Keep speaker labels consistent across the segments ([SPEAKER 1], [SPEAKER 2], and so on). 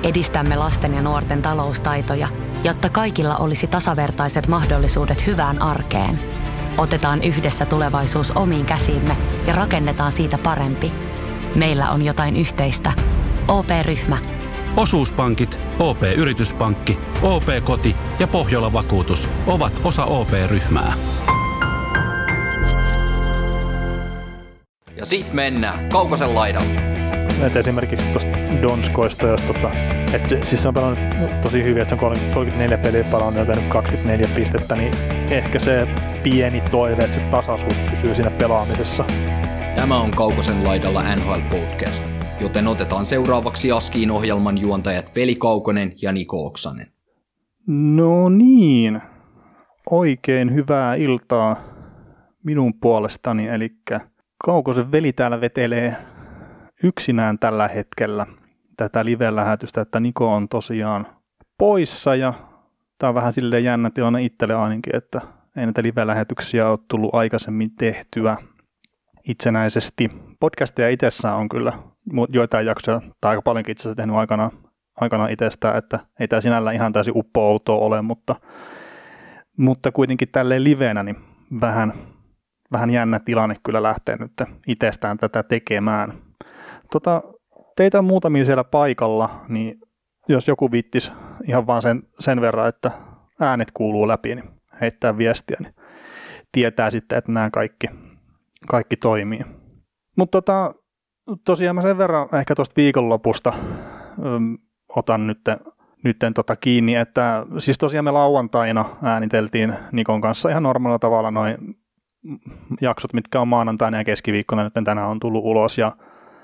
[SPEAKER 1] Edistämme lasten ja nuorten taloustaitoja, jotta kaikilla olisi tasavertaiset mahdollisuudet hyvään arkeen. Otetaan yhdessä tulevaisuus omiin käsiimme ja rakennetaan siitä parempi. Meillä on jotain yhteistä. OP-ryhmä.
[SPEAKER 2] Osuuspankit, OP-yrityspankki, OP-koti ja Pohjola-vakuutus ovat osa OP-ryhmää.
[SPEAKER 3] Ja sit mennään Kaukosen laidalle.
[SPEAKER 4] Et esimerkiksi tuosta Donskoista, jos siis se on pelannut tosi hyvin, että se on 34 peliä pelannut ja tehnyt 24 pistettä, niin ehkä se pieni toive, että se tasaisuus pysyy siinä pelaamisessa.
[SPEAKER 3] Tämä on Kaukosen laidalla NHL Podcast, joten otetaan seuraavaksi Askiin ohjelman juontajat Veli Kaukonen ja Niko Oksanen.
[SPEAKER 4] No niin, oikein hyvää iltaa minun puolestani, eli Kaukosen Veli täällä vetelee yksinään tällä hetkellä tätä live-lähetystä, että Niko on tosiaan poissa ja tämä on vähän silleen jännä tilanne itselle ainakin, että ei näitä live-lähetyksiä ole tullut aikaisemmin tehtyä itsenäisesti. Podcasteja itsessään on kyllä joitain jaksoja tai aika paljonkin itse asiassa tehnyt aikanaan itsestään, että ei tämä sinällä ihan täysin uppo-outoa ole, mutta kuitenkin tälleen livenä niin vähän jännä tilanne kyllä lähtee nyt itsestään tätä tekemään. Teitä on muutamia siellä paikalla, niin jos joku viittis ihan vaan sen verran, että äänet kuuluu läpi, niin heittää viestiä, niin tietää sitten, että nämä kaikki toimii. Mutta tosiaan mä sen verran ehkä tuosta viikonlopusta otan nytten kiinni, että siis tosiaan me lauantaina ääniteltiin Nikon kanssa ihan normaalilla tavalla noin jaksot, mitkä on maanantaina ja keskiviikkona nyt tänään on tullut ulos ja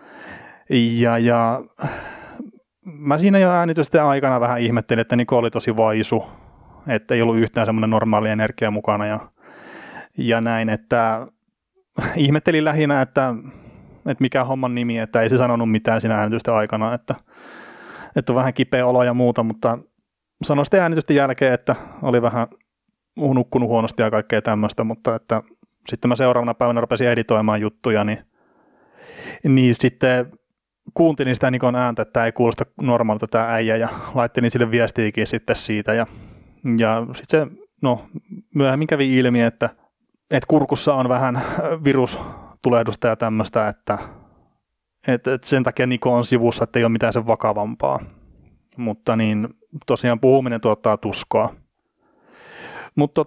[SPEAKER 4] mä siinä jo äänitysten aikana vähän ihmettelin, että Niko oli tosi vaisu, että ei ollut yhtään semmoinen normaali energia mukana ja näin, että ihmettelin lähinnä, että mikä on homman nimi, että ei se sanonut mitään siinä äänitysten aikana, että on vähän kipeä olo ja muuta, mutta sanoi sitten äänitysten jälkeen, että oli vähän nukkunut huonosti ja kaikkea tämmöistä, mutta että sitten mä seuraavana päivänä rupesin editoimaan juttuja, niin sitten kuuntelin sitä Nikon ääntä, että tämä ei kuulosta normaalilta tämä äijä ja laittelin sille viestiikin sitten siitä ja sitten se myöhemmin kävi ilmi, että kurkussa on vähän virustulehdusta ja tämmöistä, että sen takia Niko on sivussa, että ei ole mitään sen vakavampaa, mutta niin tosiaan puhuminen tuottaa tuskaa. Mutta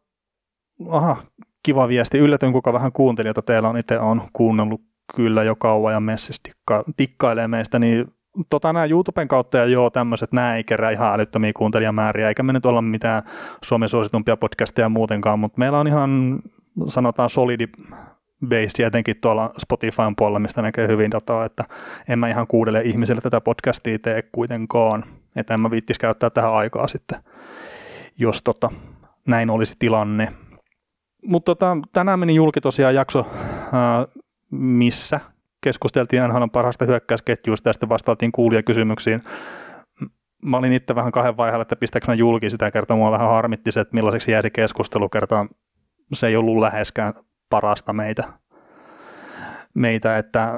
[SPEAKER 4] kiva viesti, yllätyin kuka vähän kuuntelijoita teillä on, itse on kuunnellut kyllä jo kauan ja messissä dikkailee meistä, niin nämä YouTuben kautta ja tämmöiset, nämä ei kerää ihan älyttömiä kuuntelijamääriä, eikä me nyt olla mitään Suomen suositumpia podcasteja muutenkaan, mutta meillä on ihan, sanotaan solidi base, etenkin tuolla Spotifyn puolella, mistä näkee hyvin dataa, että en mä ihan kuudelle ihmiselle tätä podcastia tee kuitenkaan, että en mä viittisi käyttää tähän aikaa sitten, jos näin olisi tilanne. Mutta tänään meni julki tosiaan jakso, missä keskusteltiin NHL:n parhaasta hyökkäysketjuista ja sitten vastailtiin kuulijakysymyksiin. Mä olin itse vähän kahden vaiheella, että pistääkö mä julki sitä kertaa. Mua vähän harmitti se, että millaiseksi jäi se keskustelu kertaa. Se ei ollut läheskään parasta meitä että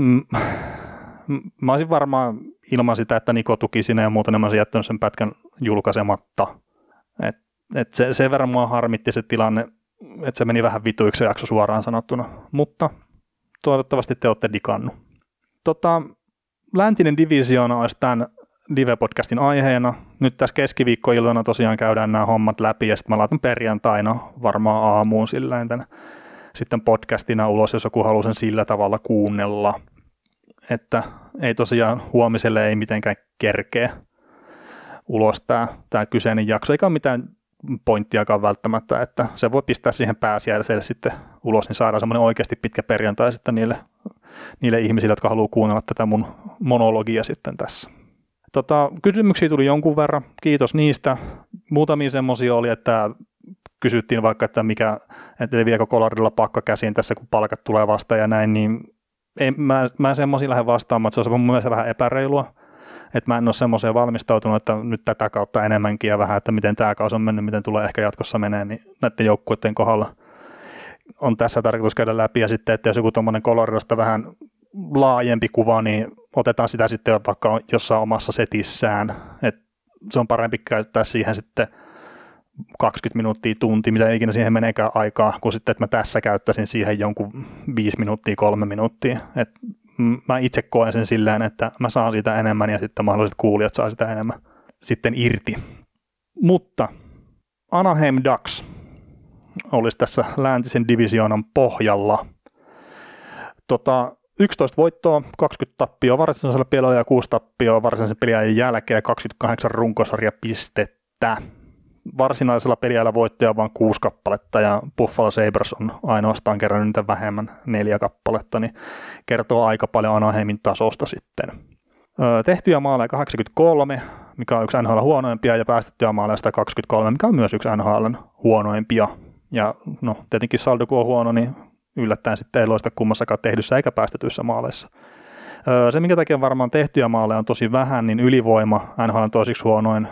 [SPEAKER 4] mä olisin varmaan ilman sitä, että Niko tuki sinne ja muuten mä olisin jättänyt sen pätkän julkaisematta. Sen verran mua harmitti se tilanne, että se meni vähän vituiksi se jakso suoraan sanottuna, mutta toivottavasti te olette digannut. Läntinen divisioona olisi tämän live-podcastin aiheena. Nyt tässä keskiviikkoiltana tosiaan käydään nämä hommat läpi ja sitten mä laitan perjantaina varmaan aamuun silleen sitten podcastina ulos, jos joku haluaa sen sillä tavalla kuunnella. Että ei tosiaan huomiselle ei mitenkään kerkeä ulos tämä kyseinen jakso, eikä ole mitään pointtiakaan välttämättä, että se voi pistää siihen pääsiäiselle sitten ulos, niin saadaan semmoinen oikeasti pitkä perjantai sitten niille ihmisille, jotka haluaa kuunnella tätä mun monologia sitten tässä. Kysymyksiä tuli jonkun verran, kiitos niistä. Muutamia semmoisia oli, että kysyttiin vaikka, että viekö Coloradilla pakka käsiin tässä, kun palkat tulee vastaan ja näin, niin mä en semmoisia lähde vastaamaan, että se on mun mielestä vähän epäreilua. Että mä en ole semmoiseen valmistautunut, että nyt tätä kautta enemmänkin ja vähän, että miten tämä kausi on mennyt, miten tulee ehkä jatkossa menee, niin näiden joukkueiden kohdalla on tässä tarkoitus käydä läpi. Ja sitten, että jos joku tuommoinen Coloradosta vähän laajempi kuva, niin otetaan sitä sitten vaikka jossain omassa setissään. Et se on parempi käyttää siihen sitten 20 minuuttia, tunti, mitä ikinä siihen meneekään aikaa, kuin sitten, että mä tässä käyttäisin siihen jonkun 5 minuuttia, 3 minuuttia. Et mä itse koen sen silleen, että mä saan sitä enemmän ja sitten mahdolliset kuulijat saa sitä enemmän sitten irti. Mutta Anaheim Ducks olisi tässä läntisen divisioonan pohjalla. 11 voittoa, 20 tappioa varsinaisella pelillä ja 6 tappioa varsinaisen pelin jälkeen, 28 runkosarjapistettä. Varsinaisella peliajalla voittoja vain 6 kappaletta ja Buffalo Sabres on ainoastaan kerännyt niitä vähemmän 4 kappaletta, niin kertoo aika paljon Anaheimin tasosta sitten. Tehtyjä maaleja 83, mikä on yksi NHL huonoimpia, ja päästettyjä maaleja 123, mikä on myös yksi NHL huonoimpia. Ja no, tietenkin saldo kun on huono, niin yllättäen sitten ei loista kummassakaan tehdyssä eikä päästetyissä maaleissa. Se, minkä takia varmaan tehtyjä maaleja on tosi vähän, niin ylivoima NHL on toisiksi huonoin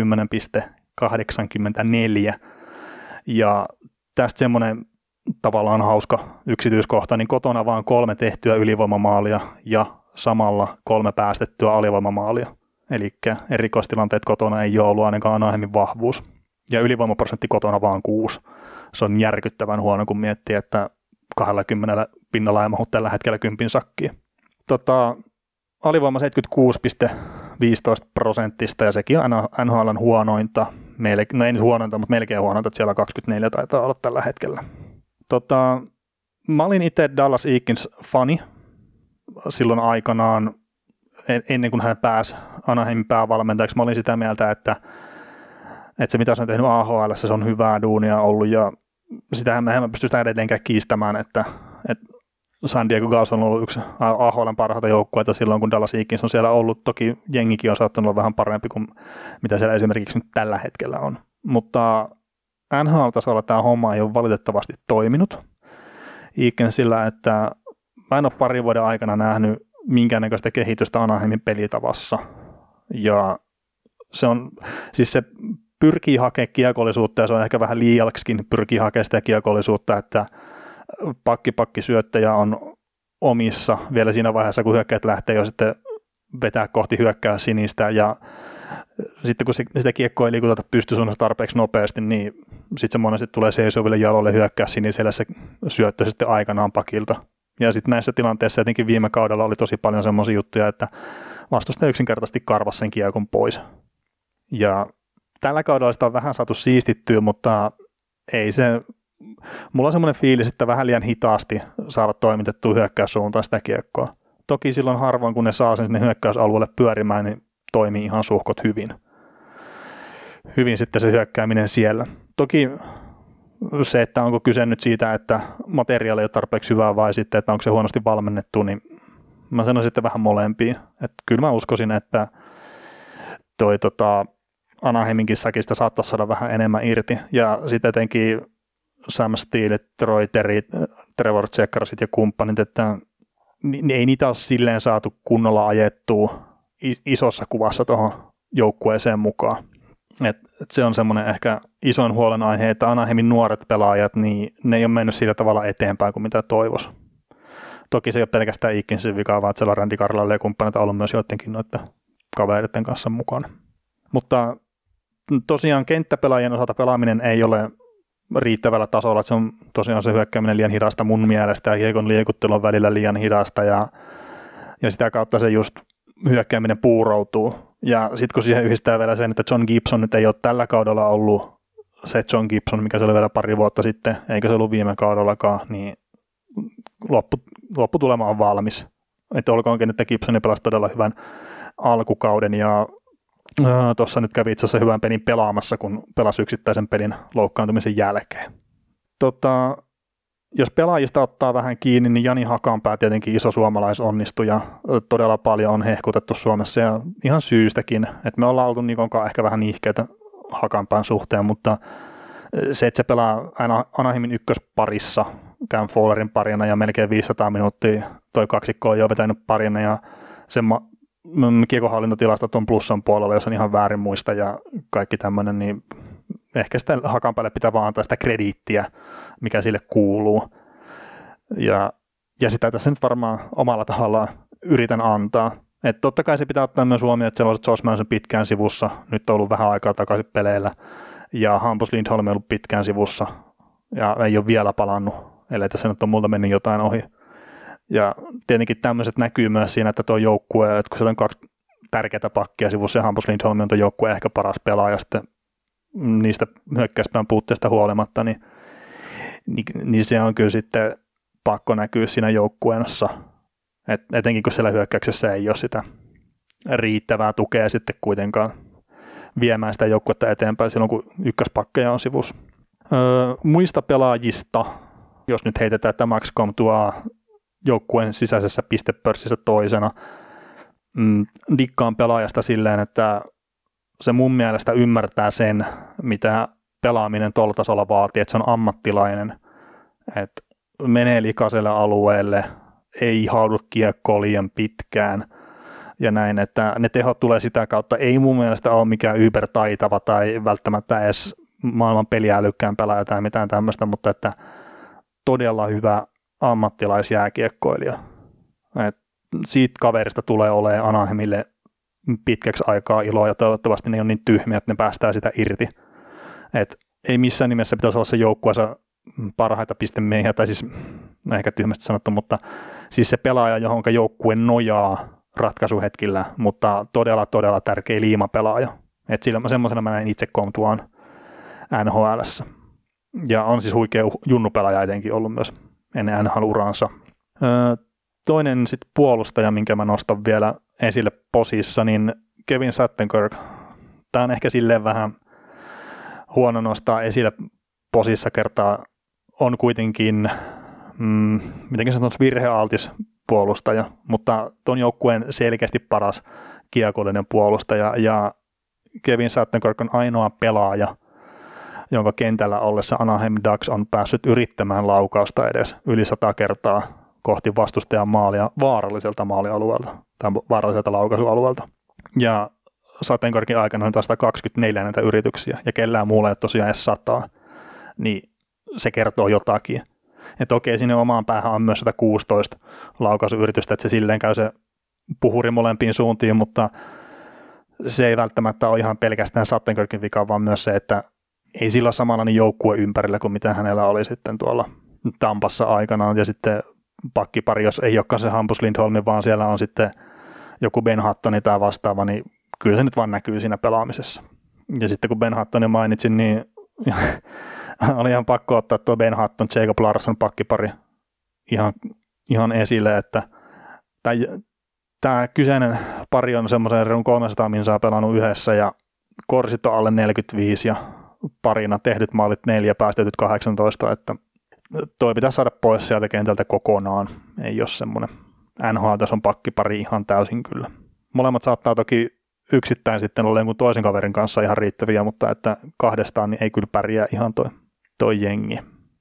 [SPEAKER 4] 10,84. Ja tästä semmoinen tavallaan hauska yksityiskohta, niin kotona vaan 3 tehtyä ylivoimamaalia ja samalla 3 päästettyä alivoimamaalia. Eli erikoistilanteet kotona ei ole ollut ainakaan Anaheimin vahvuus. Ja ylivoimaprosentti kotona vaan 6. Se on järkyttävän huono, kun miettii, että 20 pinnalla ei mahu tällä hetkellä 10 sakkiin. Alivoima 76,15% ja sekin on NHL:n huonointa. No ei nyt huonointa, mutta melkein huonointa, että siellä 24 taitaa olla tällä hetkellä. Mä olin itse Dallas Eakins-fani silloin aikanaan, ennen kuin hän pääsi Anaheimin päävalmentajaksi. Mä olin sitä mieltä, että se mitä se on tehnyt AHL, se on hyvää duunia ollut, ja sitähän me pysty sitä edelleenkään kiistämään, että San Diego Gulls on ollut yksi AHL:n parhaita joukkueita silloin, kun Dallas Eakins on siellä ollut. Toki jengikin on saattanut olla vähän parempi kuin mitä siellä esimerkiksi nyt tällä hetkellä on. Mutta NHL-tasolla tämä homma ei ole valitettavasti toiminut. Eakinsillä, että mä en ole parin vuoden aikana nähnyt minkäännäköistä kehitystä Anaheimin pelitavassa. Ja se pyrkii hakemaan kiekollisuutta, ja se on ehkä vähän liialksikin pyrkii hakemaan sitä kiekollisuutta, että pakkisyöttäjä on omissa vielä siinä vaiheessa, kun hyökkäät lähtee jo sitten vetää kohti hyökkää sinistä, ja sitten kun sitä kiekkoa ei liikuteta pystysuunnassa tarpeeksi nopeasti, niin sitten se monesti tulee seisoville jaloille hyökkää sinisellä se syöttö sitten aikanaan pakilta. Ja sitten näissä tilanteissa jotenkin viime kaudella oli tosi paljon semmoisia juttuja, että vastustaja yksinkertaisesti karvasi sen kiekon pois. Ja tällä kaudella sitä on vähän saatu siistittyä, mutta ei se. Mulla on semmoinen fiilis, että vähän liian hitaasti saavat toimitettua hyökkäyssuuntaan sitä kiekkoa. Toki silloin harvoin, kun ne saa sen sinne hyökkäysalueelle pyörimään, niin toimii ihan suhkot hyvin. Hyvin sitten se hyökkääminen siellä. Toki se, että onko kyse nyt siitä, että materiaali ei ole tarpeeksi hyvää vai sitten, että onko se huonosti valmennettu, niin mä sanon sitten vähän molempia. Että kyllä mä uskoisin, että Anaheiminkin säkistä saattaisi saada vähän enemmän irti. Ja sitten etenkin Sam Steele, Troy Terry, Trevor Zegrasit ja kumppanit, että ei niitä ole silleen saatu kunnolla ajettua isossa kuvassa tuohon joukkueeseen mukaan. Et se on semmoinen ehkä isoin huolenaihe, että Anaheimin nuoret pelaajat, niin ne ei ole mennyt sillä tavalla eteenpäin kuin mitä toivoisi. Toki se ei ole pelkästään Eakinsin vikaa, vaan siellä Randy Carlylle ja kumppanit on ollut myös joidenkin noiden kavereiden kanssa mukana. Mutta tosiaan kenttäpelaajien osalta pelaaminen ei ole riittävällä tasolla, että se on tosiaan se hyökkääminen liian hidasta mun mielestä ja kiekon liikuttelu on välillä liian hidasta ja sitä kautta se just hyökkääminen puuroutuu. Ja sitten kun siihen yhdistää vielä sen, että John Gibson nyt ei ole tällä kaudella ollut se John Gibson, mikä se oli vielä pari vuotta sitten, eikä se ollut viime kaudellakaan, niin lopputulema on valmis. Että olkoonkin, että Gibson pelasi todella hyvän alkukauden ja tuossa nyt kävi itse asiassa hyvän pelin pelaamassa, kun pelasi yksittäisen pelin loukkaantumisen jälkeen. Jos pelaajista ottaa vähän kiinni, niin Jani Hakanpää tietenkin iso suomalaisonnistuja. Todella paljon on hehkutettu Suomessa ja ihan syystäkin, että me ollaan oltu Nikonkaan ehkä vähän nihkeitä Hakanpään suhteen, mutta se, että se pelaa aina Anaheimin ykkösparissa, Cam Fowlerin parina ja melkein 500 minuuttia, toi kaksikko on jo vetänyt parina ja sen kiekonhallintotilastot on plussan puolella, jos on ihan väärin muista ja kaikki tämmöinen, niin ehkä sitä Hakanpäälle pitää vaan antaa sitä krediittiä, mikä sille kuuluu. Ja Ja sitä tässä nyt varmaan omalla tahollaan yritän antaa. Että totta kai se pitää ottaa myös huomioon, että sellaiset Josh Manson pitkään sivussa, nyt on ollut vähän aikaa takaisin peleillä, ja Hampus Lindholm on ollut pitkään sivussa, ja ei ole vielä palannut, ellei tässä nyt on multa mennyt jotain ohi. Ja tietenkin tämmöiset näkyy myös siinä, että tuo joukkue, että kun se on 2 tärkeää pakkia sivussa, ja Hampus Lindholm on tuo joukkue ehkä paras pelaaja sitten niistä hyökkäyspään puutteista huolimatta, niin se on kyllä sitten pakko näkyä siinä joukkueessa. Etenkin kun siellä hyökkäyksessä ei ole sitä riittävää tukea sitten kuitenkaan viemään sitä joukkuetta eteenpäin silloin, kun ykköspakkeja on sivussa. Muista pelaajista, jos nyt heitetään, että Max Comtois joukkueen sisäisessä pistepörssissä toisena, dikkaan pelaajasta silleen, että se mun mielestä ymmärtää sen, mitä pelaaminen tuolla tasolla vaatii, että se on ammattilainen, että menee likaiselle alueelle, ei haudu kiekkoa liian pitkään ja näin, että ne tehot tulee sitä kautta. Ei mun mielestä ole mikään ybertaitava tai välttämättä edes maailman peliälykkään pelaaja tai mitään tämmöistä, mutta että todella hyvä ammattilaisjääkiekkoilija. Et siitä kaverista tulee olemaan Anaheimille pitkäksi aikaa iloa ja toivottavasti ne on niin tyhmiä, että ne päästää sitä irti. Et ei missään nimessä pitäisi olla se joukkueensa parhaita pistemiehiä, tai siis ehkä tyhmästi sanottu, mutta siis se pelaaja, johon joukkue nojaa ratkaisuhetkillä, mutta todella, todella tärkeä liimapelaaja. Että semmoisena mä näin itse Comtoisin NHL:ssä. Ja on siis huikea junnupelaaja etenkin ollut myös ennen NHL-uransa. Toinen sitten puolustaja, minkä mä nostan vielä esille posissa, niin Kevin Shattenkirk. Tämä on ehkä silleen vähän huono nostaa esille posissa kertaa. On kuitenkin, mitenkin sanotaan, virhealtis puolustaja, mutta ton joukkueen selkeästi paras kiekollinen puolustaja, ja Kevin Shattenkirk on ainoa pelaaja, jonka kentällä ollessa Anaheim Ducks on päässyt yrittämään laukausta edes yli 100 kertaa kohti vastustajan maalia vaaralliselta maalialueelta tai vaaralliselta laukaisualueelta. Ja Shattenkirkin aikana on taas 124 näitä yrityksiä, ja kellään muulla ei ole tosiaan edes 100, niin se kertoo jotakin. Että okei, sinne omaan päähän on myös 116 laukaisuyritystä, että se silleen käy se puhuri molempiin suuntiin, mutta se ei välttämättä ole ihan pelkästään Shattenkirkin vika, vaan myös se, että ei sillä ole samanlainen joukkue ympärillä kuin mitä hänellä oli sitten tuolla Tampassa aikanaan, ja sitten pakkipari, jos ei olekaan se Hampus Lindholm, vaan siellä on sitten joku Ben Huttoni tai vastaava, niin kyllä se nyt vaan näkyy siinä pelaamisessa. Ja sitten kun Ben Huttonin mainitsin, niin oli ihan pakko ottaa tuo Ben Hutton, Jacob Larsson pakkipari ihan esille, että tämä kyseinen pari on semmoisen reilun 300 minsaa pelannut yhdessä, ja korsit on alle 45 ja parina tehdyt maalit 4, päästetyt 18, että toi pitäisi saada pois sieltä kentältä kokonaan. Ei ole semmoinen NHL-tason pakkipari ihan täysin kyllä. Molemmat saattaa toki yksittäin sitten olla jonkun toisen kaverin kanssa ihan riittäviä, mutta että kahdestaan niin ei kyllä pärjää ihan toi jengi.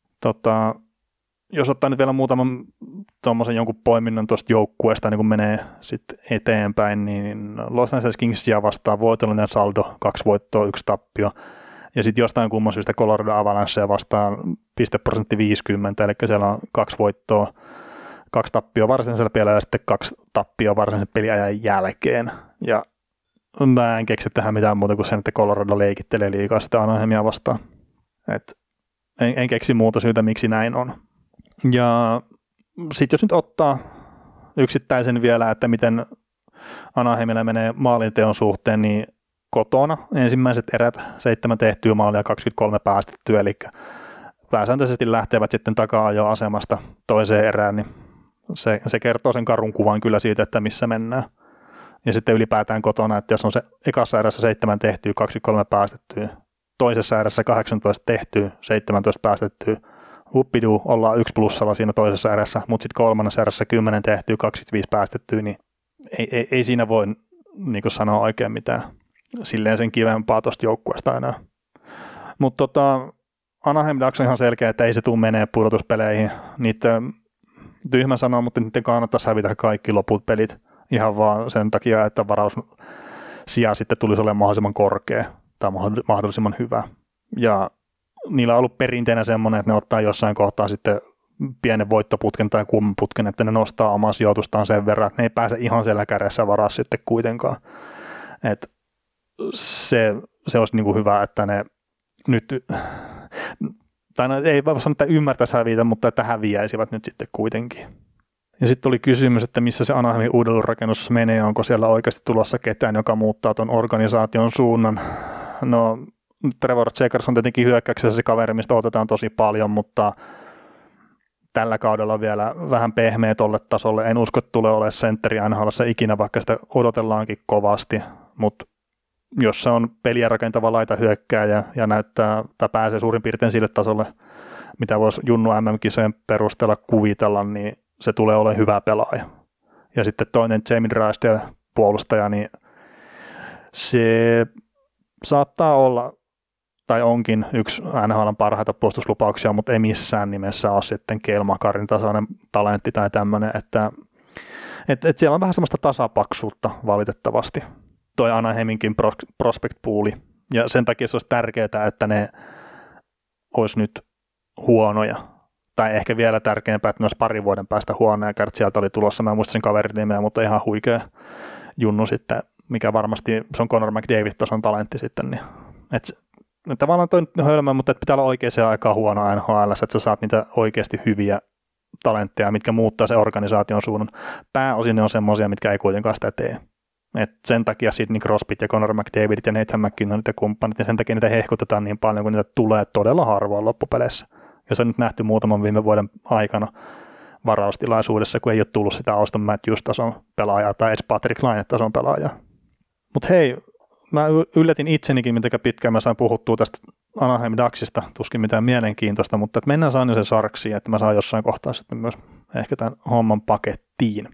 [SPEAKER 4] Jos ottaa nyt vielä muutaman tuommoisen jonkun poiminnan tuosta joukkueesta, niin kun menee sitten eteenpäin, niin Los Angeles Kingsia vastaan voitollinen saldo, 2 voittoa, 1 tappio. Ja sitten jostain kumman syystä Colorado Avalancea vastaan pisteprosentti 50, eli siellä on 2 voittoa, 2 tappioa varsinaisella pelillä ja sitten 2 tappioa varsinaisen peliajan jälkeen. Ja mä en keksi tähän mitään muuta kuin sen, että Colorado leikittelee liikaa sitä Anaheimia vastaan. En keksi muuta syytä, miksi näin on. Ja sitten jos nyt ottaa yksittäisen vielä, että miten Anaheimilla menee maalinteon suhteen, niin kotona ensimmäiset erät 7 tehtyä maalia, 23 päästettyä, eli pääsääntöisesti lähtevät sitten takaa jo asemasta toiseen erään, niin se kertoo sen karun kuvan kyllä siitä, että missä mennään. Ja sitten ylipäätään kotona, että jos on se ekassa erässä 7 tehtyä, 23 päästettyä, toisessa erässä 18 tehtyä, 17 päästettyä, huppiduu, ollaan 1 plussalla siinä toisessa erässä, mutta sitten kolmannessa erässä 10 tehtyä, 25 päästettyä, niin ei siinä voi niin kuin sanoa oikein mitään silleen sen kivempaa tuosta joukkueesta enää. Mutta Anaheim Ducks on ihan selkeä, että ei se tule menee pudotuspeleihin. Niitä tyhmä sanoa, mutta niiden kannattaisi hävitä kaikki loput pelit ihan vaan sen takia, että varaussija sitten tulisi olemaan mahdollisimman korkea tai mahdollisimman hyvä. Ja niillä on ollut perinteenä semmoinen, että ne ottaa jossain kohtaa sitten pienen voittoputken tai kummaputken, että ne nostaa omaa sijoitustaan sen verran, että ne ei pääse ihan siellä kädessä varaa sitten kuitenkaan. Et se olisi niin kuin hyvä, että ne nyt, tai no, ei vaan sanoa, että ymmärtäisi hävitä, mutta että häviäisivät nyt sitten kuitenkin. Ja sitten tuli kysymys, että missä se Anaheimin uudelleenrakennus menee, onko siellä oikeasti tulossa ketään, joka muuttaa tuon organisaation suunnan. No, Trevor Zegras on tietenkin hyökkäyksessä se kaveri, mistä otetaan tosi paljon, mutta tällä kaudella vielä vähän pehmeä tolle tasolle. En usko, että tulee olemaan sentteri NHL:ssä ikinä, vaikka sitä odotellaankin kovasti, mutta jos se on peliä rakentava laitahyökkääjä ja näyttää tai pääsee suurin piirtein sille tasolle, mitä voisi Junnu MM-kisojen perusteella kuvitella, niin se tulee olemaan hyvä pelaaja. Ja sitten toinen Jamie Drysdale puolustaja, niin se saattaa olla tai onkin yksi NHL:n parhaita puolustuslupauksia, mutta ei missään nimessä ole sitten Cale Makarin tasainen talentti tai tämmöinen, että siellä on vähän semmoista tasapaksuutta valitettavasti toi Anaheiminkin prospect pooli, ja sen takia se olisi tärkeää, että ne olisi nyt huonoja, tai ehkä vielä tärkeämpää, että ne olisi parin vuoden päästä huonoja, kun sieltä oli tulossa, mä en muista sen kaverin nimeä, mutta ihan huikea junnu sitten, mikä varmasti se on Connor McDavid-tason talentti sitten, niin tavallaan toi nyt hölmö, mutta pitää olla oikeaan aikaan huono NHL, että sä saat niitä oikeasti hyviä talentteja, mitkä muuttaa se organisaation suunnan. Pääosin ne on semmoisia, mitkä ei kuitenkaan sitä tee. Et sen takia Sidney Crosbyt ja Connor McDavidit ja Nathan McKinnonit ja kumppanit, ja sen takia niitä hehkutetaan niin paljon, kun niitä tulee todella harvoin loppupeleissä. Ja se on nyt nähty muutaman viime vuoden aikana varaustilaisuudessa, kun ei ole tullut sitä Auston Matthews-tason pelaajaa tai edes Patrick Laine-tason pelaajaa. Mutta hei, mä yllätin itsenikin, miten pitkään mä sain puhuttua tästä Anaheim Ducksista, tuskin mitään mielenkiintoista, mutta että mennään San Jose Sharksiin, että mä saan jossain kohtaa sitten myös ehkä tämän homman pakettiin.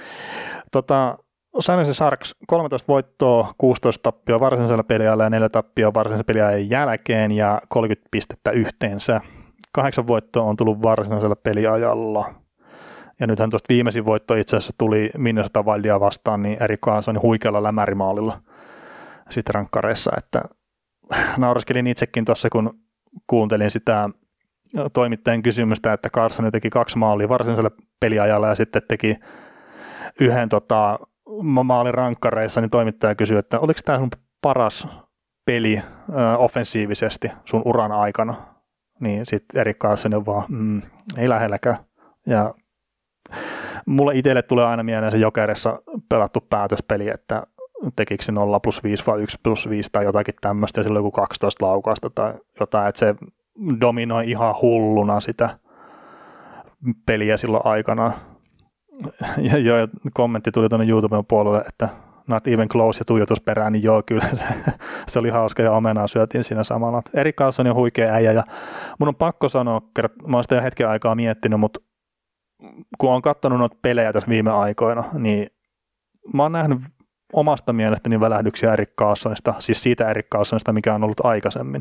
[SPEAKER 4] San Jose Sharks 13 voittoa, 16 tappioa varsinaisella peliajalla ja 4 tappioa varsinaisella peliajan jälkeen ja 30 pistettä yhteensä. 8 voittoa on tullut varsinaisella peliajalla. Ja nythän tuosta viimeisin voitto itse asiassa tuli Minnesota Wildia vastaan, niin Erik Karlssonin huikealla lämärimaalilla sitten rankkareissa, että naureskelin itsekin tuossa, kun kuuntelin sitä toimittajan kysymystä, että Karlsson teki 2 maalia varsinaisella peliajalla ja sitten teki yhden maalin rankkareissa, niin toimittaja kysyi, että oliko tämä sun paras peli offensiivisesti sun uran aikana? Niin sitten Erik Karlsson on vaan, ei lähelläkään. Ja mulle itselle tulee aina mieleen se Jokerissa pelattu päätöspeli, että tekikö se 0+5 vai 1+5 tai jotakin tämmöistä, ja silloin joku 12 laukausta tai jotain, että se dominoi ihan hulluna sitä peliä silloin aikana. Ja kommentti tuli tuonne YouTuben puolelle, että not even close ja tuijotusperään, niin joo, kyllä se oli hauska ja omenaa syötiin siinä samalla. Erik Karlsson on huikea äijä, ja mun on pakko sanoa, mä oon sitä jo hetken aikaa miettinyt, mutta kun on katsonut noita pelejä tässä viime aikoina, niin mä oon nähnyt omasta mielestäni välähdyksiä Erik Karlssonista, siis siitä Erik Karlssonista, mikä on ollut aikaisemmin.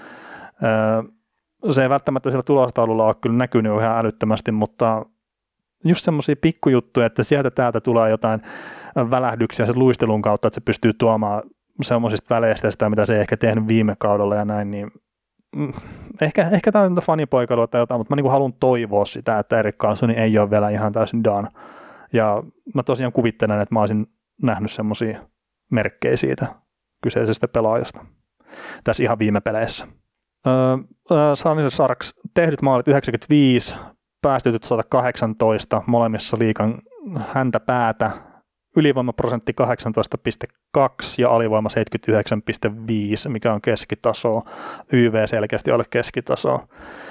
[SPEAKER 4] Se ei välttämättä siellä tulostaululla ole kyllä näkynyt ihan älyttömästi, mutta just semmoisia pikkujuttuja, että sieltä täältä tulee jotain välähdyksiä sen luistelun kautta, että se pystyy tuomaan semmoisista väleistä sitä, mitä se ei ehkä tehnyt viime kaudella ja näin, niin ehkä tämä on fanipoikailua tai jotain, mutta mä niin haluan toivoa sitä, että Erik Karlsson ei ole vielä ihan täysin done. Ja mä tosiaan kuvittelen, että mä olisin nähnyt semmoisia merkkejä siitä kyseisestä pelaajasta tässä ihan viime peleissä. San Jose Sharks tehdyt maalit 95, päästytyt 118, molemmissa liigan häntä päätä, ylivoimaprosentti 18,2 ja alivoima 79,5, mikä on keskitasoa, YV selkeästi ole keskitasoa.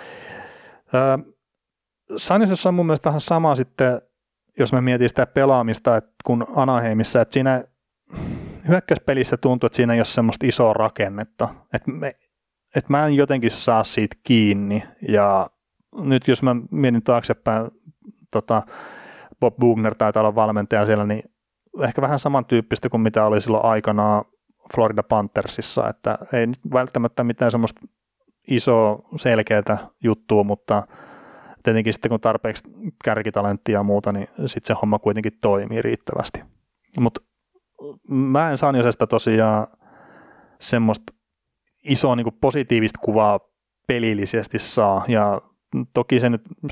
[SPEAKER 4] San Josessa on mun mielestä vähän sama sitten, jos mä mietin sitä pelaamista, että kun Anaheimissa, että siinä hyökkäyspelissä tuntuu, että siinä ei ole semmoista isoa rakennetta, että mä en jotenkin saa siitä kiinni, ja nyt jos mä mietin taaksepäin, Bob Bugner taitaa olla valmentaja siellä, niin ehkä vähän samantyyppistä kuin mitä oli silloin aikanaan Florida Panthersissa, että ei nyt välttämättä mitään semmoista isoa selkeää juttua, mutta tietenkin sitten kun tarpeeksi kärkitalenttia ja muuta, niin sitten se homma kuitenkin toimii riittävästi. Mutta mä en San Josesta tosiaan semmoista isoa niin kuin positiivista kuvaa pelillisesti saa, ja toki se nyt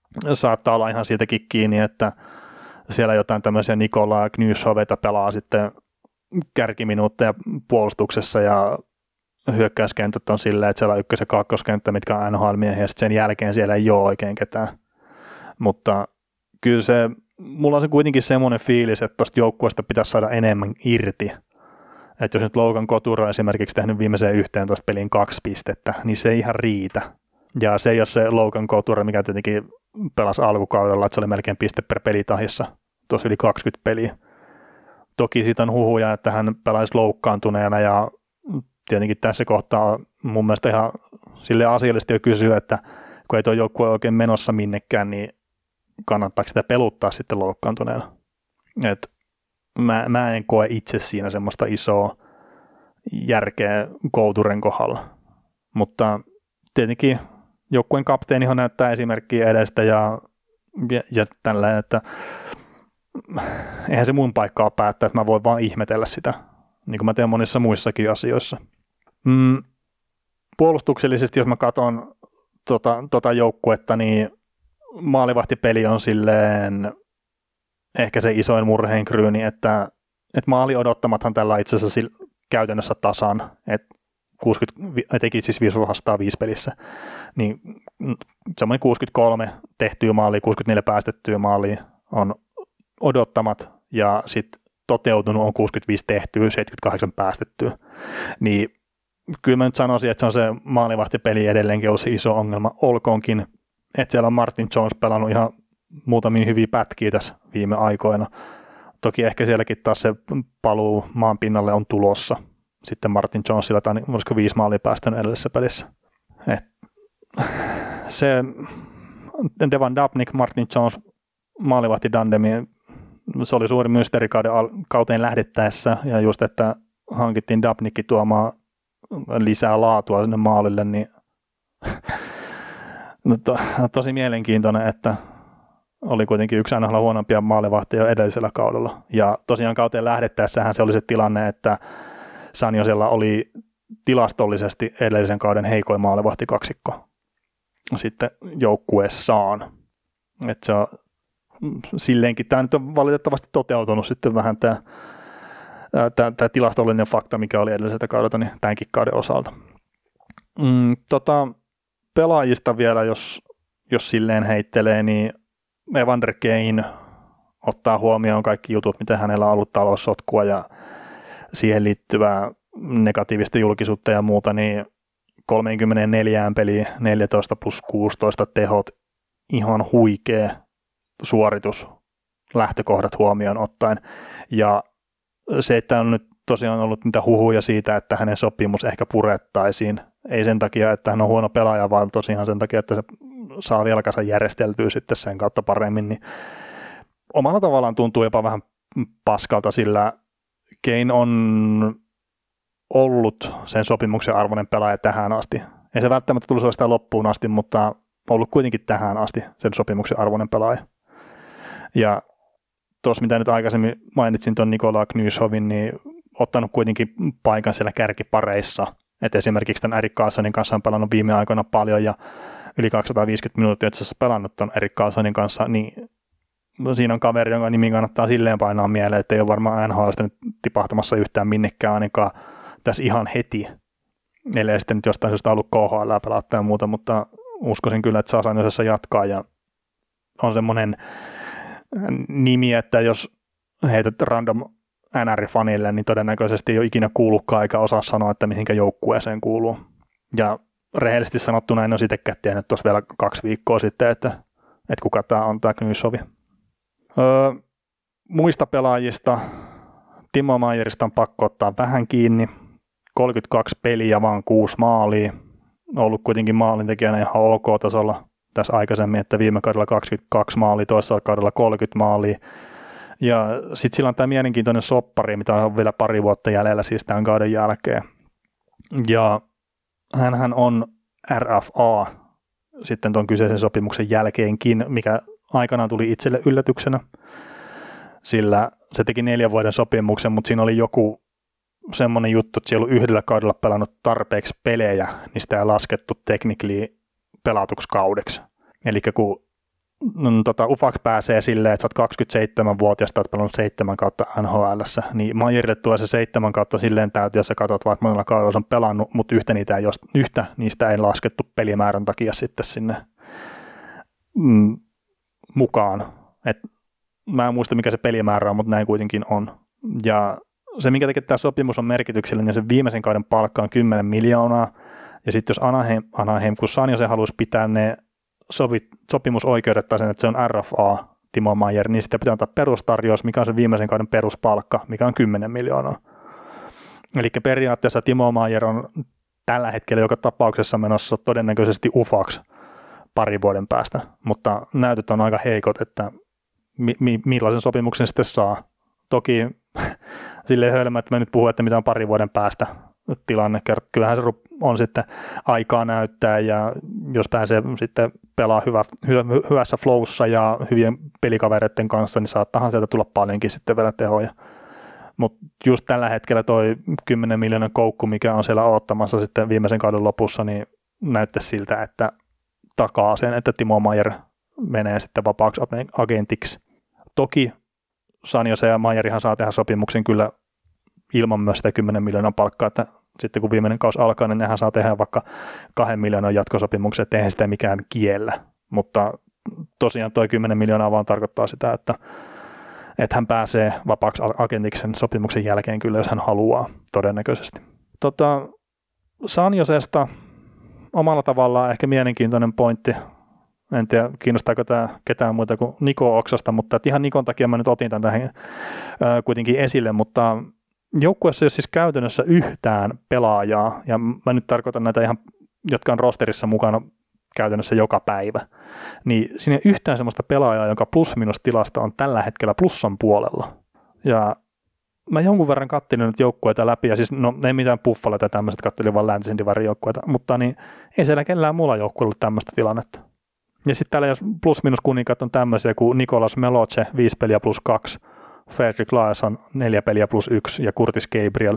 [SPEAKER 4] saattaa olla ihan siitäkin kiinni, että siellä jotain tämmöisiä Nikola Knyshoveita pelaa sitten kärkiminuutteja puolustuksessa ja hyökkäyskentät on silleen, että siellä on ykkös- ja kakkoskenttä, mitkä on NHL-miehiä, ja sitten sen jälkeen siellä ei ole oikein ketään. Mutta kyllä mulla on se kuitenkin semmoinen fiilis, että tuosta joukkueesta pitäisi saada enemmän irti. Että jos nyt Logan Couture on esimerkiksi tehnyt viimeiseen 11 peliin 2 pistettä, niin se ei ihan riitä. Ja se ei ole se Logan Couture, mikä tietenkin pelasi alkukaudella, että se oli melkein piste per pelitahissa, tuossa yli 20 peliä. Toki siitä on huhuja, että hän pelaisi loukkaantuneena, ja tietenkin tässä kohtaa mun mielestä ihan sille asiallisesti jo kysyä, että kun ei tuo joukkue oikein menossa minnekään, niin kannattaako sitä peluttaa sitten loukkaantuneena. Et mä en koe itse siinä semmoista isoa järkeä Couturen kohdalla. Mutta tietenkin joukkueen kapteenihan näyttää esimerkkiä edestä ja tällä, että eihän se mun paikkaa päättää, että mä voin vaan ihmetellä sitä, niin kuin mä teen monissa muissakin asioissa. Puolustuksellisesti, jos mä katson tota joukkuetta, niin maalivahtipeli on silleen ehkä se isoin murheenkryyni, että maali odottamathan tällä itse asiassa käytännössä tasan, että 60, etenkin siis 5-5 pelissä, niin semmoinen 63 tehtyä maalia, 64 päästettyä maalia on odottamat, ja sitten toteutunut on 65 tehtyä, 78 päästettyä. Niin kyllä mä nyt sanoisin, että se on se maalivahtipeli edelleenkin ollut se iso ongelma, olkoonkin, että siellä on Martin Jones pelannut ihan muutamia hyviä pätkiä tässä viime aikoina. Toki ehkä sielläkin taas se paluu maan pinnalle on tulossa. Sitten Martin Jonesilla, tai olisiko 5 maalia päästänyt edellisessä pelissä. Se Devan Dubnyk, Martin Jones, maalivahti Dandemi, se oli suuri mysteeri kauteen lähdettäessä, ja just, että hankittiin Dubnykin tuomaan lisää laatua sinne maalille, niin tosi mielenkiintoinen, että oli kuitenkin yksi aina huonompia maalivahtia jo edellisellä kaudella. Ja tosiaan kauteen lähdettäessähän se oli se tilanne, että San Josella oli tilastollisesti edellisen kauden heikoin maalivahtikaksikko sitten joukkueessaan. Että se on silleenkin, tämä nyt on valitettavasti toteutunut sitten vähän tämä tilastollinen fakta, mikä oli edelliseltä kaudelta, niin tämänkin kauden osalta. Pelaajista vielä, jos silleen heittelee, niin Evander Kane ottaa huomioon kaikki jutut, mitä hänellä on ollut taloussotkua ja siihen liittyvää negatiivista julkisuutta ja muuta, niin 34 peliä, 14 plus 16 tehot, ihan huikea suoritus lähtökohdat huomioon ottaen. Ja se, että on nyt tosiaan ollut niitä huhuja siitä, että hänen sopimus ehkä purettaisiin, ei sen takia, että hän on huono pelaaja, vaan tosiaan sen takia, että se saa jalkansa järjesteltyä sitten sen kautta paremmin, niin omalla tavallaan tuntuu jopa vähän paskalta, sillä Kane on ollut sen sopimuksen arvoinen pelaaja tähän asti. Ei se välttämättä tulisi sitä loppuun asti, mutta ollut kuitenkin tähän asti sen sopimuksen arvoinen pelaaja. Ja tuossa, mitä nyt aikaisemmin mainitsin tuon Nikola Knyshovin, niin ottanut kuitenkin paikan siellä kärkipareissa. Et esimerkiksi tämän Erik Karlssonin kanssa on pelannut viime aikoina paljon ja yli 250 minuuttia itse asiassa pelannut tuon Erik Karlssonin kanssa, niin siinä on kaveri, jonka nimi kannattaa silleen painaa mieleen, että ei ole varmaan NHL:stä nyt tipahtamassa yhtään minnekään ainakaan tässä ihan heti. Eli ei sitten nyt jostain syystä ollut KHL pelata ja muuta, mutta uskoisin kyllä, että saa San Josessa jatkaa ja on semmoinen nimi, että jos heität random NR-fanille, niin todennäköisesti ei ole ikinä kuullutkaan eikä osaa sanoa, että mihinkä joukkueeseen kuuluu. Ja rehellisesti sanottuna en ole itsekään tiennyt tuossa vielä 2 viikkoa sitten, että kuka tämä on tämä Knyshovi. Muista pelaajista Timo Meieristä on pakko ottaa vähän kiinni. 32 peliä, vaan 6 maalia. Ollut kuitenkin maalintekijänä ihan OK-tasolla tässä aikaisemmin, että viime kaudella 22 maalia, toisella kaudella 30 maalia. Ja sitten sillä on tämä mielenkiintoinen soppari, mitä on vielä pari vuotta jäljellä siis tämän kauden jälkeen. Ja hänhän on RFA sitten tuon kyseisen sopimuksen jälkeenkin, mikä aikanaan tuli itselle yllätyksenä, sillä se teki 4 vuoden sopimuksen, mutta siinä oli joku semmoinen juttu, että siellä oli yhdellä kaudella pelannut tarpeeksi pelejä, niin sitä ei laskettu technically pelatuksi kaudeksi. Eli kun Ufax pääsee silleen, että sä oot 27-vuotias, oot pelannut 7 kautta NHL:ssä, niin Meierille tulee se 7 kautta silleen täytyy, jos sä katsot vaan, että monella kaudella on pelannut, mutta yhtä niistä ei laskettu pelimäärän takia sitten sinne mukaan. Mä en muista, mikä se pelimäärä on, mutta näin kuitenkin on. Ja se, minkä takia tämä sopimus on merkityksellinen, niin sen viimeisen kauden palkka on 10 miljoonaa. Ja sitten jos Anaheim, kun San Jose haluaisi pitää ne sopimusoikeudet tai sen, että se on RFA, Timo Meier, niin sitten pitää antaa perustarjous, mikä on se viimeisen kauden peruspalkka, mikä on 10 miljoonaa. Eli periaatteessa Timo Meier on tällä hetkellä joka tapauksessa menossa todennäköisesti Ufax parin vuoden päästä, mutta näytöt on aika heikot, että millaisen sopimuksen sitten saa. Toki silleen hölmö, että mä nyt puhun, että mitä on parin vuoden päästä tilanne. Kyllähän se on sitten aikaa näyttää ja jos pääsee sitten pelaa hyvässä flowssa ja hyvien pelikavereiden kanssa, niin saattaahan sieltä tulla paljonkin sitten vielä tehoja. Mutta just tällä hetkellä toi 10 miljoonan koukku, mikä on siellä odottamassa sitten viimeisen kauden lopussa, niin näyttäisi siltä, että takaa sen, että Timo Meier menee sitten vapaaksi agentiksi. Toki San Jose ja Meierihan saa tehdä sopimuksen kyllä ilman myös sitä 10 miljoonan palkkaa, että sitten kun viimeinen kausi alkaa, niin nehän saa tehdä vaikka 2 miljoonan jatkosopimuksen, että eihän sitä mikään kiellä. Mutta tosiaan toi 10 miljoonaa vaan tarkoittaa sitä, että hän pääsee vapaaksi agentiksi sen sopimuksen jälkeen kyllä, jos hän haluaa todennäköisesti. San Josesta omalla tavallaan ehkä mielenkiintoinen pointti. En tiedä, kiinnostaako tämä ketään muuta kuin Niko Oksasta, mutta ihan Nikon takia mä nyt otin tämän tähän kuitenkin esille, mutta joukkueessa ei ole siis käytännössä yhtään pelaajaa, ja mä nyt tarkoitan näitä ihan, jotka on rosterissa mukana käytännössä joka päivä, niin siinä ei yhtään sellaista pelaajaa, jonka plus-minus-tilasta on tällä hetkellä plussan puolella. Ja mä jonkun verran kattelin nyt joukkueita läpi, ja siis no ei mitään Buffalo tai tämmöiset, kattelin vaan läntisen divarin joukkueita, mutta niin ei siellä kellään muulla joukkueella ollut tämmöistä tilannetta. Ja sitten täällä jos plus-minus-kuninkaat on tämmöisiä kuin Nicolas Meloche 5 peliä plus 2, Fredrik Larsson 4 peliä plus 1 ja Curtis Gabriel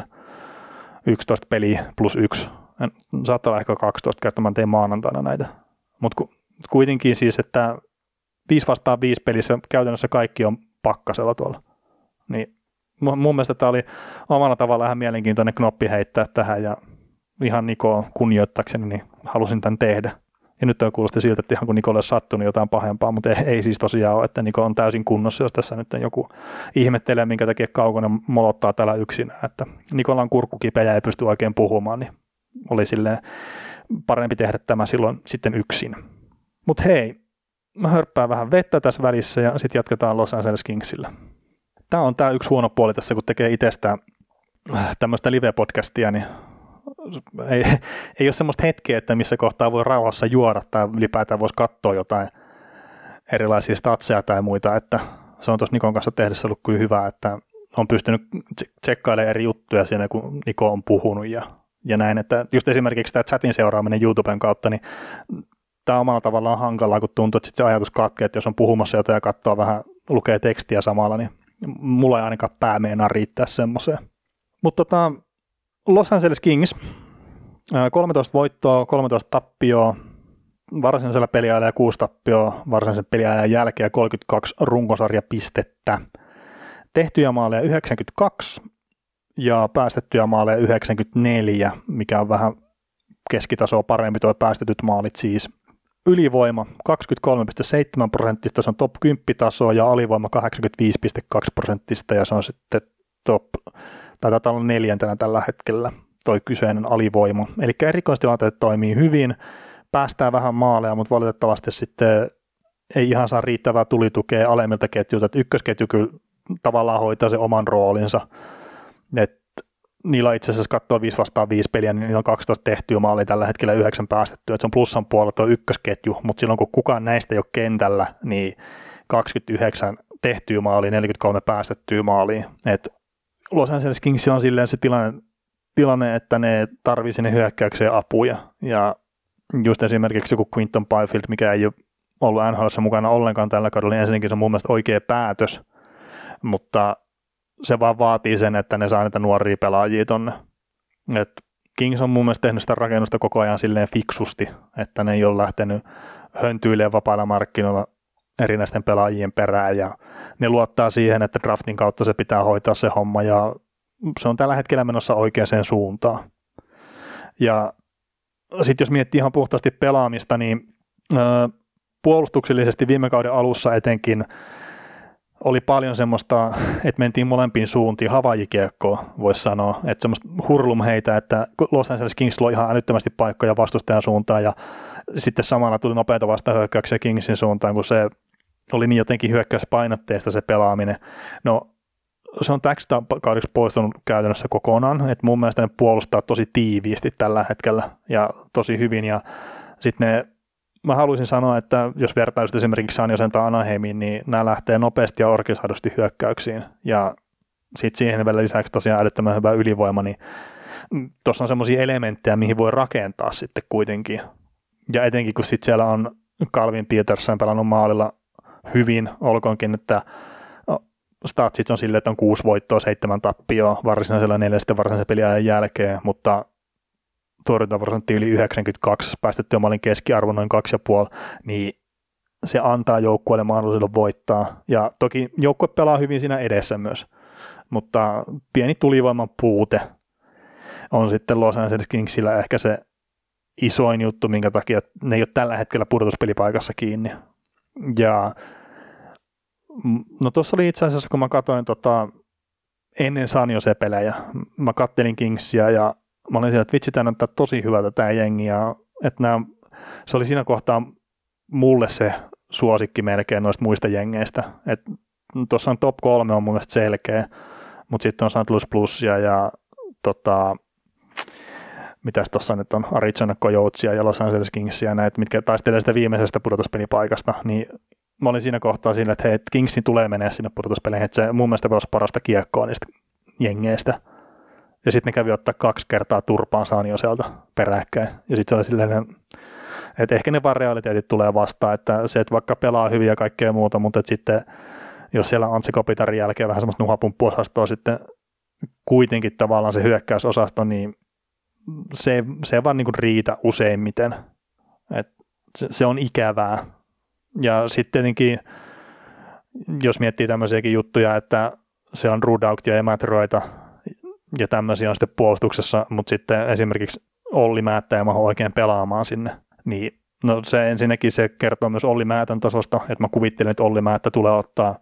[SPEAKER 4] 11 peliä plus 1. Saattaa olla ehkä 12 kertaa, mä tein maanantaina näitä. Mutta kuitenkin siis, että 5 vastaan 5 pelissä käytännössä kaikki on pakkasella tuolla. Niin mun mielestä tämä oli omalla tavalla vähän mielenkiintoinen knoppi heittää tähän ja ihan Nikoa kunnioittakseni, niin halusin tämän tehdä. Ja nyt on kuulosti siltä, että ihan kun Nikolle on sattunut jotain pahempaa, mutta ei siis tosiaan ole, että Niko on täysin kunnossa, jos tässä nyt joku ihmettelee, minkä takia Kaukonen molottaa täällä yksinään. Että Nikolla on kurkku kipeä ja ei pysty oikein puhumaan, niin oli silleen parempi tehdä tämä silloin sitten yksin. Mutta hei, mä hörppään vähän vettä tässä välissä ja sitten jatketaan Los Angeles Kingsillä. Tämä on tämä yksi huono puoli tässä, kun tekee itsestään tämmöistä live-podcastia, niin ei ole semmoista hetkeä, että missä kohtaa voi rauhassa juoda tai ylipäätään voisi katsoa jotain erilaisia statseja tai muita, että se on tuossa Nikon kanssa tehdessä ollut kyllä hyvä, että on pystynyt tsekkailemaan eri juttuja siinä, kun Niko on puhunut ja näin, että just esimerkiksi tämä chatin seuraaminen YouTuben kautta, niin tämä omalla tavallaan hankalaa, kun tuntuu, että se ajatus katkee, että jos on puhumassa jotain ja katsoo vähän, lukee tekstiä samalla, niin mulla ei ainakaan pää meinaa riittää semmoiseen. Mutta Los Angeles Kings, 13 voittoa, 13 tappioa, varsinaisella peliajalla ja 6 tappioa varsinaisen peliajan jälkeen ja 32 runkosarjapistettä. Tehtyjä maaleja 92 ja päästettyjä maaleja 94, mikä on vähän keskitasoa parempi tuo päästetyt maalit siis. Ylivoima 23,7%, se on top 10 tasoa ja alivoima 85,2% ja se on sitten top, taitaa olla 4. tällä hetkellä toi kyseinen alivoima. Eli erikoistilanteet toimii hyvin, päästään vähän maaleja, mutta valitettavasti sitten ei ihan saa riittävää tulitukea alemmilta ketjuilta, että ykkösketju kyllä tavallaan hoitaa sen oman roolinsa. Et niillä itse asiassa katsoo 5 vastaan 5 peliä, niin niillä on 12 tehtyä maalia tällä hetkellä 9 päästettyä, että se on plussan puolella tuo ykkösketju, mutta silloin kun kukaan näistä ei ole kentällä, niin 29 tehtyä maalia, 43 päästettyä maalia. Et Los Angeles Kings on silleen se tilanne, että ne tarvii sinne hyökkäykseen apuja. Ja just esimerkiksi joku Quinton Byfield, mikä ei ole ollut NHL:ssä mukana ollenkaan tällä kaudella, niin ensinnäkin se on mun mielestä oikea päätös, mutta se vaan vaatii sen, että ne saa niitä nuoria pelaajia tonne. Et Kings on mun mielestä tehnyt sitä rakennusta koko ajan silleen fiksusti, että ne ei ole lähtenyt höntyilemään vapailla markkinoilla erinäisten pelaajien perään ja ne luottaa siihen, että draftin kautta se pitää hoitaa se homma ja se on tällä hetkellä menossa oikeaan suuntaan. Ja sitten jos miettii ihan puhtaasti pelaamista, niin puolustuksellisesti viime kauden alussa etenkin oli paljon semmoista, että mentiin molempiin suuntiin, Hawaii-kiekkoa voisi sanoa, että semmoista hurlumheitä, että Los Angeles Kings loi ihan älyttömästi paikkoja vastustajan suuntaan ja sitten samalla tuli nopeita vastahyökkäyksiä Kingsin suuntaan, kun se oli niin jotenkin hyökkäyspainotteista se pelaaminen. No se on täksi kaudeksi poistunut käytännössä kokonaan, että mun mielestä ne puolustaa tosi tiiviisti tällä hetkellä ja tosi hyvin ja sitten mä haluaisin sanoa, että jos vertaisit esimerkiksi San Josen tai Anaheimiin, niin nämä lähtee nopeasti ja organisoidusti hyökkäyksiin ja sitten siihen vielä lisäksi tosiaan älyttömän hyvä ylivoima, niin tuossa on semmoisia elementtejä, mihin voi rakentaa sitten kuitenkin. Ja etenkin kun sitten siellä on Calvin Petersen pelannut maalilla hyvin, olkoonkin, että statsit on silleen, että on 6 voittoa, 7 tappioa varsinaisella 4 varsinaisen peliajan jälkeen, mutta torjuntaprosentti yli 92, päästettyä maalin keskiarvo noin 2,5, niin se antaa joukkueelle mahdollisuuden voittaa. Ja toki joukkue pelaa hyvin siinä edessä myös, mutta pieni tulivoiman puute on sitten Los Angeles Kingsillä ehkä se isoin juttu, minkä takia ne ei ole tällä hetkellä pudotuspelipaikassa kiinni. Ja no tuossa oli itse asiassa, kun mä katsoin ennen San Jose-pelejä, mä kattelin Kingsia ja mä olin siellä, että vitsi, tämä näyttää tosi hyvältä tämä jengi. Ja, että se oli siinä kohtaa mulle se suosikki melkein noista muista jengeistä. Tuossa on top 3 on mun mielestä selkeä, mutta sitten on St. Louis Bluesia ja mitäs tuossa nyt on, Arizona Coyotesia ja Los Angeles Kingsia, näitä, mitkä taistelee sitä viimeisestä pudotuspelipaikasta, niin mä olin siinä kohtaa sillä, että hei, Kingsin tulee menee sinne pudotuspeleihin, että se mun mielestä pelasi parasta kiekkoa niistä jengeistä. Ja sitten ne kävi ottaa 2 kertaa turpaan San Joselta peräkkäin. Ja sitten se oli silleen, että ehkä ne vaan realiteetit tulee vastaan, että se, että vaikka pelaa hyvin ja kaikkea muuta, mutta että sitten jos siellä Antse Kopitarin jälkeen vähän semmoista nuhapumppuosastoa sitten kuitenkin tavallaan se hyökkäysosasto, niin se ei vaan niin kuin riitä useimmiten. Et se on ikävää. Ja sitten tietenkin, jos miettii tämmöisiäkin juttuja, että siellä on Rudauktia ja Mätroita ja tämmöisiä on sitten puolustuksessa, mutta sitten esimerkiksi Olli Määttä ei mahdu oikein pelaamaan sinne, niin no se ensinnäkin se kertoo myös Olli Määtän tasosta, että mä kuvittelin, että Olli Määttä tulee ottaa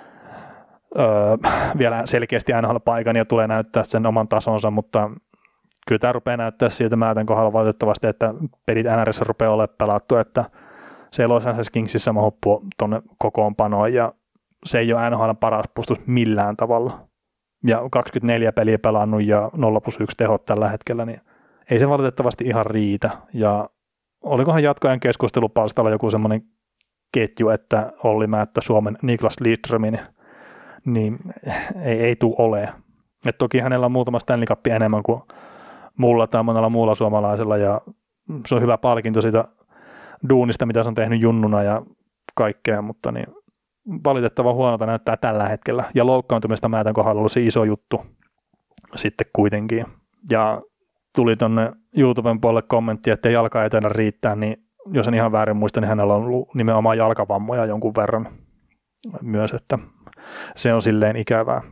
[SPEAKER 4] vielä selkeästi NHL-paikan ja tulee näyttää sen oman tasonsa, mutta kyllä tämä rupeaa näyttää siltä Määtän kohdalla valitettavasti, että pelit NRS rupeaa olemaan pelattu, että se ei Los Angeles Kingsissä mahdu tuonne kokoonpanoon ja se ei ole NHL paras puolustus millään tavalla. Ja 24 peliä pelannut ja 0+1 tehot tällä hetkellä, niin ei se valitettavasti ihan riitä. Ja olikohan jatkoajan keskustelupalstalla joku semmoinen ketju, että Olli Määttä Suomen Niklas Lidströmin, niin ei tule olemaan. Et toki hänellä on muutama Stanley Cup enemmän kuin mulla tai monella muulla suomalaisella, ja se on hyvä palkinto siitä duunista, mitä se on tehnyt junnuna ja kaikkea, mutta niin valitettavan huonolta näyttää tällä hetkellä. Ja loukkaantumista Määtän kohdalla ollut se iso juttu sitten kuitenkin. Ja tuli tuonne YouTuben puolelle kommentti, että jalka ei taida riittää, niin jos en ihan väärin muista, niin hänellä on ollut nimenomaan jalkavammoja jonkun verran myös, että se on silleen ikävää.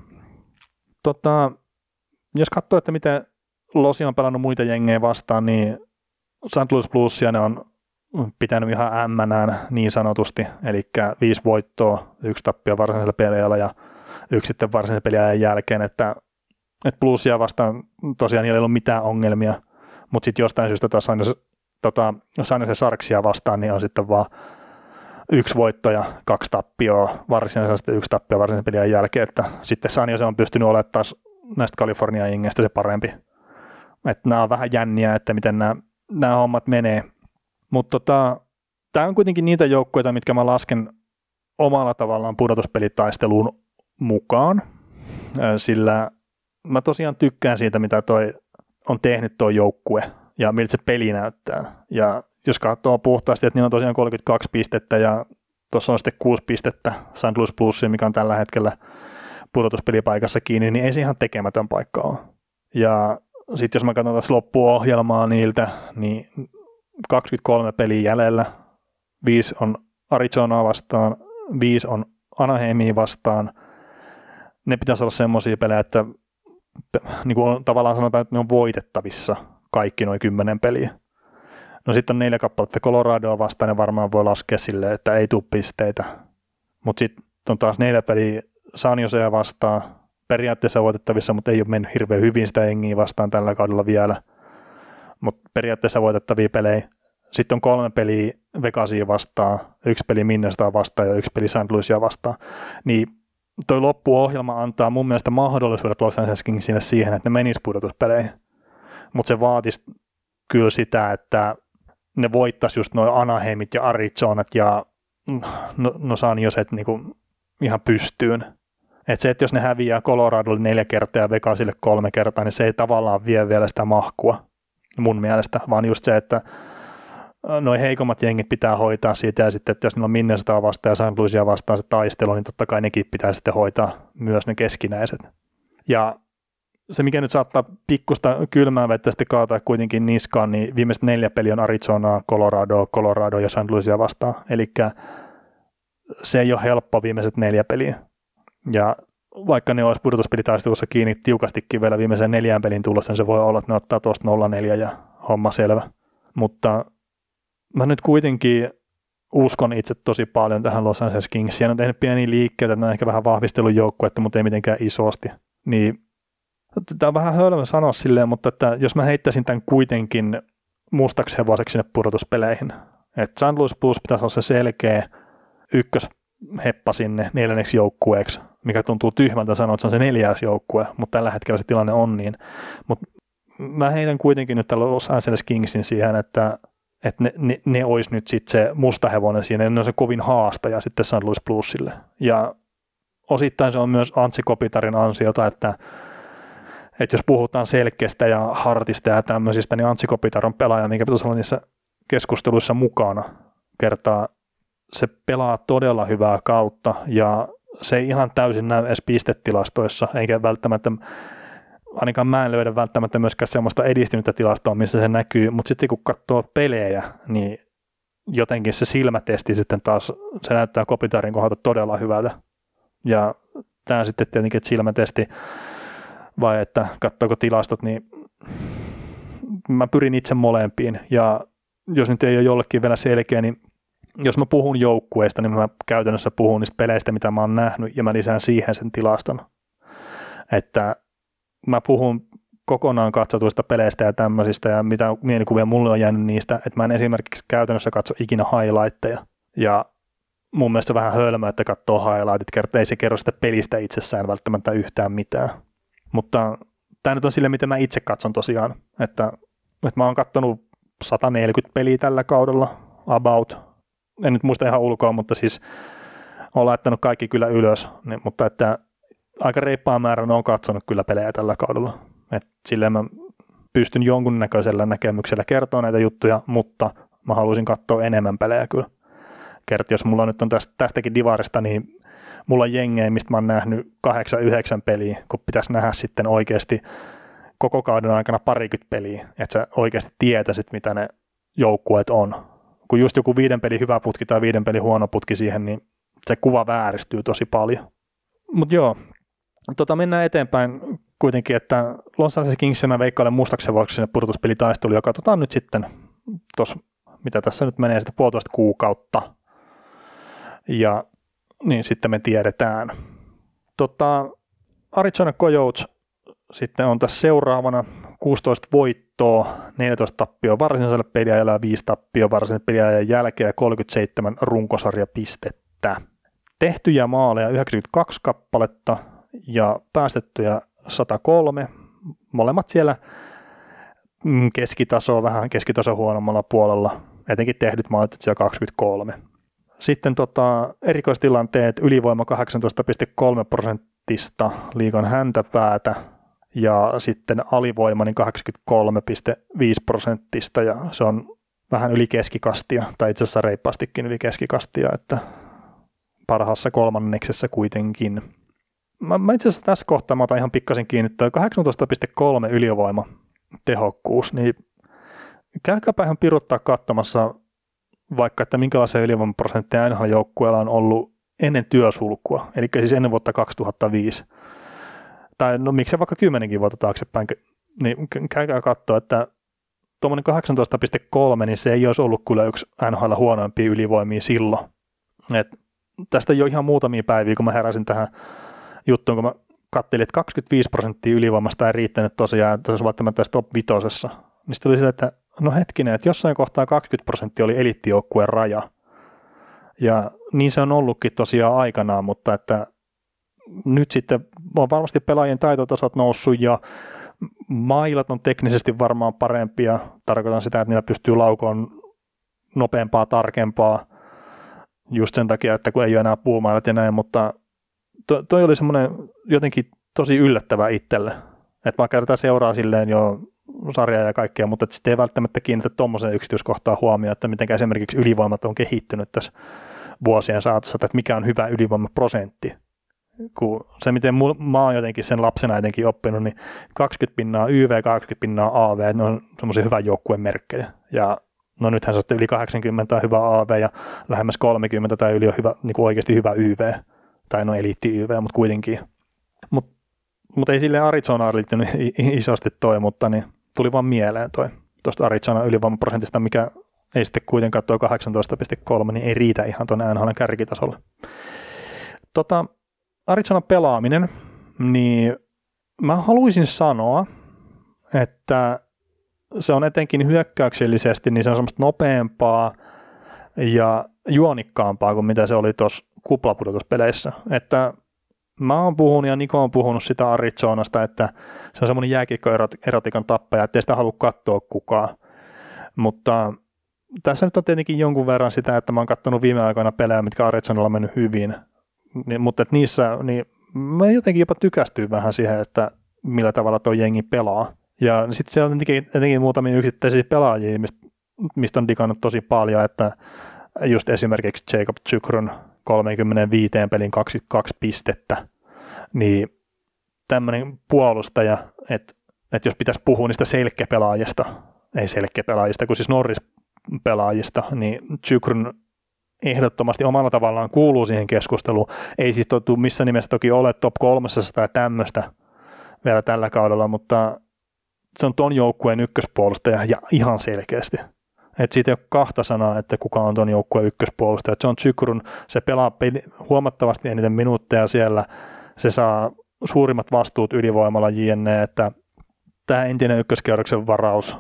[SPEAKER 4] Jos katsoo, että miten Losi on pelannut muita jengejä vastaan, niin St. Louis Bluesia ne on pitänyt ihan ämmänään niin sanotusti, eli 5 voittoa, 1 tappio varsinaisella peliajalla ja 1 sitten varsinaisen peliajan jälkeen, että Bluesia vastaan tosiaan niillä ei ollut mitään ongelmia, mutta sitten jostain syystä taas San Jose Sharksia vastaan, niin on sitten vaan 1 voitto ja 2 tappioa varsinaisella 1 tappio varsinaisen peliajan jälkeen, että sitten San Jose on pystynyt olemaan taas näistä Kalifornian jengeistä se parempi. Että nämä on vähän jänniä, että miten nämä hommat menee. Mutta tämä on kuitenkin niitä joukkueita, mitkä mä lasken omalla tavallaan pudotuspelitaisteluun mukaan, sillä mä tosiaan tykkään siitä, mitä toi on tehnyt tuo joukkue ja miltä se peli näyttää. Ja jos katsoo puhtaasti, että niillä on tosiaan 32 pistettä ja tuossa on sitten 6 pistettä St. Louis Bluesia, mikä on tällä hetkellä pudotuspelipaikassa kiinni, niin ei se ihan tekemätön paikka ole. Ja sitten jos mä katson tässä loppuohjelmaa niiltä, niin 23 peliä jäljellä, 5 on Arizonaa vastaan, 5 on Anaheimia vastaan. Ne pitäisi olla semmoisia pelejä, että niin kuin tavallaan sanotaan, että ne on voitettavissa kaikki noin 10 peliä. No sitten on 4 kappaletta Coloradoa vastaan, ja varmaan voi laskea silleen, että ei tule pisteitä. Mutta sitten on taas 4 peliä San Josea vastaan, periaatteessa voitettavissa, mutta ei ole mennyt hirveän hyvin sitä jengiä vastaan tällä kaudella vielä. Mutta periaatteessa voitettavia pelejä. Sitten on 3 peliä Vegasia vastaan, 1 peli Minnesotaa vastaan ja 1 peli St. Louisia vastaan. Niin toi loppuohjelma antaa mun mielestä mahdollisuudet Los Angeles Kingsille siihen, että ne menis pudotuspeleihin. Mutta se vaatisi kyllä sitä, että ne voittaisi just noin Anaheimit ja Arizonat ja no San Joset niinku ihan pystyyn. Että se, että jos ne häviää Coloradolle 4 kertaa ja Vegasille 3 kertaa, niin se ei tavallaan vie vielä sitä mahkua mun mielestä, vaan just se, että noi heikommat jengit pitää hoitaa siitä, ja sitten, että jos niillä on Minnesotaa vastaan ja St. Louisia vastaan se taistelu, niin totta kai nekin pitää sitten hoitaa myös ne keskinäiset. Ja se, mikä nyt saattaa pikkusta kylmää vettä sitten kaataa kuitenkin niskaan, niin viimeiset 4 peliä on Arizonaa, Colorado ja St. Louisia vastaan. Eli se ei ole helppo viimeiset 4 peliä. Ja vaikka ne olisi pudotuspelitaistelussa kiinni tiukastikin vielä viimeiseen 4 pelin tulossa, niin se voi olla, että ne ottaa tuosta 0-4 ja homma selvä. Mutta mä nyt kuitenkin uskon itse tosi paljon tähän Los Angeles Kingsiin. Ne on tehnyt pieniä liikkeitä, että ne on ehkä vähän vahvistellut joukkuetta, mutta ei mitenkään isosti. Niin, tämä on vähän hölmö sanoa silleen, mutta että jos mä heittäisin tämän kuitenkin mustaksi hevoseksi sinne pudotuspeleihin, että St. Louis Blues pitäisi olla se selkeä ykkösheppa sinne 4. joukkueeksi, mikä tuntuu tyhmältä sanoa, että se on se 4. joukkue, mutta tällä hetkellä se tilanne on niin. Mutta mä heitän kuitenkin nyt tällä Los Angeles Kingsin siihen, että ne olisi nyt sitten se musta hevonen siinä, ne on se kovin haastaja sitten St. Louis Bluesille. Ja osittain se on myös Antsi Kopitarin ansiota, että jos puhutaan selkeästä ja hartista ja tämmöisistä, niin Antsi Kopitar on pelaaja, minkä pitäisi olla niissä keskusteluissa mukana. Kertaa se pelaa todella hyvää kautta ja se ei ihan täysin näy edes pistetilastoissa, eikä välttämättä, ainakaan mä en löydä välttämättä myöskään semmoista edistynyttä tilastoa, missä se näkyy, mutta sitten kun katsoo pelejä, niin jotenkin se silmätesti sitten taas, se näyttää Kopitarin kohdalta todella hyvältä. Ja tämä sitten tietenkin, että silmätesti vai että katsoako tilastot, niin mä pyrin itse molempiin. Ja jos nyt ei ole jollekin vielä selkeä, niin jos mä puhun joukkueista, niin mä käytännössä puhun niistä peleistä, mitä mä oon nähnyt, ja mä lisään siihen sen tilaston. Että mä puhun kokonaan katsotuista peleistä ja tämmöisistä, ja mitä mielikuvia mulle on jäänyt niistä, että mä en esimerkiksi käytännössä katso ikinä highlightteja. Ja mun mielestä vähän hölmöä, että katsoo highlightit, kertaa ei se kerro sitä pelistä itsessään välttämättä yhtään mitään. Mutta tämä nyt on sille, miten mä itse katson tosiaan, että mä oon katsonut 140 peliä tällä kaudella, about. En nyt muista ihan ulkoa, mutta siis olen laittanut kaikki kyllä ylös, niin, mutta että aika reippaan määrän on katsonut kyllä pelejä tällä kaudella. Et silleen mä pystyn jonkunnäköisellä näkemyksellä kertoa näitä juttuja, mutta mä haluaisin katsoa enemmän pelejä kyllä. Jos mulla nyt on tästäkin divarista, niin mulla on jengejä, mistä mä oon nähnyt 8-9 peliä, kun pitäisi nähdä sitten oikeasti koko kauden aikana 20 peliä, että sä oikeasti tietäisit, mitä ne joukkueet on. Kun just joku 5 pelin hyvä putki tai 5 pelin huono putki siihen, niin se kuva vääristyy tosi paljon. Mutta joo, mennään eteenpäin kuitenkin, että Los Angeles Kings mä veikkailen mustaksi vuoksi sinne pudotuspelitaisteluun, ja katsotaan nyt sitten tuossa, mitä tässä nyt menee, sitten 1,5 kuukautta. Ja niin sitten me tiedetään. Arizona Coyotes sitten on tässä seuraavana 16 voittoa, 14 tappioa varsinaiselle peliajalle ja 5 tappioa varsinaiselle peliajan jälkeen ja 37 runkosarjapistettä. Tehtyjä maaleja 92 kappaletta ja päästettyjä 103. Molemmat siellä vähän keskitaso huonommalla puolella, etenkin tehdyt maalit siellä 23. Sitten erikoistilanteet ylivoima 18,3% liigan häntäpäätä ja sitten alivoima niin 83,5% ja se on vähän yli keskikastia tai itse asiassa reippaastikin yli keskikastia, että parhaassa kolmanneksessa kuitenkin. Mä itse asiassa tässä kohtaa mä otan ihan pikkasen kiinni, 18,3 ylivoima tehokkuus, niin käykääpä ihan piruttaa katsomassa vaikka, että minkälaisia ylivoimaprosentteja NHL-joukkueella on ollut ennen työsulkua, eli siis ennen vuotta 2005, tai no miksei vaikka 10 vuotta taaksepäin, niin käykää katsoa, että tuommoinen 18,3, niin se ei olisi ollut kyllä yksi NHL huonoimpia ylivoimia silloin. Et tästä jo ihan muutamia päiviä, kun mä heräsin tähän juttuun, kun mä katselin, että 25% ylivoimasta ei riittänyt tosiaan, että se olisi välttämättä tässä top 5. Niin sitten tuli sille, että no hetkinen, että jossain kohtaa 20% oli eliittijoukkueen raja. Ja niin se on ollutkin tosiaan aikanaan, mutta että nyt sitten on varmasti pelaajien taitotasot noussut ja mailat on teknisesti varmaan parempia. Tarkoitan sitä, että niillä pystyy laukoon nopeampaa, tarkempaa just sen takia, että kun ei ole enää puumailat ja näin, mutta toi oli semmoinen jotenkin tosi yllättävä itselle. Että vaikka tätä seuraa silleen jo sarjaa ja kaikkea, mutta sitten ei välttämättä kiinnitä tuommoiseen yksityiskohtaan huomioon, että miten esimerkiksi ylivoimat on kehittynyt tässä vuosien saatossa, että mikä on hyvä ylivoimaprosentti. Kun se, miten mä oon jotenkin sen lapsena jotenkin oppinut, niin 20% YV, 20% AV, ne on semmoisia hyvän joukkueen merkkejä. Ja no nythän se on yli 80 on hyvä AV ja lähemmäs 30 tai yli on hyvä, niin kuin oikeasti hyvä YV. Tai no eliitti YV, mutta kuitenkin. Mutta ei silleen Arizonaan liittynyt isosti toi, mutta niin tuli vaan mieleen toi tuosta Arizonan ylivoimaprosentista, mikä ei sitten kuitenkaan tuo 18,3, niin ei riitä ihan tuonne NHL:n kärkitasolle. Arizonan pelaaminen, niin mä haluaisin sanoa, että se on etenkin hyökkäyksellisesti, niin se on semmoista nopeampaa ja juonikkaampaa kuin mitä se oli tuossa kuplapudotuspeleissä. Että mä oon puhunut ja Niko on puhunut sitä Arizonasta, että se on semmoinen jääkiekkoerotiikan tappaja, ettei sitä halua katsoa kukaan. Mutta tässä nyt on tietenkin jonkun verran sitä, että mä oon katsonut viime aikoina pelejä, mitkä Arizonalla on mennyt hyvin. Mutta että niissä, niin mä jotenkin jopa tykästyy vähän siihen, että millä tavalla tuo jengi pelaa. Ja sitten siellä on tietenkin muutamia yksittäisiä pelaajia, mistä on digannut tosi paljon, että just esimerkiksi Jacob Chychrun 35 pelin 22 pistettä, niin tämmöinen puolustaja, että jos pitäisi puhua niistä selkeäpelaajista, kun siis Norris-pelaajista, niin Chychrun ehdottomasti omalla tavallaan kuuluu siihen keskusteluun. Ei siis missä nimessä toki ole top 300 tai tämmöistä vielä tällä kaudella, mutta se on ton joukkueen ykköspuolustaja ja ihan selkeästi. Että siitä ei ole kahta sanaa, että kuka on ton joukkueen ykköspuolustaja. John Chychrun, se pelaa huomattavasti eniten minuutteja siellä, se saa suurimmat vastuut ylivoimalla jne, että tämä entinen ykköskierroksen varaus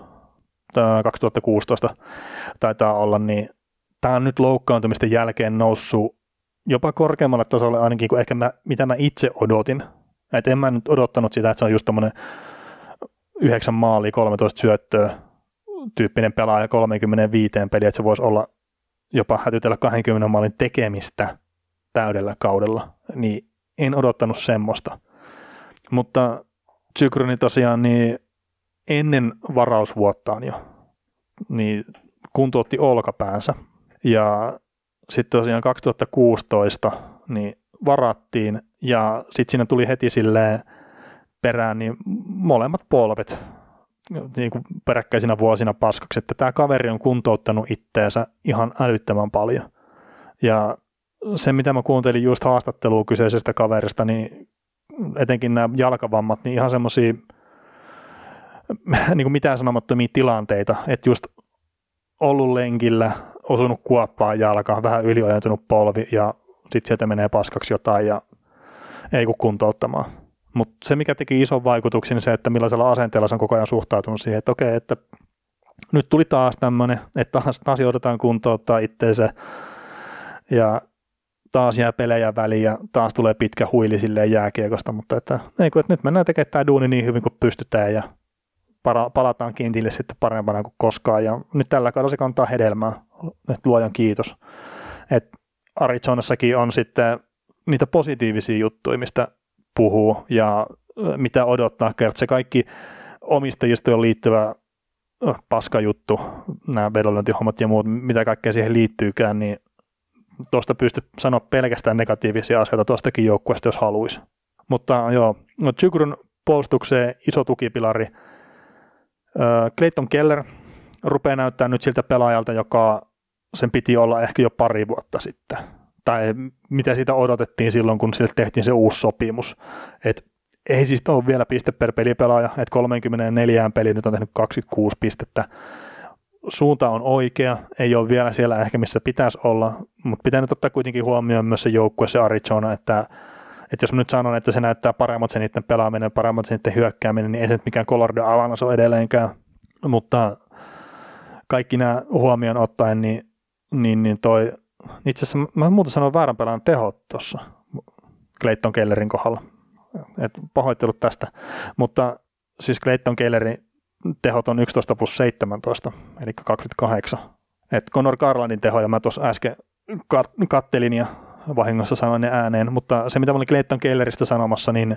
[SPEAKER 4] 2016 taitaa olla, niin tämä on nyt loukkaantumisten jälkeen noussut jopa korkeammalle tasolle ainakin kuin ehkä mitä mä itse odotin. Että en mä nyt odottanut sitä, että se on just tommoinen 9 maalia, 13 syöttöä tyyppinen pelaaja 35 peliä, että se voisi olla jopa hätytellä 20 maalin tekemistä täydellä kaudella. Niin en odottanut semmoista. Mutta Chychruni tosiaan niin ennen varausvuottaan jo niin kuntoutti olkapäänsä. Ja sitten tosiaan 2016 niin varattiin ja sitten siinä tuli heti silleen perään niin molemmat polvet niin kuin peräkkäisinä vuosina paskaksi, että tämä kaveri on kuntouttanut itteensä ihan älyttömän paljon. Ja se, mitä mä kuuntelin just haastattelua kyseisestä kaverista, niin etenkin nämä jalkavammat, niin ihan semmoisia niin kuin mitään sanomattomia tilanteita, että just ollut lenkillä, osunut kuoppaan jalkaan, vähän yliojentunut polvi ja sitten sieltä menee paskaksi jotain ja ei kun kuntouttamaan. Mutta se, mikä teki ison vaikutuksen, niin se, että millaisella asenteella se on koko ajan suhtautunut siihen, että okei, että nyt tuli taas tämmöinen, että taas joudutaan kuntouttaa itseensä ja taas jää pelejä väliin ja taas tulee pitkä huili silleen jääkiekosta, mutta että nyt mennään tekemään tämä duuni niin hyvin kuin pystytään ja palataan kiintille sitten parempana kuin koskaan ja nyt tällä kaudella se kantaa hedelmää, että luojan kiitos. Et Arizonassakin on sitten niitä positiivisia juttuja, mistä puhuu ja mitä odottaa. Se kaikki omistajistoon liittyvä paskajuttu, nämä vedonlyöntihommat ja muut, mitä kaikkea siihen liittyykään, niin tuosta pystyt sanoa pelkästään negatiivisia asioita tuostakin joukkueesta, jos haluaisi. Mutta joo, Chychrun puolustukseen iso tukipilari. Clayton Keller rupeaa näyttämään nyt siltä pelaajalta, joka sen piti olla ehkä jo pari vuotta sitten. tai mitä siitä odotettiin silloin, kun sille tehtiin se uusi sopimus. Et ei siis ole vielä piste per pelipelaaja, että 34 peliä nyt on tehnyt 26 pistettä. Suunta on oikea, ei ole vielä siellä ehkä missä pitäisi olla, mutta pitää nyt ottaa kuitenkin huomioon myös se joukkue, se Arizona, että jos mä nyt sanon, että se näyttää paremmat se niiden pelaaminen, paremmat se niiden hyökkääminen, niin ei se nyt mikään Colorado Avalanche ole edelleenkään, mutta kaikki nämä huomioon ottaen, niin toi, itse asiassa mä muuten sanoin väärän pelaajan tehot tuossa Clayton Kellerin kohdalla, et pahoittelut tästä, mutta siis Clayton Kellerin tehot on 11 plus 17, eli 28. Et Conor Garlandin tehoja mä tuossa äsken kattelin ja vahingossa sanoin ne ääneen, mutta se mitä mä olin Clayton Kelleristä sanomassa, niin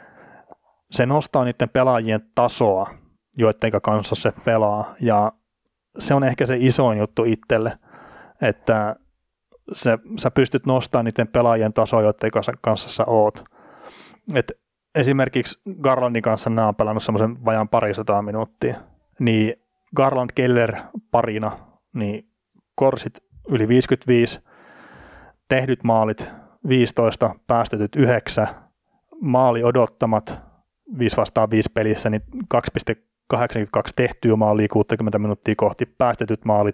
[SPEAKER 4] se nostaa niiden pelaajien tasoa, joiden kanssa se pelaa, ja se on ehkä se isoin juttu itselle, että sä pystyt nostamaan niiden pelaajien tasoa, joiden kanssa sä oot. Et esimerkiksi Garlandin kanssa nämä on pelannut semmoisen vajaan 200 minuuttia, niin Garland Keller parina, niin korsit yli 55, tehdyt maalit 15, päästetyt 9, maali odottamat 5-5 pelissä, niin 2,82 tehtyä maalia 60 minuuttia kohti, päästetyt maalit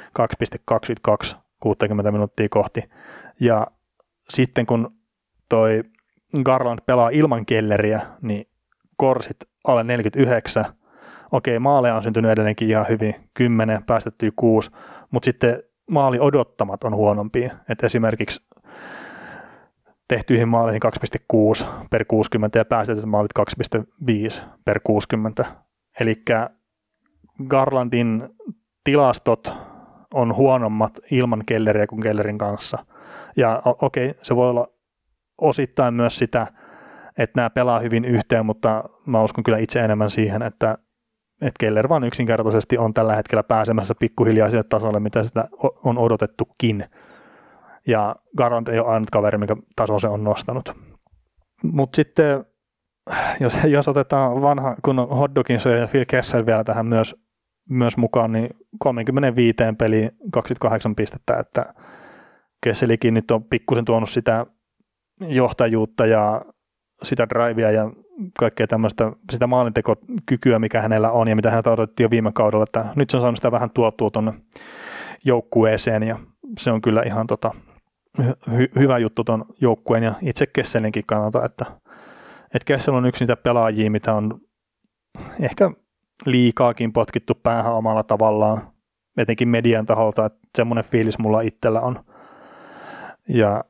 [SPEAKER 4] 2,22 60 minuuttia kohti. Ja sitten kun toi Garland pelaa ilman Kelleriä, niin korsit alle 49. Okei, maaleja on syntynyt edelleenkin ihan hyvin, 10, päästettyä 6, mutta sitten maali odottamat on huonompia. Et esimerkiksi tehtyihin maaleihin 2,6 per 60 ja päästetyt maalit 2,5 per 60. Eli Garlandin tilastot on huonommat ilman Kelleriä kuin Kellerin kanssa. Ja okei, se voi olla osittain myös sitä, että nämä pelaa hyvin yhteen, mutta mä uskon kyllä itse enemmän siihen, että Keller vaan yksinkertaisesti on tällä hetkellä pääsemässä pikkuhiljaa sille tasolle, mitä sitä on odotettukin. Ja Garland ei ole ainut kaveri, mikä taso se on nostanut. Mutta sitten, jos otetaan vanha kunnon hotdogin ja Phil Kessel vielä tähän myös mukaan, niin 35 peliin 28 pistettä, että Kesselikin nyt on pikkusen tuonut sitä johtajuutta ja sitä drivea ja kaikkea tämmöistä, sitä maalintekokykyä, mikä hänellä on ja mitä häneltä odotettiin jo viime kaudella, että nyt se on saanut sitä vähän tuotua tuonne joukkueeseen ja se on kyllä ihan hyvä juttu tuon joukkueen ja itse Kesselinkin kannalta, että Kessel on yksi niitä pelaajia, mitä on ehkä liikaakin potkittu päähän omalla tavallaan, etenkin median taholta, että semmoinen fiilis mulla itsellä on. Ja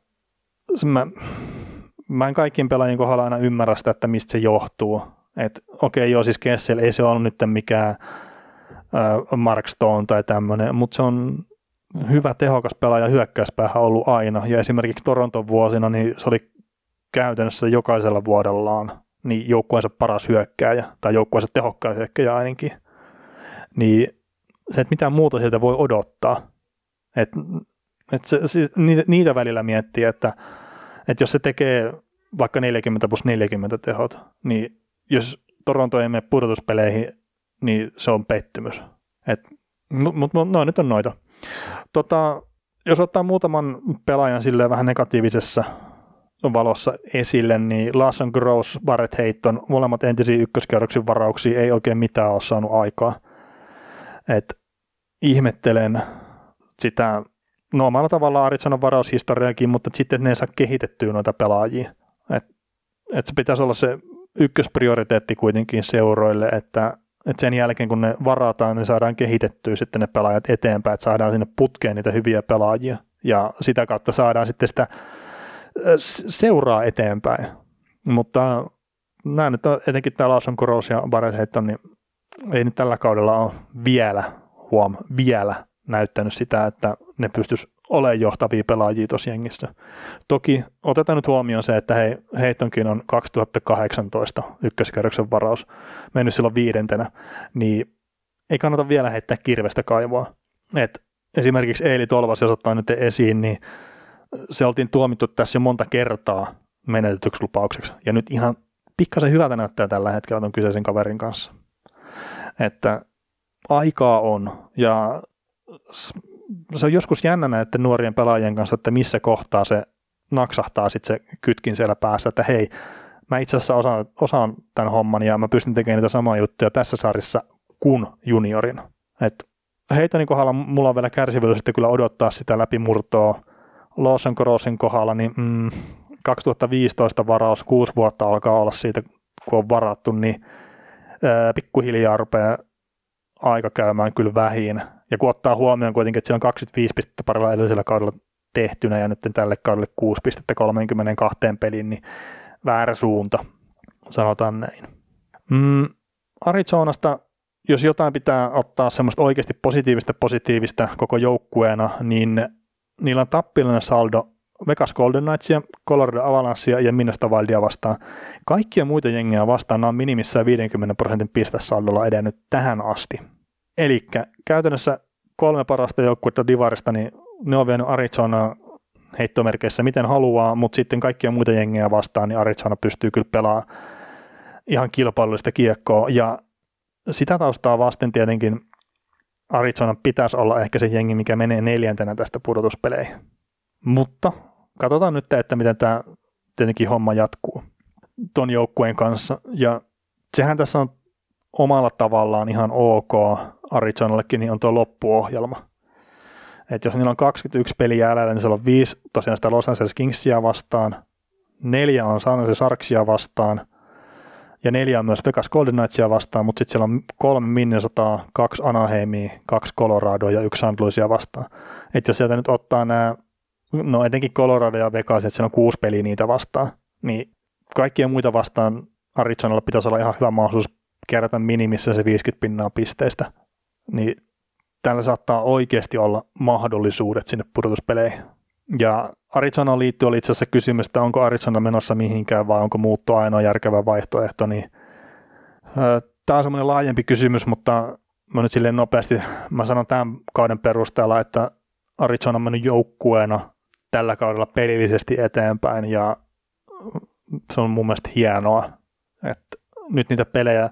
[SPEAKER 4] mä en kaikkien pelaajien kohdalla aina ymmärrä sitä, että mistä se johtuu. Että okei, joo, siis Kessel ei se ollut nyt mikään Mark Stone tai tämmöinen, mutta se on hyvä, tehokas pelaaja hyökkäyspäähän ollut aina. Ja esimerkiksi Toronton vuosina, niin se oli käytännössä jokaisella vuodellaan niin joukkueensa paras hyökkääjä, tai joukkueensa tehokkain hyökkääjä ainakin. Niin se, että mitään muuta sieltä voi odottaa. Että niitä välillä miettii, että jos se tekee vaikka 40 plus 40 tehot, niin jos Toronto ei mene pudotuspeleihin, niin se on pettymys. Mutta no, nyt on noita. Jos ottaa muutaman pelaajan silleen vähän negatiivisessa valossa esille, niin Lawson Gross, Barrett Hayton, molemmat entisiä ykköskierroksen varauksia, ei oikein mitään ole saanut aikaa. Ihmettelen sitä omalla tavallaan Arizonan varaushistoriakin, mutta sitten ne ei saa kehitettyä noita pelaajia. Se pitäisi olla se ykkösprioriteetti kuitenkin seuroille, että sen jälkeen kun ne varataan, niin saadaan kehitettyä sitten ne pelaajat eteenpäin, että saadaan sinne putkeen niitä hyviä pelaajia ja sitä kautta saadaan sitten sitä seuraa eteenpäin. Mutta nämä nyt on, etenkin tämä Lawson Gross ja Barrett Hayton, niin ei nyt tällä kaudella ole vielä näyttänyt sitä, että ne pystyisi olemaan johtavia pelaajia tuossa jengissä. Toki otetaan nyt huomioon se, että Haytonkin on 2018 ykköskerroksen varaus, mennyt silloin 5, niin ei kannata vielä heittää kirvestä kaivoa. Esimerkiksi Eeli Tolvas, jos ottaa nyt esiin, niin se oltiin tuomittu tässä jo monta kertaa menetetyksi lupaukseksi. Ja nyt ihan pikkasen hyvältä näyttää tällä hetkellä tuon kyseisen kaverin kanssa. Että aikaa on ja se on joskus jännä näiden nuorien pelaajien kanssa, että missä kohtaa se naksahtaa sitten se kytkin siellä päässä, että hei, mä itse asiassa osaan tämän homman ja mä pystyn tekemään niitä samaa juttuja tässä sarjassa kuin juniorin. Et Heitonin kohdalla mulla on vielä kärsivällisyyttä kyllä odottaa sitä läpimurtoa. Lawson Crossin kohdalla niin 2015 varaus, 6 vuotta alkaa olla siitä, kun on varattu, niin pikkuhiljaa rupeaa aika käymään kyllä vähin. Ja kun ottaa huomioon kuitenkin, että siellä on 25 pistettä parilla edellisellä kaudella tehtynä ja nyt tälle kaudelle 6 pistettä 32 peliin, niin väärä suunta, sanotaan näin. Arizonasta, jos jotain pitää ottaa semmoista oikeasti positiivista koko joukkueena, niin niillä on tappiollinen saldo Vegas Golden Knightsia, Colorado Avalancea ja Minnesota Wildia vastaan. Kaikkia muita jengejä vastaan nämä on minimissään 50% pistesaldolla edennyt tähän asti. Eli käytännössä 3 parasta joukkuetta divarista, niin ne on vienyt Arizonaa heittomerkeissä miten haluaa, mutta sitten kaikkia muita jengejä vastaan, niin Arizona pystyy kyllä pelaamaan ihan kilpailullista kiekkoa. Ja sitä taustaa vasten tietenkin Arizona pitäisi olla ehkä se jengi, mikä menee 4. tästä pudotuspeleihin. Mutta katsotaan nyt, että miten tämä tietenkin homma jatkuu ton joukkueen kanssa. Ja sehän tässä on omalla tavallaan ihan ok Arizonallekin, niin on tuo loppuohjelma. Et jos niillä on 21 peliä jäljellä, niin siellä on 5 tosiaan sitä Los Angeles Kingsia vastaan, 4 on San Jose Sharksia vastaan, ja 4 on myös Vegas Golden Knightsia vastaan, mutta sitten siellä on 3 Minnesotaa, 2 Anaheimia, 2 Coloradoa ja 1 St. Louisia vastaan. Et jos sieltä nyt ottaa nämä, no etenkin Colorado ja Vegas, että siellä on 6 peliä niitä vastaan, niin kaikkia muita vastaan Arizonalla pitäisi olla ihan hyvä mahdollisuus kerätä minimissä se 50% pisteistä, niin täällä saattaa oikeasti olla mahdollisuudet sinne pudotuspeleihin. Ja Arizonaan liittyen oli itse asiassa kysymys, että onko Arizona menossa mihinkään vai onko muutto ainoa järkevä vaihtoehto. Niin, tämä on semmoinen laajempi kysymys, mutta mä nyt silleen nopeasti mä sanon tämän kauden perusteella, että Arizona on mennyt joukkueena tällä kaudella pelillisesti eteenpäin ja se on mun mielestä hienoa, että nyt niitä pelejä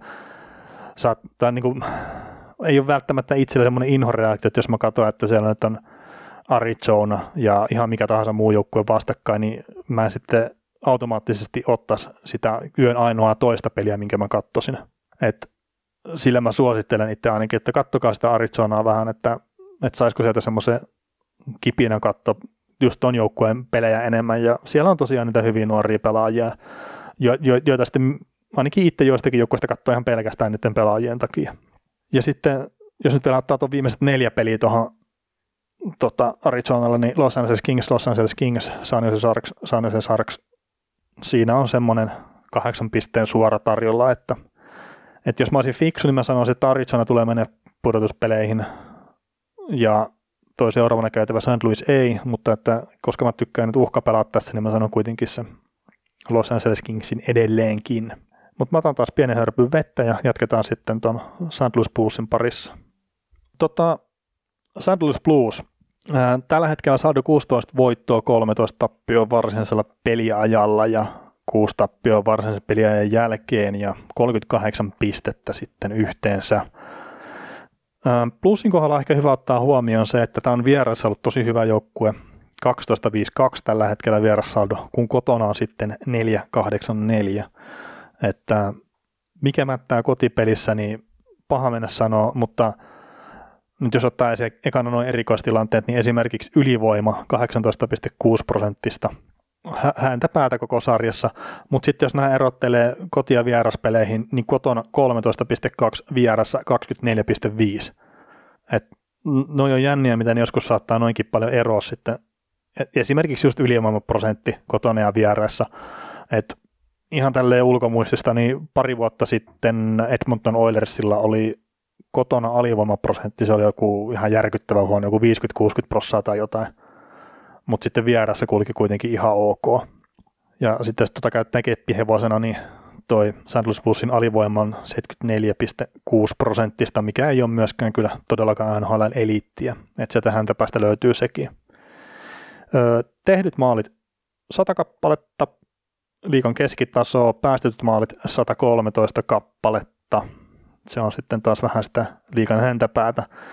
[SPEAKER 4] saattaa niin kuin, ei ole välttämättä itsellä semmoinen inhoreaktio, että jos mä katson, että siellä nyt on Arizona ja ihan mikä tahansa muu joukkue vastakkain, niin mä en sitten automaattisesti ottaisi sitä yön ainoaa toista peliä, minkä mä katsoisin. Et sillä mä suosittelen itse ainakin, että katsokaa sitä Arizonaa vähän, että saisiko sieltä semmoisen kipinä katsoa just ton joukkueen pelejä enemmän. Ja siellä on tosiaan niitä hyviä nuoria pelaajia, joita sitten ainakin itse joistakin joukkueista katsoo ihan pelkästään niiden pelaajien takia. Ja sitten, jos nyt vielä ottaa tuon viimeiset 4 peliä tuohon Arizonalla, niin Los Angeles Kings, San Jose Sharks, siinä on semmoinen 8 pisteen suora tarjolla, että jos mä olisin fiksu, niin mä sanoisin, että Arizona tulee mennä pudotuspeleihin ja toi seuraavana käytävä St. Louis ei, mutta että koska mä tykkään nyt uhkapelaa tässä, niin mä sanon kuitenkin se Los Angeles Kingsin edelleenkin. Mutta mä otan taas pienen hörpyn vettä ja jatketaan sitten tuon St. Louis Bluesin parissa. St. Louis Blues. Tällä hetkellä saatu 16 voittoa, 13 tappioa varsinaisella peliajalla ja 6 tappioa varsinaisen peliajan jälkeen ja 38 pistettä sitten yhteensä. Bluesin kohdalla ehkä hyvä ottaa huomioon se, että tämä on vieressä ollut tosi hyvä joukkue. 12-5-2 tällä hetkellä vierassaldo, kun kotona on sitten 4-8-4. Että mikä mättää kotipelissä, niin paha mennä sanoa, mutta nyt jos ottaa ekana noin erikoistilanteet, niin esimerkiksi ylivoima 18,6%, häntä päätä koko sarjassa, mutta sitten jos nämä erottelee koti- ja vieraspeleihin, niin kotona 13,2, vierassa 24,5. Että noi on jänniä, mitä ne joskus saattaa noinkin paljon eroa sitten. Esimerkiksi just ylivoimaprosentti kotona ja vieressä. Että ihan tälleen ulkomuistista, niin pari vuotta sitten Edmonton Oilersilla oli kotona alivoimaprosentti, se oli joku ihan järkyttävä huono, joku 50-60% tai jotain. Mutta sitten vieressä kulki kuitenkin ihan ok. Ja sitten jos käyttää keppihevosena, niin toi St. Louis Bluesin alivoima on 74,6%, mikä ei ole myöskään kyllä todellakaan NHL:n eliittiä. Että sieltä häntä päästä löytyy sekin. Tehdyt maalit 100 kappaletta, liigan keskitasoa, päästetyt maalit 113 kappaletta. Se on sitten taas vähän sitä liigan häntäpäätä.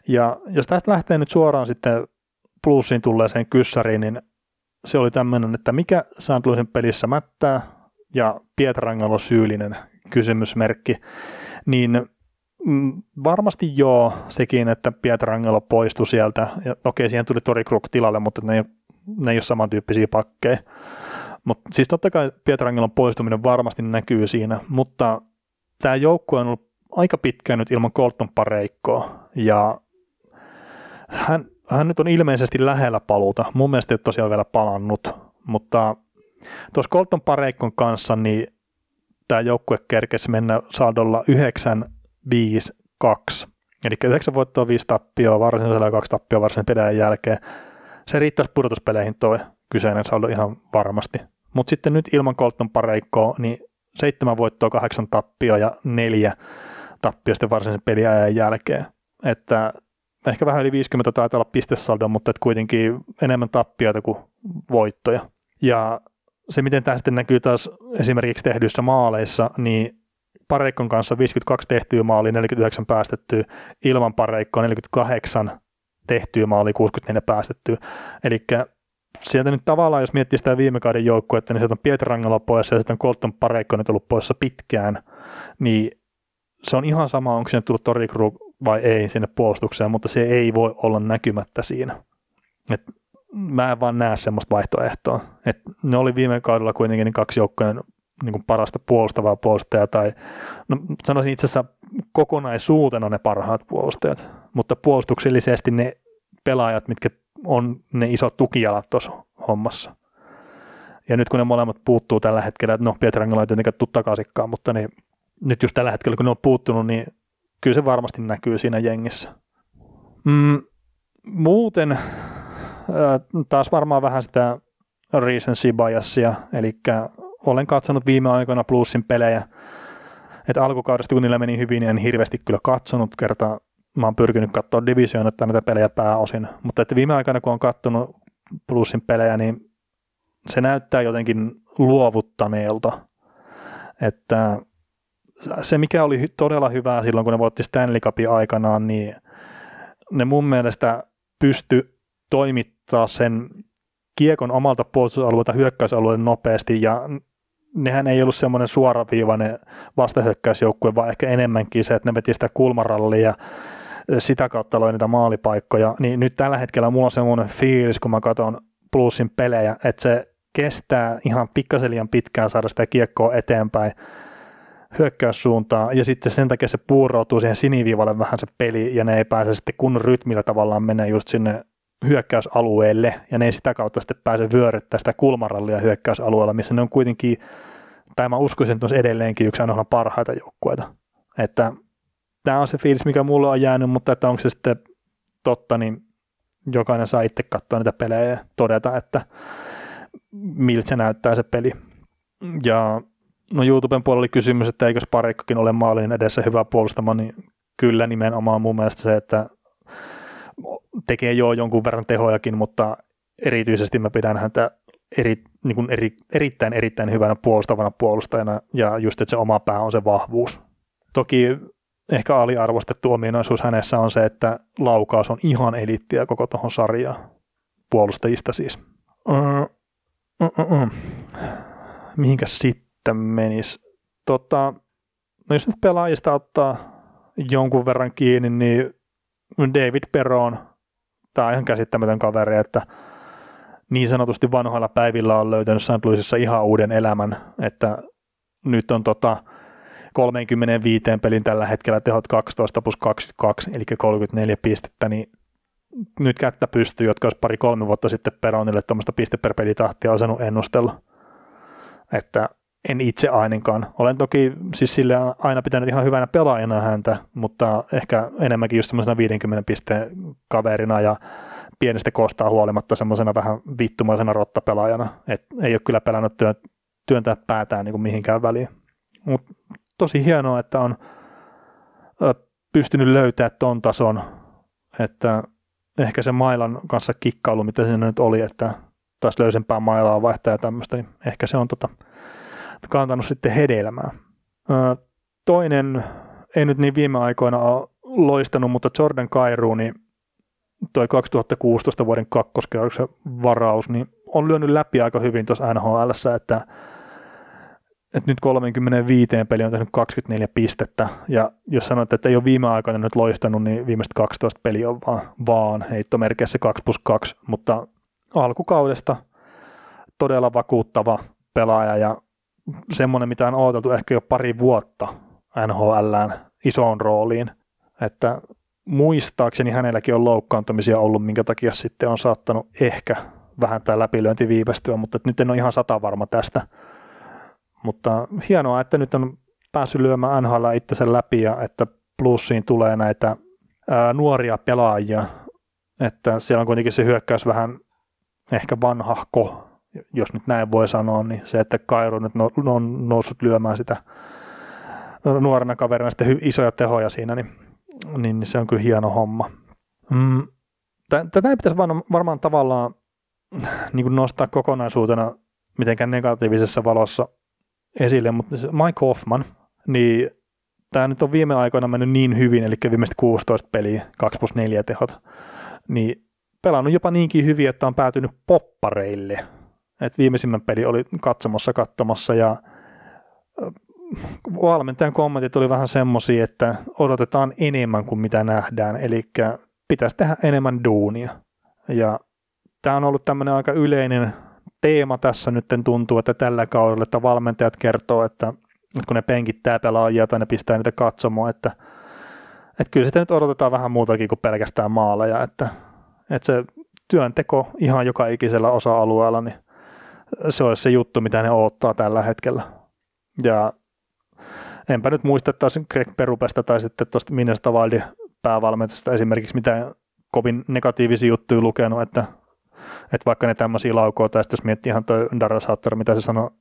[SPEAKER 4] Ja jos tästä lähtee nyt suoraan sitten plussiin tulleeseen kyssäriin, niin se oli tämmöinen, että mikä St. Louisin pelissä mättää ja Pietrangelo syyllinen kysymysmerkki, niin varmasti joo sekin, että Pietrangelo poistui sieltä. Ja okei, siihen tuli Tori Krug tilalle, mutta ne ei ole samantyyppisiä pakkeja. Mutta siis totta kai Pietrangelon poistuminen varmasti näkyy siinä, mutta tämä joukkue on ollut aika pitkään nyt ilman Colton Paraykoa, ja hän nyt on ilmeisesti lähellä paluuta. Mun mielestä ei ole tosiaan vielä palannut, mutta tuossa Colton Paraykon kanssa niin tämä joukkue kerkesi mennä saldolla 9-5-2. Eli 9 voittoa, 5 tappioa, varsinaisella ja 2 tappioa varsinaisen pelin jälkeen. Se riittäisi pudotuspeleihin toi kyseinen saldo ihan varmasti. Mutta sitten nyt ilman Colton Paraykoa, niin 7 voittoa, 8 tappioa ja 4 tappioa sitten varsinaisen pelin jälkeen. Että ehkä vähän yli 50 taitaa olla pistesaldo, mutta kuitenkin enemmän tappioita kuin voittoja. Ja se, miten tämä sitten näkyy taas esimerkiksi tehdyissä maaleissa, niin Paraykon kanssa 52 tehtyä maalia, 49 päästettyä, ilman Paraykkoa 48 tehtyä maalia, 64 päästettyä. Eli sieltä nyt tavallaan, jos miettii sitä viime kauden joukkuetta, niin sieltä on Pietrangelo poissa ja sitten on Colton Parayko nyt ollut poissa pitkään, niin se on ihan sama, onko sinne tullut Tori Krug vai ei sinne puolustukseen, mutta se ei voi olla näkymättä siinä. Mä en vaan näe semmoista vaihtoehtoa. Ne oli viime kaudella kuitenkin niin 2 joukkojen niin parasta puolustavaa puolustajaa, tai no, sanoisin itse asiassa kokonaisuutena ne parhaat puolustajat, mutta puolustuksellisesti ne pelaajat, mitkä on ne isot tukijalat tuossa hommassa. Ja nyt kun ne molemmat puuttuu tällä hetkellä, että no Pietrangelo ei tietenkään tule takaisinkaan, mutta niin, nyt just tällä hetkellä kun ne on puuttunut, niin kyllä se varmasti näkyy siinä jengissä. Muuten taas varmaan vähän sitä recency biasia, eli olen katsonut viime aikoina Bluesin pelejä, että alkukaudesta kun niillä meni hyvin, niin en hirveästi kyllä katsonut, kertaa mä oon pyrkinyt katsoa divisioonetta näitä pelejä pääosin, mutta että viime aikana kun on katsonut Bluesin pelejä, niin se näyttää jotenkin luovuttaneelta, että se mikä oli todella hyvää silloin, kun ne voitti Stanley Cupin aikanaan, niin ne mun mielestä pysty toimittaa sen kiekon omalta puolustusalueelta hyökkäysalueelle nopeasti, ja nehän ei ollut semmoinen suoraviivainen vastahyökkäysjoukkue, vaan ehkä enemmänkin se, että ne veti sitä kulmarallia ja sitä kautta loi niitä maalipaikkoja, niin nyt tällä hetkellä mulla on semmoinen fiilis, kun mä katson Bluesin pelejä, että se kestää ihan pikkasen liian pitkään saada sitä kiekkoa eteenpäin hyökkäyssuuntaan, ja sitten sen takia se puuroutuu siihen siniviivalle vähän se peli, ja ne ei pääse sitten kunnon rytmillä tavallaan mennä just sinne hyökkäysalueelle, ja ne ei sitä kautta sitten pääse vyöryttämään sitä kulmarallia hyökkäysalueella, missä ne on kuitenkin, tai mä uskoisin, että on edelleenkin yksi aina parhaita joukkueita. Että tämä on se fiilis, mikä mulla on jäänyt, mutta että onko se sitten totta, niin jokainen saa itse katsoa niitä pelejä ja todeta, että miltä se näyttää se peli. Ja no YouTuben puolella oli kysymys, että eikös Paraykkokin ole maalin edessä hyvä puolustama, niin kyllä nimenomaan mun mielestä se, että tekee jo jonkun verran tehojakin, mutta erityisesti mä pidän häntä erittäin hyvänä puolustavana puolustajana, ja just, että se oma pää on se vahvuus. Toki ehkä aliarvostettu ominaisuus hänessä on se, että laukaus on ihan eliittiä koko tuohon sarjaan, puolustajista siis. Mihinkäs sitten menisi? No jos nyt pelaajista ottaa jonkun verran kiinni, niin David Perron, tämä on ihan käsittämätön kaveri, että niin sanotusti vanhoilla päivillä on löytänyt St. Louisissa ihan uuden elämän, että nyt on 35 pelin tällä hetkellä tehot 12+22, eli 34 pistettä, niin nyt kättä pystyy, jotka olisi 2-3 vuotta sitten Perronille tuommoista piste per pelitahtia osannut ennustella. Että en itse ainakaan. Olen toki siis sille aina pitänyt ihan hyvänä pelaajana häntä, mutta ehkä enemmänkin just semmoisena 50 pisteen kaverina ja pienestä koostaa huolimatta semmoisena vähän vittumaisena rottapelaajana. Et ei ole kyllä pelannut työntää päätään niin kuin mihinkään väliin. Mutta tosi hienoa, että on pystynyt löytämään ton tason, että ehkä se mailan kanssa kikkailu, mitä siinä nyt oli, että taas löysempää mailaa vaihtaa ja tämmöistä, niin ehkä se on kantanut sitten hedelmää. Toinen, ei nyt niin viime aikoina ole loistanut, mutta Jordan Kyrou, niin toi 2016 vuoden kakkoskierroksen varaus, niin on lyönyt läpi aika hyvin tuossa NHL:ssä, että nyt 35 peli on tehnyt 24 pistettä, ja jos sanoit, että ei ole viime aikoina nyt loistanut, niin viimeiset 12 peliä on vaan heittomerkeissä 2+2, mutta alkukaudesta todella vakuuttava pelaaja, ja semmoinen, mitä on odoteltu ehkä jo pari vuotta NHL:ään isoon rooliin, että muistaakseni hänelläkin on loukkaantumisia ollut, minkä takia sitten on saattanut ehkä vähän tämä läpilyönti viivästyä, mutta nyt en ole ihan 100% varma tästä. Mutta hienoa, että nyt on päässyt lyömään NHL itsensä läpi ja että Bluesiin tulee näitä nuoria pelaajia, että siellä on kuitenkin se hyökkäys vähän ehkä vanhahko, jos nyt näin voi sanoa, niin se, että Kyrou nyt on noussut lyömään sitä nuorena kaverina sitten isoja tehoja siinä, niin se on kyllä hieno homma. Tätä ei pitäisi varmaan tavallaan niin kuin nostaa kokonaisuutena mitenkään negatiivisessa valossa esille, mutta Mike Hoffman, niin tämä nyt on viime aikoina mennyt niin hyvin, eli viimeiset 16 peliä, 2+4 tehot, niin pelannut jopa niinkin hyvin, että on päätynyt poppareille. Et viimeisimmän peli oli katsomassa ja valmentajan kommentit oli vähän semmoisia, että odotetaan enemmän kuin mitä nähdään, eli pitäisi tehdä enemmän duunia. Ja tämä on ollut tämmöinen aika yleinen teema tässä nyt tuntuu, että tällä kaudella, että valmentajat kertoo, että kun ne penkittää pelaajia tai ne pistää niitä katsomaan, että kyllä sitä nyt odotetaan vähän muutakin kuin pelkästään maaleja, että se työnteko ihan joka ikisellä osa-alueella, niin se olisi se juttu, mitä ne odottaa tällä hetkellä. Ja enpä nyt muista, että olisi Greg Berubesta tai sitten tuosta Minnesota Wildin päävalmentajasta esimerkiksi mitään kovin negatiivisia juttuja lukenut, että vaikka ne tämmöisiä laukoo, tai sitten jos miettii ihan toi Daryl Sutter, mitä se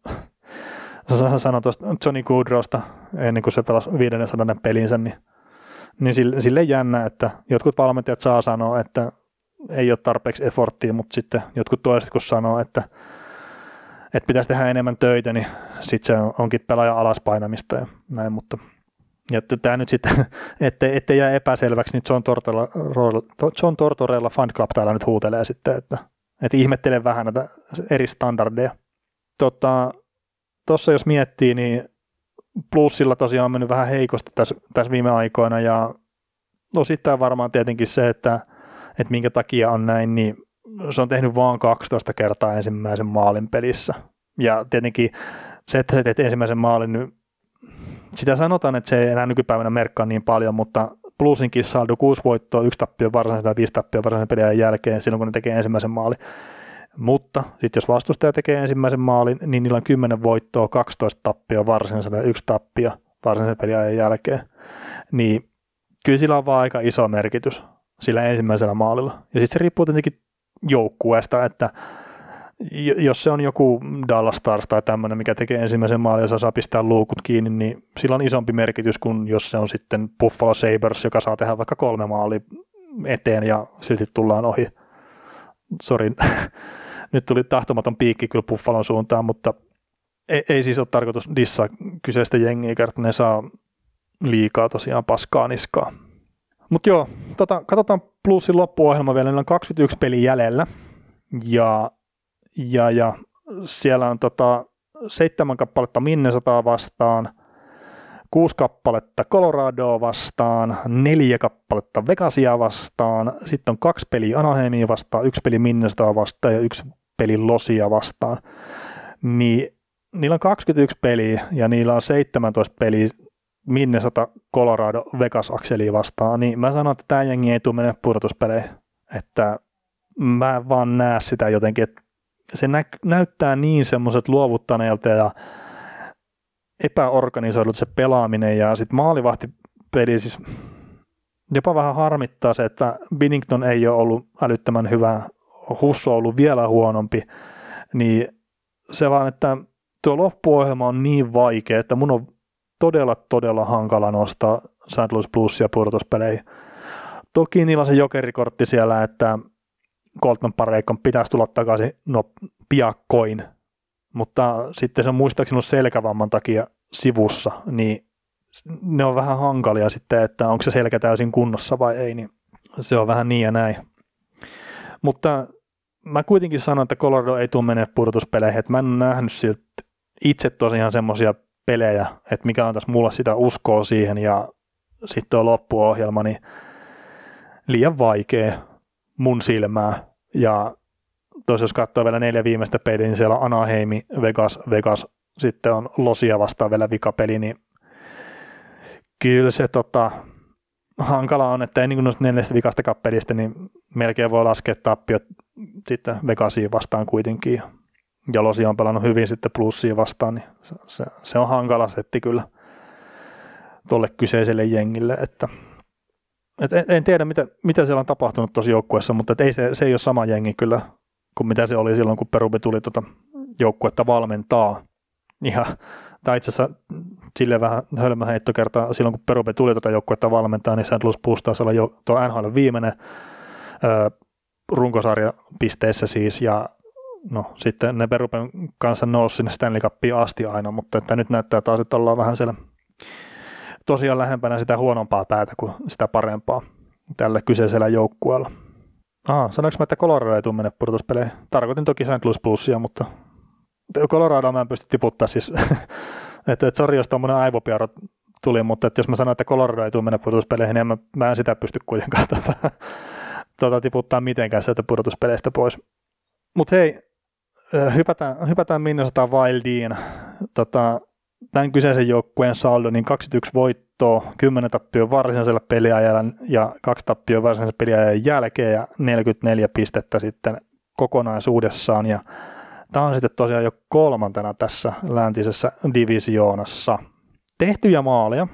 [SPEAKER 4] sanoi tuosta Johnny Gaudreausta ennen kuin se pelasi 500 pelinsä, niin sille jännä, että jotkut valmentajat saa sanoa, että ei ole tarpeeksi efforttia, mutta sitten jotkut toiset kun sanoo, että pitäisi tehdä enemmän töitä, niin sitten se onkin pelaajan alaspainamista ja näin, mutta ja tämä nyt sitten, ettei jää epäselväksi, niin John Tortorella Fan Club täällä nyt huutelee sitten, että ihmettelen vähän näitä eri standardeja. Tuossa jos miettii, niin Bluesilla tosiaan on mennyt vähän heikosti tässä viime aikoina, ja osittain varmaan tietenkin se, että minkä takia on näin, niin se on tehnyt vaan 12 kertaa ensimmäisen maalin pelissä. Ja tietenkin se, että sä teet ensimmäisen maalin, niin sitä sanotaan, että se ei enää nykypäivänä merkkaa niin paljon, mutta Bluesinkin saldo 6 voittoa, 1 tappio varsinaisen tai 5 tappio varsinaisen pelin jälkeen silloin, kun ne tekee ensimmäisen maalin. Mutta sitten jos vastustaja tekee ensimmäisen maalin, niin niillä on 10 voittoa, 12 tappio varsinaisen ja 1 tappio varsinaisen pelin jälkeen. Niin kyllä sillä on vaan aika iso merkitys sillä ensimmäisellä maalilla. Ja sitten se riippuu tietenkin joukkueesta, että jos se on joku Dallas Stars tai tämmöinen, mikä tekee ensimmäisen maalin ja se osaa pistää luukut kiinni, niin sillä on isompi merkitys kuin jos se on sitten Buffalo Sabres, joka saa tehdä vaikka 3 maalia eteen ja silti tullaan ohi. Sori, nyt tuli tahtomaton piikki kyllä Buffalon suuntaan, mutta ei siis ole tarkoitus dissaa kyseistä jengiä, että ne saa liikaa tosiaan paskaa niskaa. Mutta joo, katsotaan Bluesin loppuohjelma vielä, niillä on 21 peliä jäljellä ja siellä on 7 kappaletta Minnesotaa vastaan, 6 kappaletta Coloradoa vastaan, 4 kappaletta Vegasia vastaan, sitten on 2 peliä Anaheimia vastaan, 1 peli Minnesotaa vastaan ja 1 peli Losia vastaan. Niin, niillä on 21 peliä ja niillä on 17 peliä Minnesota, Colorado, Vegas-akselia vastaan, niin mä sanon, että tämä jengi ei tule mennä pudotuspeleihin. Että mä en vaan näe sitä jotenkin, että se näyttää niin semmoiset luovuttaneelta ja epäorganisoidut se pelaaminen ja sitten maalivahtipeli siis jopa vähän harmittaa se, että Binnington ei ole ollut älyttömän hyvä, Husso on ollut vielä huonompi, niin se vaan, että tuo loppuohjelma on niin vaikea, että mun on todella hankala nostaa St. Louis Bluesia pudotuspeleihin. Toki niillä on se jokerikortti siellä, että Colton Parayko pitäisi tulla takaisin piakkoin, mutta sitten se on muistaakseni ollut selkävamman takia sivussa, niin ne on vähän hankalia sitten, että onko se selkä täysin kunnossa vai ei, niin se on vähän niin ja näin. Mutta mä kuitenkin sanon, että Colorado ei tule menee pudotuspeleihin, että mä en nähnyt siltä itse tosiaan semmoisia pelejä, että mikä antaisi mulle sitä uskoa siihen, ja sitten tuo loppuohjelma, niin liian vaikea mun silmää, ja tuossa jos katsoo vielä 4 viimeistä peliä, niin siellä on Anaheimi, Vegas, sitten on Losia vastaan vielä vikapeli, niin kyllä se hankala on, että ei niin kuin noista 4 vikasta pelistä, niin melkein voi laskea tappiot sitten Vegasiin vastaan kuitenkin, ja Losia on pelannut hyvin sitten Plussiin vastaan, niin se on hankala setti kyllä tuolle kyseiselle jengille, että en tiedä mitä siellä on tapahtunut tuossa joukkueessa, mutta se ei ole sama jengi kyllä kuin mitä se oli silloin, kun Berube tuli joukkuetta valmentaa. Ja tämä itse asiassa silleen vähän hölmö heittokertaa, silloin kun Berube tuli joukkuetta valmentaa, niin St. Louis Blues taisi olla jo tuo NHL viimeinen runkosarja pisteissä siis, ja no sitten ne Beruben kanssa nousi sinne Stanley Cupiin asti aina, mutta että nyt näyttää taas, että ollaan vähän siellä tosiaan lähempänä sitä huonompaa päätä kuin sitä parempaa tällä kyseisellä joukkueella. Sanoinko mä, että Colorado ei tule mennä pudotuspeleihin? Tarkoitin toki St. Louis Bluesia, mutta Colorado mä en pysty tiputtaa siis, että sori, jos tommoinen aivopiaro tuli, mutta että jos mä sanoin, että Colorado ei tule mennä pudotuspeleihin, niin mä en sitä pysty kuitenkaan tiputtaa mitenkään sieltä pudotuspeleistä pois. Mutta hei, hypätään Minnesota Wildiin. Tämän kyseisen joukkueen saldo, niin 21 voittoa, 10 tappioa varsinaisella peliajalla ja 2 tappioa varsinaisella peliajan jälkeen ja 44 pistettä sitten kokonaisuudessaan. Ja tämä on sitten tosiaan jo 3. tässä läntisessä divisioonassa. Tehtyjä maaleja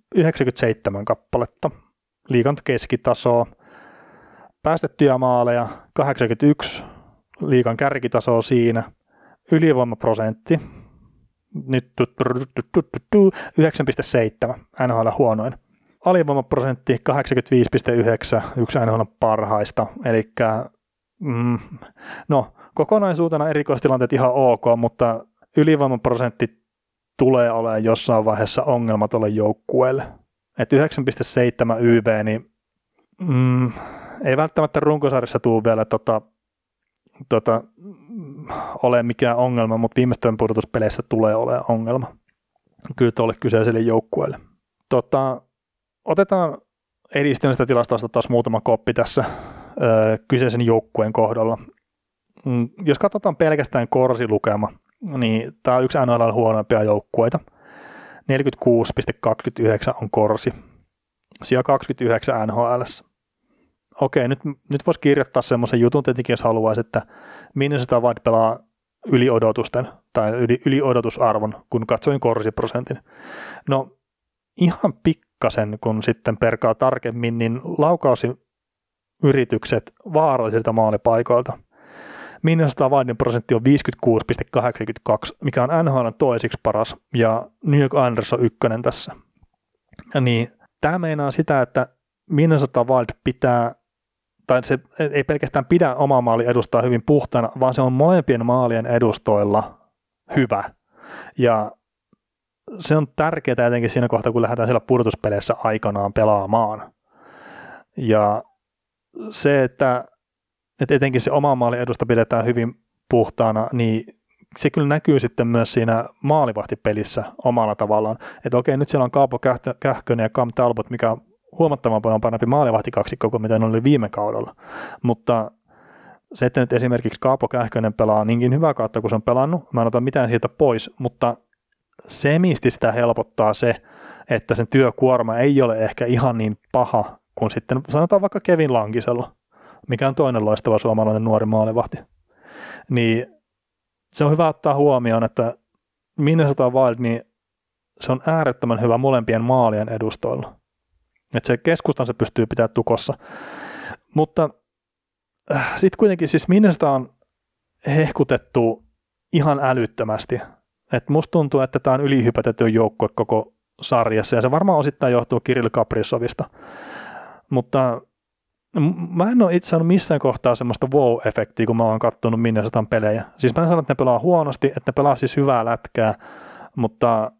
[SPEAKER 4] 97 kappaletta, liigan keskitasoa. Päästettyjä maaleja 81, liigan kärkitasoa siinä. Ylivoimaprosentti nyt 9,7, NHL huonoin. Alivoimaprosentti 85,9, yksi NHL parhaista, eli kokonaisuutena erikoistilanteet ihan ok, mutta ylivoimaprosentti tulee olemaan jossain vaiheessa ongelma tuolle joukkueelle. Että 9,7 YV, niin ei välttämättä runkosarjassa tule vielä ole mikään ongelma, mutta viimeisten pudotuspeleissä tulee olemaan ongelma kyllä tuolle kyseiselle joukkueelle. Otetaan edistyneestä tilastosta taas muutama koppi tässä kyseisen joukkueen kohdalla. Jos katsotaan pelkästään korsilukema, niin tämä on yksi NHL huonoimpia joukkueita. 46,29 on korsi. Sija 29 NHL:ssä. Okei, nyt voisi kirjoittaa semmoisen jutun tietenkin, jos haluaisi, että Minnesota Wild pelaa yli odotusten tai yli odotusarvon, kun katsoin korsiprosentin. No ihan pikkasen, kun sitten perkaa tarkemmin, niin laukausyritykset vaarallisilta maalipaikoilta. Minnesota Wildin prosentti on 56,82, mikä on NHL toisiksi paras, ja New York Islanders on 1 tässä. Ja niin, tämä meinaa sitä, että Minnesota Wild pitää, tai se ei pelkästään pidä omaa maalin edustaa hyvin puhtaana, vaan se on molempien maalien edustoilla hyvä. Ja se on tärkeää etenkin siinä kohtaa, kun lähdetään siellä pudotuspeleissä aikanaan pelaamaan. Ja se, että etenkin se oma maalin edusta pidetään hyvin puhtaana, niin se kyllä näkyy sitten myös siinä maalivahtipelissä omalla tavallaan. Että okei, nyt siellä on Kaapo Kähkönen ja Cam Talbot, mikä on huomattavan paljon parempi maalivahtikaksikko kuin mitä ne oli viime kaudella. Mutta se, että nyt esimerkiksi Kaapo Kähkönen pelaa niinkin hyvää kautta, kun se on pelannut, mä en ota mitään siitä pois, mutta semisti sitä helpottaa se, että sen työkuorma ei ole ehkä ihan niin paha kuin sitten sanotaan vaikka Kevin Lankisella, mikä on toinen loistava suomalainen nuori maalivahti. Niin se on hyvä ottaa huomioon, että Minnesota Wild, niin se on äärettömän hyvä molempien maalien edustoilla. Että se keskustan se pystyy pitämään tukossa. Mutta sitten kuitenkin siis Minnesota on hehkutettu ihan älyttömästi. Että musta tuntuu, että tämä on ylihypätetty joukkue koko sarjassa, ja se varmaan osittain johtuu Kirill Kaprizovista. Mutta mä en ole itse saanut missään kohtaa semmoista wow-efektiä, kun mä oon katsonut Minnesotan pelejä. Siis mä en sano, että ne pelaa huonosti, että ne pelaa siis hyvää lätkää, mutta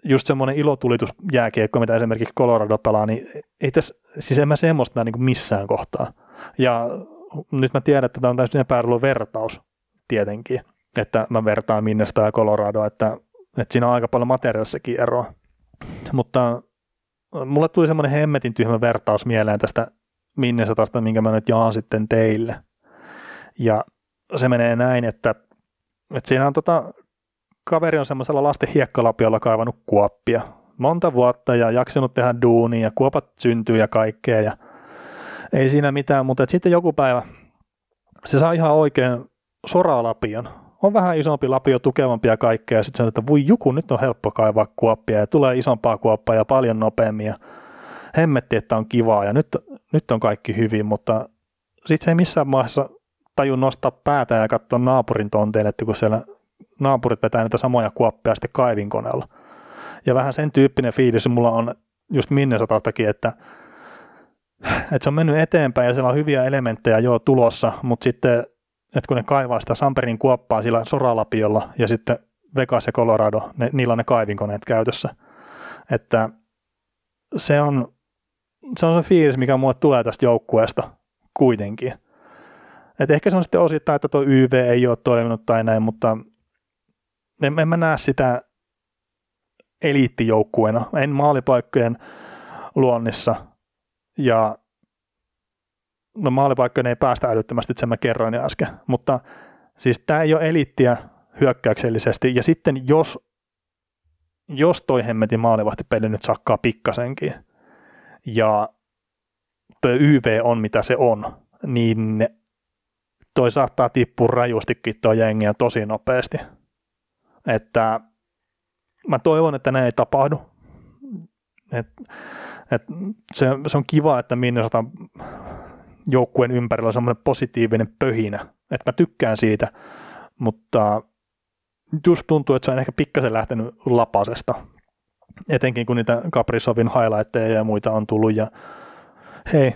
[SPEAKER 4] just semmoinen ilotulitusjääkiekko, mitä esimerkiksi Colorado pelaa, niin ei tässä, siis en mä semmoista niin kuin missään kohtaa. Ja nyt mä tiedän, että tämä on täysin epäreilu vertaus tietenkin, että mä vertaan Minnesota ja Coloradoa, että siinä on aika paljon materiaalissakin eroa. Mutta mulle tuli semmoinen hemmetin tyhmä vertaus mieleen tästä Minnesotasta, minkä mä nyt jaan sitten teille. Ja se menee näin, että siinä on kaveri on semmoisella lasten hiekkalapiolla kaivannut kuoppia monta vuotta ja jaksanut tehdä duunia ja kuopat syntyy ja kaikkea ja ei siinä mitään, mutta sitten joku päivä se saa ihan oikein soralapion. On vähän isompi lapio, tukevampi ja kaikkea ja sitten sanoo, että voi juku, nyt on helppo kaivaa kuoppia ja tulee isompaa kuoppaa ja paljon nopeammin ja hemmetti, että on kivaa ja nyt on kaikki hyvin, mutta sitten se ei missään vaiheessa taju nostaa päätä ja katsoa naapurin tonteille, että kun siellä naapurit vetää niitä samoja kuoppia sitten kaivinkoneella. Ja vähän sen tyyppinen fiilis mulla on just Minnesotastakin, että se on mennyt eteenpäin ja siellä on hyviä elementtejä jo tulossa, mutta sitten, että kun ne kaivaa sitä Samperin kuoppaa sillä soralapiolla ja sitten Vegas ja Colorado, niillä on ne kaivinkoneet käytössä. Että se on se fiilis, mikä mulle tulee tästä joukkueesta kuitenkin. Et ehkä se on sitten osittain, että tuo YV ei ole toiminut tai näin, mutta en mä näe sitä eliittijoukkueena. En maalipaikkojen luonnissa ja no maalipaikkojen ei päästä älyttömästi, että sen mä kerroin jo äsken, mutta siis tämä ei ole eliittiä hyökkäyksellisesti ja sitten jos toi hemmetin maalivahtipeli nyt sakkaa pikkasenkin ja tuo YV on mitä se on, niin toi saattaa tippua rajustikin tuo jengiä tosi nopeasti. Että mä toivon, että näin ei tapahdu. Se on kiva, että Minnesota joukkueen ympärillä on semmoinen positiivinen pöhinä. Että mä tykkään siitä, mutta just tuntuu, että se on ehkä pikkasen lähtenyt lapasesta. Etenkin kun niitä Kaprizovin highlightteja ja muita on tullut. Ja hei,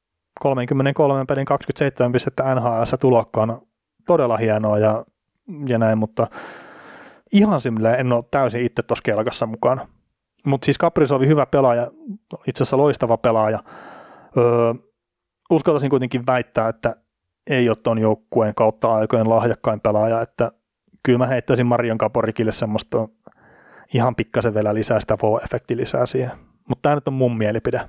[SPEAKER 4] 33 pelin 27 pistettä NHL:ssä tulokkaana. Todella hienoa ja näin, mutta ihan silleen en ole täysin itse tuossa kelkassa mukana. Mutta siis Kaprizov hyvä pelaaja, itse asiassa loistava pelaaja. Uskaltaisin kuitenkin väittää, että ei ole tuon joukkueen kautta aikojen lahjakkain pelaaja, että kyllä mä heittäisin Marion Gaborikille semmoista ihan pikkasen vielä lisää sitä wow-efekti lisää siihen. Mutta tämä nyt on mun mielipide.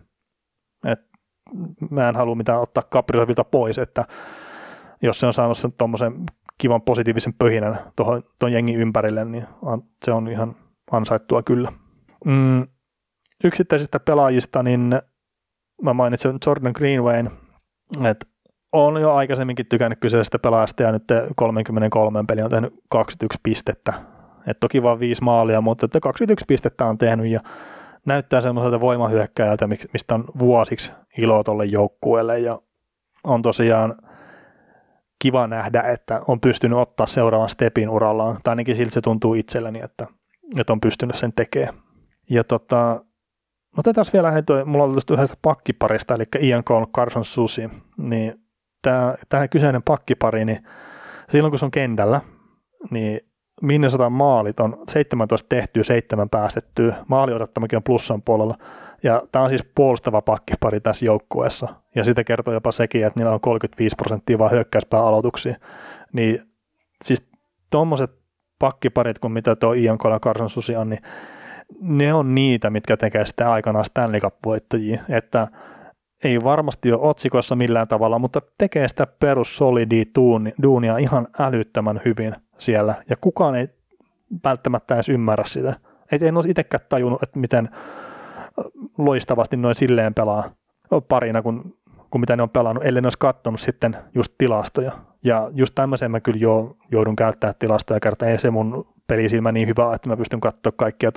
[SPEAKER 4] Mä en halua mitään ottaa Kaprizovilta pois, että jos se on saanut sen tuommoisen kivan positiivisen pöhinän tuon jengin ympärille, niin se on ihan ansaittua kyllä. Yksittäisistä pelaajista, niin mä mainitsen Jordan Greenwayn, että olen jo aikaisemminkin tykännyt kyseisestä pelaajasta ja nyt 33 peli on tehnyt 21 pistettä. Et toki vaan 5 maalia, mutta 21 pistettä on tehnyt ja näyttää semmoiselta voimahyökkäjältä, mistä on vuosiksi ilo tolle joukkueelle ja on tosiaan kiva nähdä, että on pystynyt ottaa seuraavan stepin urallaan, tai ainakin siltä se tuntuu itselleni, että on pystynyt sen tekemään. Ja otetaan vielä mulla on tuosta yhdestä pakkiparista, eli Ian Cole, Carson Soucy, niin tämä kyseinen pakkipari, niin silloin kun se on kentällä, niin Minnesotan maalit on 17 tehtyä, 7 päästettyä, maali odottamakin on plussan puolella, ja tämä on siis puolustava pakkipari tässä joukkueessa, ja sitä kertoo jopa sekin, että niillä on 35% vaan hyökkäyspää aloituksia, niin siis tuommoiset pakkiparit, kuin mitä tuo Ian Cole ja Carson Soucy on, niin ne on niitä, mitkä tekee sitten aikanaan Stanley Cup-voittajia, että ei varmasti ole otsikossa millään tavalla, mutta tekee sitä perussolidia duunia ihan älyttömän hyvin siellä, ja kukaan ei välttämättä edes ymmärrä sitä. En ole itsekään tajunnut, että miten loistavasti noin silleen pelaa parina, kun mitä ne on pelannut, ellei ne olisi katsonut sitten just tilastoja. Ja just tämmöiseen mä kyllä joudun käyttämään tilastoja ja kertaa, ei se mun pelisilmä niin hyvä, että mä pystyn katsoa kaikkia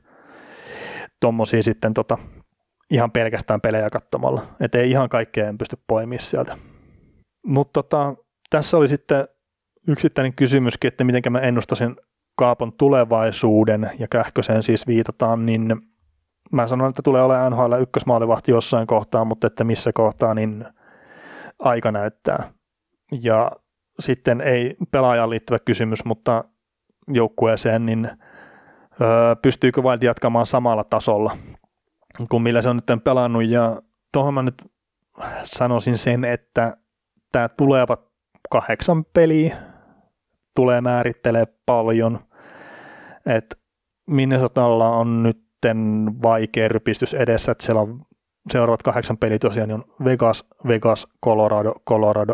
[SPEAKER 4] tommosia sitten ihan pelkästään pelejä katsomalla. Että ei ihan kaikkea en pysty poimimaan sieltä. Mutta tässä oli sitten yksittäinen kysymyskin, että miten mä ennustasin Kaapon tulevaisuuden, ja Kähköseen siis viitataan, niin mä sanon, että tulee olemaan NHL ykkösmaalivahti jossain kohtaa, mutta että missä kohtaa, niin aika näyttää. Ja sitten ei pelaajaan liittyvä kysymys, mutta joukkueeseen, niin pystyykö Wild jatkamaan samalla tasolla kuin millä se on nyt pelannut, ja tuohon mä nyt sanoisin sen, että tämä tulevat 8 peliä tulee määrittelee paljon, että Minnesotalla on nyt vaikea rypistys edessä, että siellä on seuraavat 8 peliä tosiaan niin on Vegas, Colorado,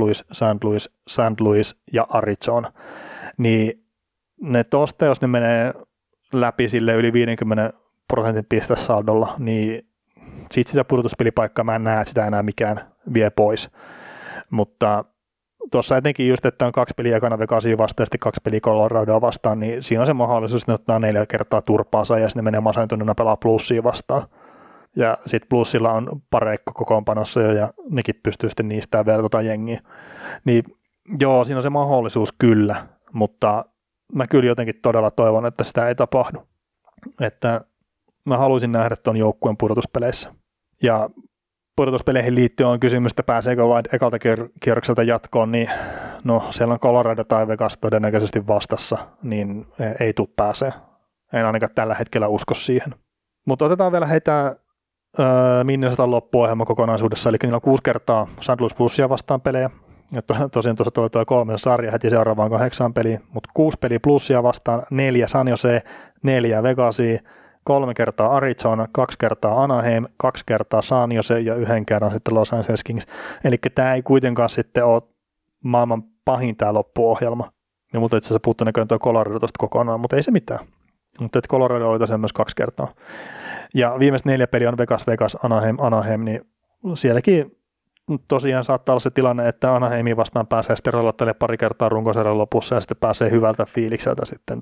[SPEAKER 4] St. Louis ja Arizona, niin ne tosta, jos ne menee läpi sille yli 50% pistesaldolla, niin siitä sitä pudotuspelipaikkaa mä en näe, että sitä enää mikään vie pois. Mutta tuossa etenkin just, että on 2 peliä ekana Vegasia vastaan ja sitten 2 peliä Coloradoa vastaan, niin siinä on se mahdollisuus, että ne ottaa 4 kertaa turpaansa ja sitten ne menee masentuneena pelaa Bluesia vastaan. Ja sitten Bluesilla on pareikko kokoonpanossa jo ja nekin pystyy sitten niistä vielä jengiä. Niin joo, siinä on se mahdollisuus kyllä, mutta mä kyllä jotenkin todella toivon, että sitä ei tapahdu. Että mä haluaisin nähdä ton joukkueen pudotuspeleissä. Ja pudotuspeleihin liittyen on kysymys, että pääseekö vain ekalta kierrokselta jatkoon, niin no siellä on Colorado tai Vegas todennäköisesti vastassa, niin ei tule pääsee. En ainakaan tällä hetkellä usko siihen. Mutta otetaan vielä heitä Minnesotan loppuohjelma kokonaisuudessa, eli niillä on 6 kertaa St. Louis Bluesia vastaan pelejä. Ja tosiaan tuossa tulee tuo 3 sarja heti seuraavaan 8 peliä, mutta 6 peliä Bluesia vastaan, 4 San Jose, 4 Vegasia, 3 kertaa Arizona, 2 kertaa Anaheim, 2 kertaa San Jose ja 1 kerran sitten Los Angeles Kings. Eli tämä ei kuitenkaan sitten ole maailman pahin tämä loppuohjelma. Ja mutta itse asiassa puuttuu näköjään tuo Colorado tuosta kokonaan, mutta ei se mitään. Mutta Colorado oli tosiaan myös 2 kertaa. Ja viimeiset 4 peliä on Vegas, Anaheim, niin sielläkin tosiaan saattaa olla se tilanne, että Anaheimiin vastaan pääsee sitten rollottelemaan pari kertaa runkosarjan lopussa ja sitten pääsee hyvältä fiilikseltä sitten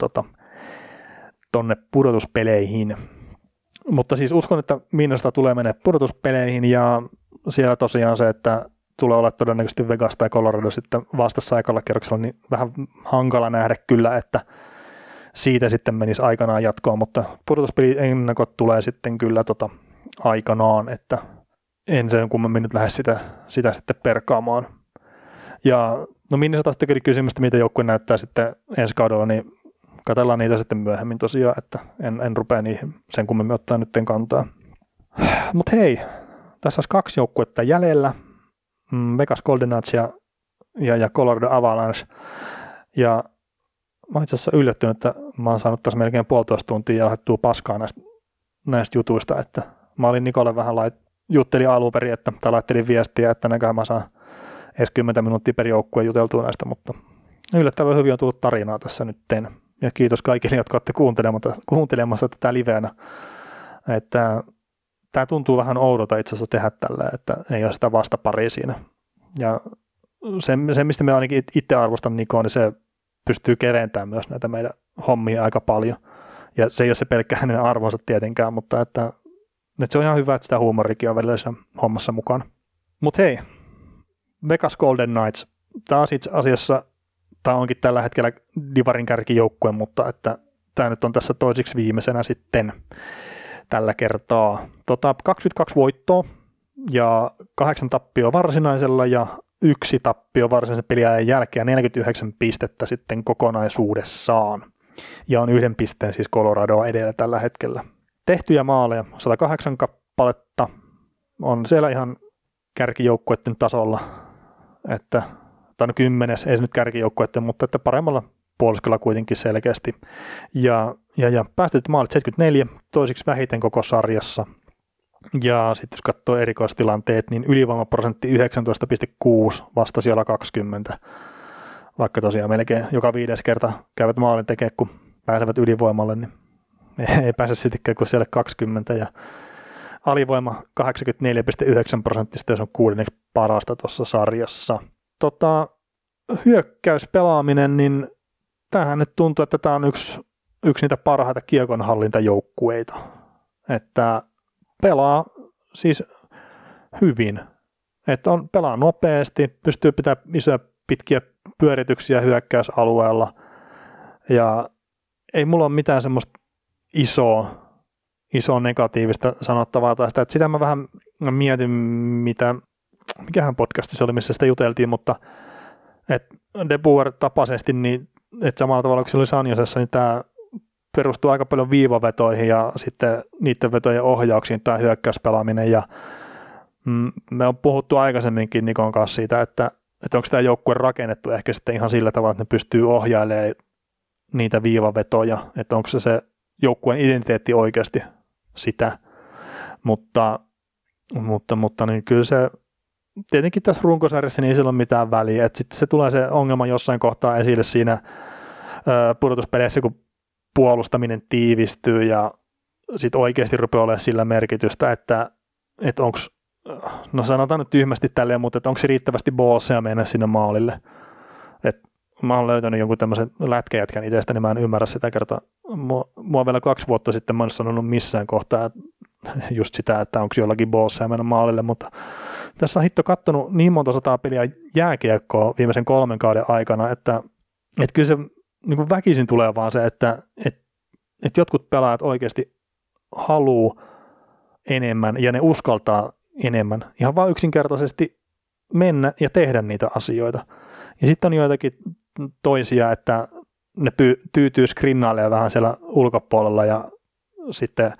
[SPEAKER 4] tonne pudotuspeleihin. Mutta siis uskon, että Minnesota tulee mennä pudotuspeleihin ja siellä tosiaan se, että tulee olla todennäköisesti Vegas tai Colorado sitten vastassa ekalla kierroksella, niin vähän hankala nähdä kyllä, että siitä sitten menisi aikanaan jatkoon, mutta pudotuspeli-ennakot tulee sitten kyllä aikanaan, että en sen kummemmin nyt lähde sitä sitten perkaamaan. Ja no Minnesota sitten kyllä kysymystä, mitä joukkue näyttää sitten ensi kaudella, niin katsellaan niitä sitten myöhemmin tosiaan, että en rupea niihin sen kummemmin ottaa nyt kantaa. Mutta hei, tässä olisi 2 joukkuetta jäljellä, Vegas Golden Knights ja Colorado Avalanche, ja mä olen itse asiassa yllättynyt, että mä oon saanut tässä melkein 1,5 tuntia ja lähdettyä paskaa näistä jutuista, että mä olin Nikolle vähän juttelin alun perin, tai laittelin viestiä, että näköhän mä saan edes 10 minuuttia per joukkue juteltua näistä, mutta yllättävän hyvin on tullut tarinaa tässä nyt teen. Ja kiitos kaikille, jotka olette kuuntelemassa tätä livenä. Että tämä tuntuu vähän oudolta itse asiassa tehdä tällä, että ei ole sitä vastaparia siinä. Ja se mistä me ainakin itse arvostan Nikoa, niin se pystyy keventämään myös näitä meidän hommia aika paljon. Ja se ei ole se pelkkä hänen arvonsa tietenkään, mutta että se on ihan hyvä, että sitä huumorikin on välillä hommassa mukana. Mutta hei, Vegas Golden Knights, taas itse asiassa tämä onkin tällä hetkellä Divarin kärkijoukkue, mutta että tämä nyt on tässä toisiksi viimeisenä sitten tällä kertaa. 22 voittoa ja 8 tappioa varsinaisella ja 1 tappio varsinaisen peliajan jälkeen, 49 pistettä sitten kokonaisuudessaan. Ja on 1 pisteen siis Coloradoa edellä tällä hetkellä. Tehtyjä maaleja 108 kappaletta, on siellä ihan kärkijoukkueiden tasolla, että tai no 10, ei se nyt kärkijoukkueiden, mutta että paremmalla puoliskolla kuitenkin selkeästi. Ja päästetyt maalit 74, toisiksi vähiten koko sarjassa. Ja sitten jos katsoo erikoistilanteet, niin ylivoimaprosentti 19,6, vastasijalla 20. Vaikka tosiaan melkein joka 5. kerta käyvät maalin tekemään, kun pääsevät ylivoimalle, niin ei pääse sittenkään kuin siellä 20. Ja alivoima 84,9%, jos on 6. parasta tuossa sarjassa. Hyökkäyspelaaminen, niin tämähän nyt tuntuu, että tämä on yksi niitä parhaita kiekonhallintajoukkueita. Että pelaa siis hyvin. Että pelaa nopeasti, pystyy pitämään isoja pitkiä pyörityksiä hyökkäysalueella. Ja ei mulla ole mitään semmoista isoa negatiivista sanottavaa tai sitä, että sitä mä vähän mietin, mikähän podcasti se oli, missä sitä juteltiin, mutta että De Boer tapaisesti, niin että samalla tavalla kuin se oli San Josessa, niin tämä perustuu aika paljon viivavetoihin ja sitten niiden vetojen ohjauksiin tämä hyökkäyspelaaminen. Ja me on puhuttu aikaisemminkin Nikon kanssa siitä, että onko tämä joukkue rakennettu ehkä sitten ihan sillä tavalla, että ne pystyy ohjailemaan niitä viivavetoja, että onko se joukkueen identiteetti oikeasti sitä, mutta niin kyllä se tietenkin tässä runkosarjassa niin ei sillä ole mitään väliä, että sitten se tulee se ongelma jossain kohtaa esille siinä pudotuspeleissä, kun puolustaminen tiivistyy ja sitten oikeasti rupeaa olemaan sillä merkitystä, että onko, no sanotaan nyt tyhmästi tälleen, mutta onko se riittävästi ballsia mennä sinne maalille. Et mä oon löytänyt jonkun tämmöisen lätkäjätkän itsestä, niin mä en ymmärrä sitä kertaa. Mua vielä 2 vuotta sitten mä en sanonut missään kohtaa just sitä, että onko jollakin ballsia mennä maalille, mutta tässä on hitto kattonut niin monta 100 peliä jääkiekkoa viimeisen 3 kauden aikana, että kyllä se niin kuin väkisin tulee vaan se, että jotkut pelaajat oikeasti haluaa enemmän ja ne uskaltaa enemmän. Ihan vaan yksinkertaisesti mennä ja tehdä niitä asioita. Ja sitten on joitakin toisia, että ne tyytyy skrinnailemaan vähän siellä ulkopuolella ja sitten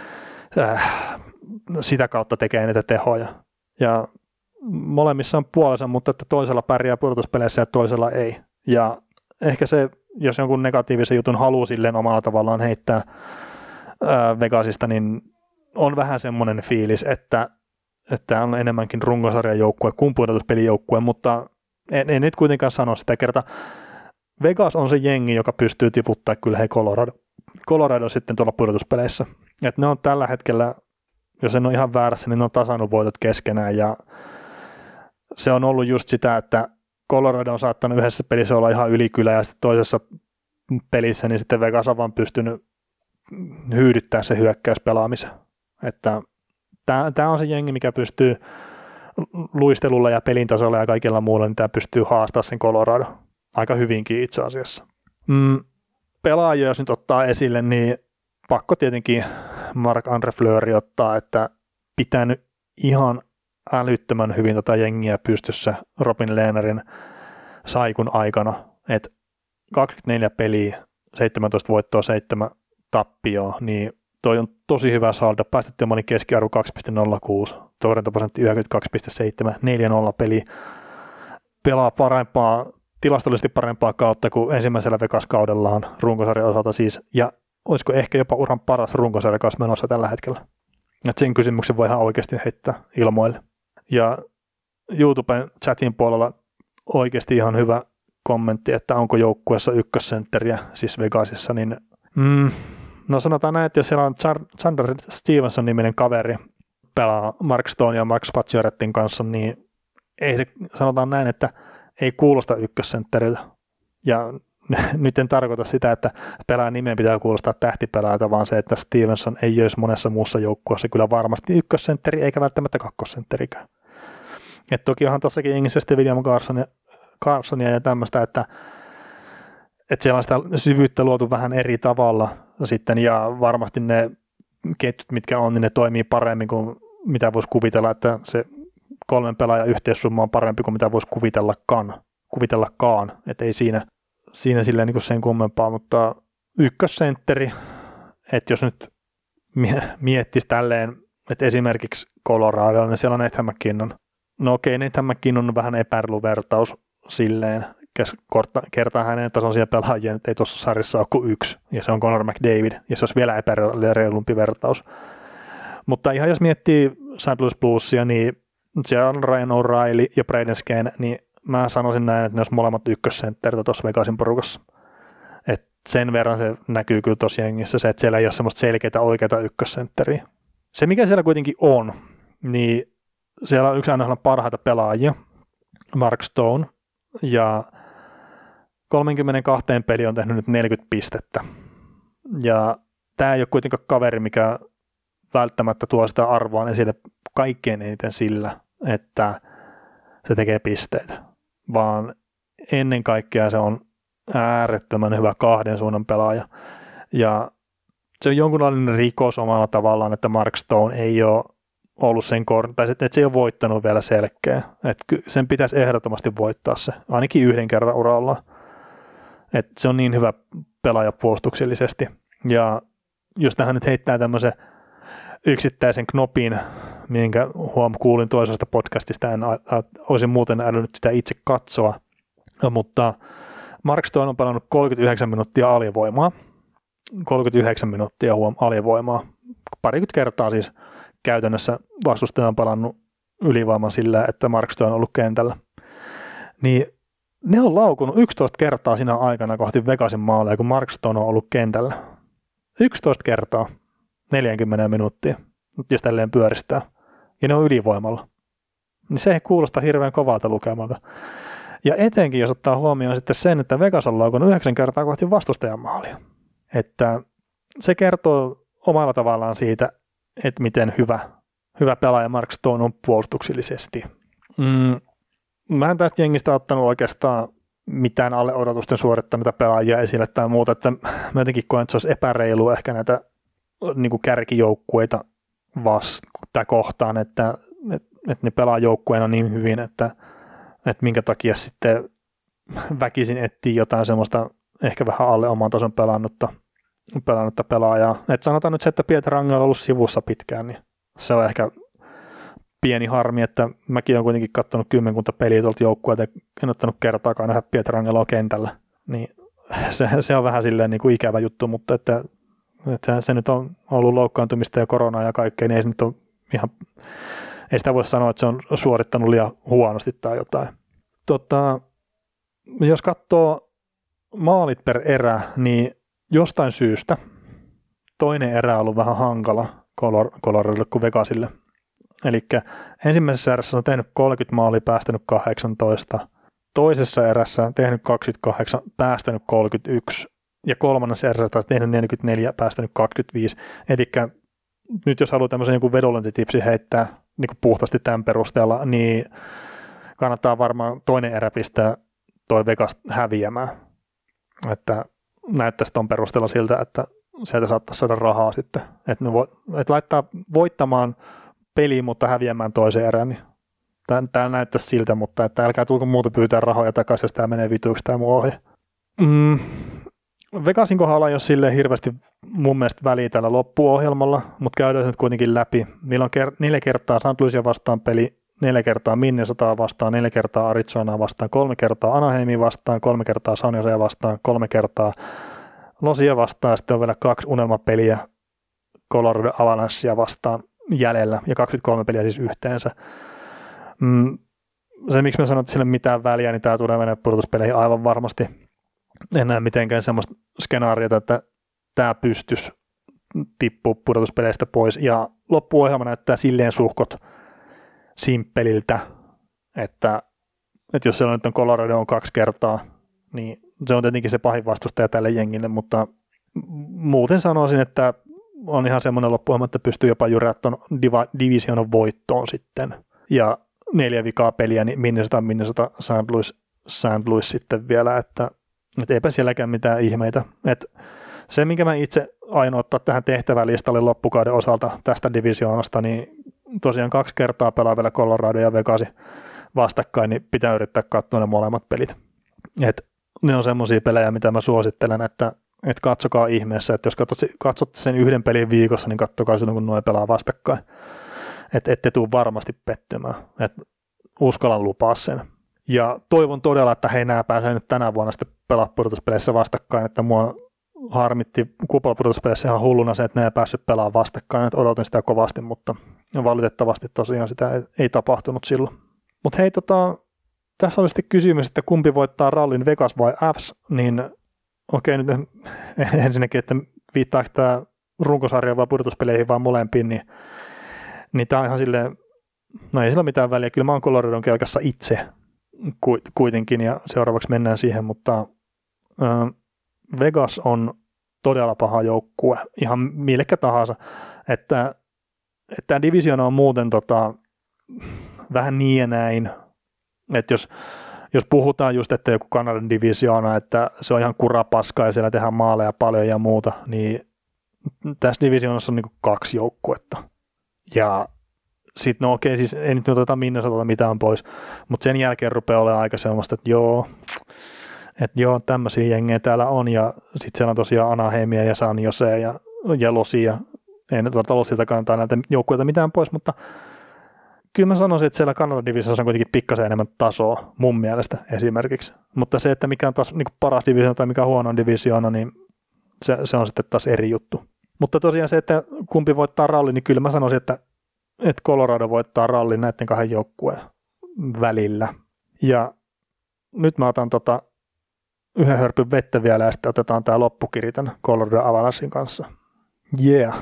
[SPEAKER 4] sitä kautta tekee niitä tehoja. Ja molemmissa on puolensa, mutta että toisella pärjää pudotuspeleissä ja toisella ei. Ja ehkä se, jos jonkun negatiivisen jutun haluaa silleen omalla tavallaan heittää Vegasista, niin on vähän semmoinen fiilis, että on enemmänkin runkosarjan joukkue kuin pudotuspelijoukkue, mutta en nyt kuitenkaan sano sitä kertaa. Vegas on se jengi, joka pystyy tiputtaa kyllä Colorado sitten tuolla pudotuspeleissä. Et ne on tällä hetkellä, jos en ole ihan väärässä, niin ne on tasannut voitot keskenään ja se on ollut just sitä, että Colorado on saattanut yhdessä pelissä olla ihan ylikylä ja sitten toisessa pelissä niin sitten Vegas on vaan pystynyt hyydyttämään se hyökkäyspelaamisen. Että tämä on se jengi, mikä pystyy luistelulla ja pelin tasolla ja kaikilla muulla, niin tämä pystyy haastamaan sen Colorado aika hyvinkin itse asiassa. Pelaajia, jos nyt ottaa esille, niin pakko tietenkin Marc-Andre Fleury ottaa, että pitänyt ihan älyttömän hyvin jengiä pystyssä Robin Lehnerin saikun aikana, että 24 peliä, 17 voittoa, 7 tappioa, niin toi on tosi hyvä saldo. Päästettyä keskiarvo 2,06, torjuntaprosentti 92,7, 4-0 peli. Pelaa parempaa, tilastollisesti parempaa kautta kuin ensimmäisellä Vegas-kaudellaan runkosarjan osalta siis, ja olisiko ehkä jopa uran paras runkosarjakas menossa tällä hetkellä. Et sen kysymyksen voi ihan oikeasti heittää ilmoille. Ja YouTuben chatin puolella oikeasti ihan hyvä kommentti, että onko joukkueessa ykkössentteriä, siis Vegasissa, niin no sanotaan näin, että jos siellä on Chandler Stevenson-niminen kaveri pelaa Mark Stone ja Max Paciorettin kanssa, niin ei se, sanotaan näin, että ei kuulosta ykkössentteriltä. Ja nyt en tarkoita sitä, että pelaajan nimeen pitää kuulostaa tähtipelaajalta, vaan se, että Stevenson ei olisi monessa muussa joukkueessa kyllä varmasti ykkössentteri, eikä välttämättä kakkosentterikään. Et toki onhan tossakin jengissä sitten William Carsonia ja tämmöistä, että siellä on sitä syvyyttä luotu vähän eri tavalla sitten, ja varmasti ne ketjut, mitkä on, niin ne toimii paremmin kuin mitä voisi kuvitella, että se 3 pelaajan yhteissumma on parempi kuin mitä voisi kuvitellakaan, että ei siinä silleen niin kuin sen kummempaa, mutta ykkössentteri, että jos nyt miettisi tälleen, että esimerkiksi Colorado, niin siellä on Nathan McKinnon. No okei, Nathan McKinnon on vähän epäilyvertaus silleen, kertaa hänen tasonsia pelaajia, että ei tuossa sarjassa ole kuin 1, ja se on Connor McDavid, ja se olisi vielä epäreilumpi vertaus. Mutta ihan jos miettii St. Louis Bluesia, niin siellä on Ryan O'Reilly ja Braden Skene, niin mä sanoisin näin, että ne olisi molemmat ykkössenttereitä tuossa Vegasin porukassa. Et sen verran se näkyy kyllä tuossa jengissä, se, että siellä ei ole semmoista selkeää oikeaa ykkössentteriä. Se, mikä siellä kuitenkin on, niin siellä on yksi aina parhaita pelaajia, Mark Stone, ja 32 peli on tehnyt nyt 40 pistettä. Ja tämä ei ole kuitenkaan kaveri, mikä välttämättä tuo sitä arvoa esille kaikkein eniten sillä, että se tekee pisteitä, vaan ennen kaikkea se on äärettömän hyvä 2 suunnan pelaaja. Ja se on jonkunlainen rikos omalla tavallaan, että Mark Stone ei ole ollut sen tai että se ei ole voittanut vielä selkeä. Että sen pitäisi ehdottomasti voittaa se, ainakin 1 kerran uralla. Että se on niin hyvä pelaaja puolustuksellisesti. Ja jos tähän nyt heittää tämmöisen yksittäisen knopin, minkä kuulin toisesta podcastista, olisin muuten älynyt sitä itse katsoa, mutta Mark Stone on pelannut 39 minuuttia alivoimaa. 39 minuuttia alivoimaa. Parikymmentä kertaa siis käytännössä vastustaja on pelannut ylivoiman sillä, että Mark Stone on ollut kentällä. Niin ne on laukunut 11 kertaa siinä aikana kohti Vegasin maaleja, kun Mark Stone on ollut kentällä. 11 kertaa 40 minuuttia, jos tälleen pyöristää. Ja ne on ylivoimalla. Niin se ei kuulosta hirveän kovalta lukemalta. Ja etenkin, jos ottaa huomioon sitten sen, että Vegas on laukunut 9 kertaa kohti vastustajan maalia. Että se kertoo omalla tavallaan siitä, että miten hyvä pelaaja Mark Stone on puolustuksellisesti. Mä en tästä jengistä ottanut oikeastaan mitään alle odotusten suorittaneita pelaajia esille tai muuta, että mä jotenkin koen, että se olisi epäreilu ehkä näitä niin kuin kärkijoukkueita kohtaan, että ne pelaa joukkueena niin hyvin, että minkä takia sitten väkisin etsii jotain semmoista ehkä vähän alle oman tason pelannutta pelaajaa. Et sanotaan nyt se, että Pietrangelo on ollut sivussa pitkään, niin se on ehkä pieni harmi, että mäkin olen kuitenkin katsonut 10 peliä tuolta joukkueelta, en ottanut kertaakaan nähdä Pietrangeloa kentällä, niin se on vähän silleen niin kuin ikävä juttu, mutta että se nyt on ollut loukkaantumista ja koronaa ja kaikkea, niin ei se nyt ole ihan, ei sitä voi sanoa, että se on suorittanut liian huonosti tai jotain. Jos katsoo maalit per erä, niin jostain syystä toinen erä on ollut vähän hankala Coloradolle kuin Vegasille. Eli ensimmäisessä erässä on tehnyt 30 maalia, päästänyt 18. Toisessa erässä tehnyt 28, päästänyt 31. Ja kolmannessa erässä taas tehnyt 44, päästänyt 25. Eli nyt jos haluaa tämmöisen joku vedonlyöntitipsi heittää niin kuin puhtaasti tämän perusteella, niin kannattaa varmaan toinen erä pistää toi Vegas häviämään. Että näyttäisi ton perusteella siltä, että sieltä saattaisi saada rahaa sitten. Että laittaa voittamaan peliin, mutta häviämään toisen erään, niin tämä näyttäisi siltä, mutta että älkää tulko muuta pyytää rahoja takaisin, jos tämä menee vituiksi tämä mun ohje. Vegasin kohdalla ei ole silleen hirveästi mun mielestä väliä tällä loppuohjelmalla, mutta käydään nyt kuitenkin läpi. Niillä on 4 kertaa St. Louisia vastaan peli, 4 kertaa Minnesotaa vastaan, 4 kertaa Arizonaa vastaan, 3 kertaa Anaheimia vastaan, 3 kertaa San Josea vastaan, 3 kertaa Losia vastaan, sitten on vielä 2 unelmapeliä Colorado Avalancea vastaan jäljellä ja 23 peliä siis yhteensä. Se, miksi mä sanon, että sillä ei mitään väliä, niin tämä tulee mennä pudotuspeleihin aivan varmasti. En näe mitenkään semmoista skenaariota, että tämä pystyisi tippua pudotuspeleistä pois. Ja loppuohjelma näyttää silleen suhkot simppeliltä, että jos siellä nyt on Colorado on 2 kertaa, niin se on tietenkin se pahin vastustaja tälle jengille, mutta muuten sanoisin, että on ihan semmoinen loppuohjelma, että pystyy jopa jyrää tuon divisionan voittoon sitten. Ja 4 vikaa peliä, niin Minnesota, St. Louis sitten vielä, että eipä sielläkään mitään ihmeitä. Et se, minkä mä itse aion ottaa tähän tehtävälistalle loppukauden osalta tästä divisioonasta, niin tosiaan 2 kertaa pelaa vielä Colorado ja Vegasi vastakkain, niin pitää yrittää katsoa ne molemmat pelit. Et ne on semmoisia pelejä, mitä mä suosittelen, että katsokaa ihmeessä, että jos katsotte sen 1 pelin viikossa, niin katsokaa silloin, kun nuo pelaa vastakkain. Että ette tule varmasti pettymään. Että uskallan lupaa sen. Ja toivon todella, että he enää pääsee nyt tänä vuonna sitten pelaa pudotuspeleissä vastakkain, että mua harmitti kupolapudotuspeleissä ihan hulluna se, että ne ei päässyt pelaamaan vastakkain, että odotin sitä kovasti, mutta valitettavasti tosiaan sitä ei tapahtunut silloin. Mutta hei, tässä oli sitten kysymys, että kumpi voittaa rallin, Vegas vai Avs, niin okei, nyt ensinnäkin, että viittaako tämä runkosarja vai pudotuspeleihin vai molempiin, niin tämä on ihan silleen, no ei sillä mitään väliä, kyllä mä oon Coloradon kelkassa itse kuitenkin, ja seuraavaksi mennään siihen, mutta Vegas on todella paha joukkue, ihan millekä tahansa, että tämä divisioona on muuten vähän niin ja näin, että jos puhutaan just, että joku Kanadan divisioona, että se on ihan kurapaska ja siellä tehdään maaleja paljon ja muuta, niin tässä divisioonassa on niin kuin 2 joukkuetta. Ja sitten no okei, siis ei nyt oteta Minnesotalta mitään pois, mutta sen jälkeen rupeaa olemaan aika semmoista, että joo, että joo, tämmöisiä jengejä täällä on, ja sitten siellä on tosiaan Anaheimia ja San Jose ja Losia. Ei nyt Losilta kantaa näitä joukkueita mitään pois, mutta kyllä mä sanoisin, että siellä Kanadan divisioonassa on kuitenkin pikkasen enemmän tasoa mun mielestä esimerkiksi. Mutta se, että mikä on taas niin paras divisioona tai mikä on huono divisioona, niin se on sitten taas eri juttu. Mutta tosiaan se, että kumpi voittaa rallin, niin kyllä mä sanoisin, että Colorado voittaa rallin näiden kahden joukkueen välillä. Ja nyt mä otan yhden hörpyn vettä vielä ja sitten otetaan tää loppukiri tämän Colorado Avalanchen kanssa. Yeah.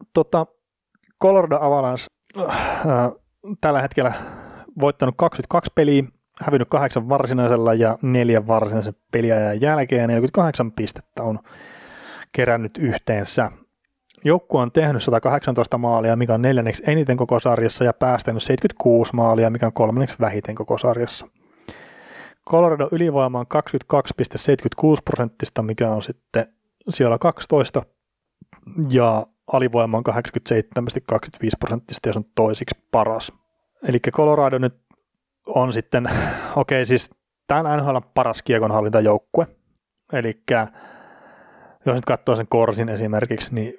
[SPEAKER 4] Colorado Avalanche tällä hetkellä voittanut 22 peliä, hävinnyt 8 varsinaisella ja 4 varsinaisen peliajan jälkeen, ja 48 pistettä on kerännyt yhteensä. Joukkue on tehnyt 118 maalia, mikä on 4. eniten koko sarjassa, ja päästänyt 76 maalia, mikä on 3. vähiten koko sarjassa. Colorado ylivoima on 22,76%, mikä on sitten siellä 12, ja alivoima on 87,25%, ja se on toisiksi paras. Eli Colorado nyt on sitten, siis tämä on NHL paras kiekonhallintajoukkue, eli jos nyt katsoo sen Corsin esimerkiksi, niin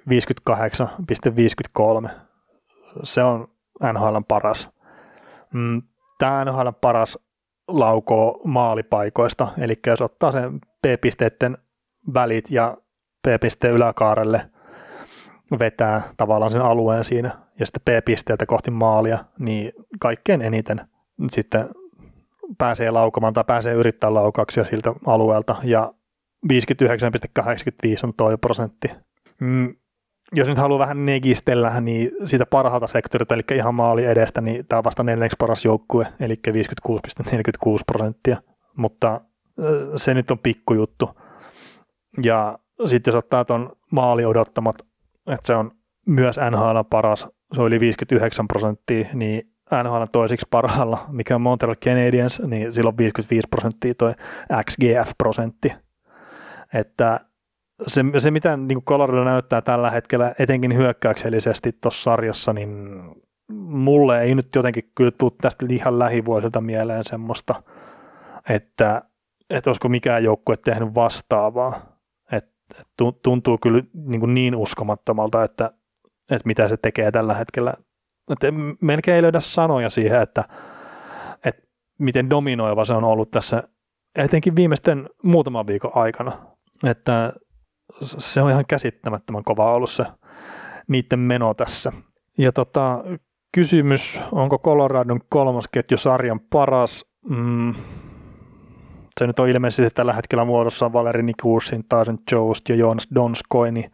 [SPEAKER 4] 58,53, se on NHL:n paras. Tämä NHL:n paras laukoo maalipaikoista, eli jos ottaa sen P-pisteiden välit ja P-pisteen yläkaarelle vetää tavallaan sen alueen siinä, ja sitten P-pisteeltä kohti maalia, niin kaikkein eniten sitten pääsee laukamaan tai pääsee yrittämään laukauksia siltä alueelta, ja 59,85 on toi prosentti. Jos nyt haluaa vähän negistellä, niin siitä parhaalta sektorilta, eli ihan maali edestä, niin tämä on vasta 4. paras joukkue, eli 56,46%, mutta se nyt on pikkujuttu. Ja sitten jos ottaa tuon maali odottamat, että se on myös NHL paras, se on yli 59%, niin NHL toisiksi parhaalla, mikä on Montreal Canadiens, niin silloin 55% toi XGF-prosentti. Että se mitä niin Colorado näyttää tällä hetkellä, etenkin hyökkäyksellisesti tuossa sarjassa, niin mulle ei nyt jotenkin kyllä tule tästä ihan lähivuosilta mieleen semmoista, että olisiko mikään joukkue tehnyt vastaavaa. Tuntuu kyllä niin uskomattomalta, että mitä se tekee tällä hetkellä. Että melkein ei löydä sanoja siihen, että miten dominoiva se on ollut tässä, etenkin viimeisten muutaman viikon aikana. Että se on ihan käsittämättömän kova ollut se niiden meno tässä. Ja kysymys, onko Coloradon kolmosketju sarjan paras? Se nyt on ilmeisesti tällä hetkellä muodossa Valeri Nichushkin, Tyson Jost ja Jonas Donskoi, niin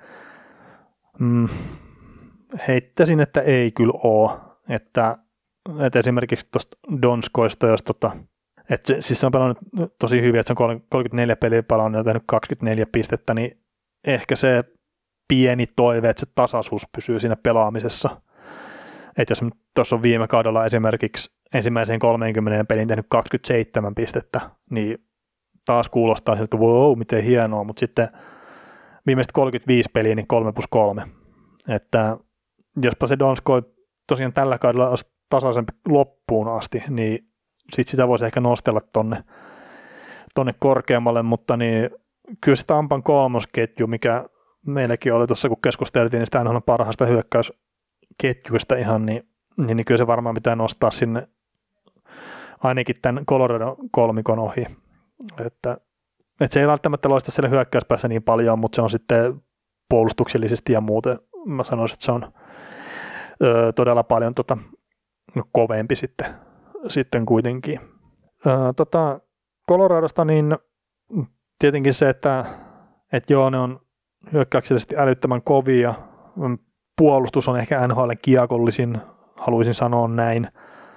[SPEAKER 4] heittäisin, että ei kyllä ole. Että esimerkiksi tuosta Donskoista, jos siis se on pelannut tosi hyvin, että se on 34 peliä pelannut ja tehnyt 24 pistettä, niin ehkä se pieni toive, että se tasaisuus pysyy siinä pelaamisessa. Että jos tuossa on viime kaudella esimerkiksi ensimmäiseen 30 peliin tehnyt 27 pistettä, niin taas kuulostaa siltä, että wow, miten hienoa, mutta sitten viimeiset 35 peliä, niin 3+3. Että jospa se Donskoi tosiaan tällä kaudella olisi tasaisempi loppuun asti, niin sitten sitä voisi ehkä nostella tonne korkeammalle, mutta niin kyllä se Tampan kolmosketju, mikä meilläkin oli tuossa, kun keskusteltiin, niin sitä on parhaasta hyökkäysketjuista ihan, niin kyllä se varmaan pitää nostaa sinne ainakin tämän Colorado kolmikon ohi. Että se ei välttämättä loista siellä hyökkäyspäässä niin paljon, mutta se on sitten puolustuksellisesti ja muuten, mä sanoisin, että se on todella paljon kovempi sitten kuitenkin. Coloradosta niin tietenkin se, että joo, ne on hyökkäyksellisesti älyttömän kovia. Puolustus on ehkä NHL:n kiekollisin, haluaisin sanoa näin.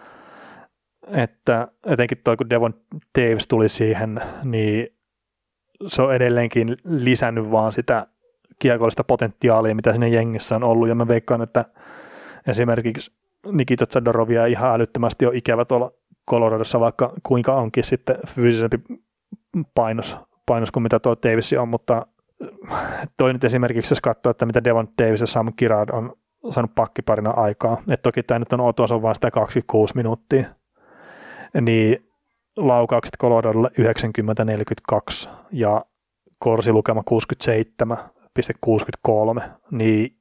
[SPEAKER 4] Että etenkin kun Devon Toews tuli siihen, niin se on edelleenkin lisännyt vaan sitä kiekollista potentiaalia, mitä siinä jengissä on ollut. Ja mä veikkaan, että esimerkiksi Nikita Zadorovia ihan älyttömästi on ikävä tuolla Coloradossa, vaikka kuinka onkin sitten fyysisempi painos kuin mitä tuo Toews on, mutta toi nyt esimerkiksi, jos katsoo, että mitä Devon Toews ja Sam Girard on saanut pakkiparina aikaa, että toki tämä nyt on Otuas on vain sitä 26 minuuttia, niin laukaukset Coloradolle 90-42 ja korsilukema 67,63, niin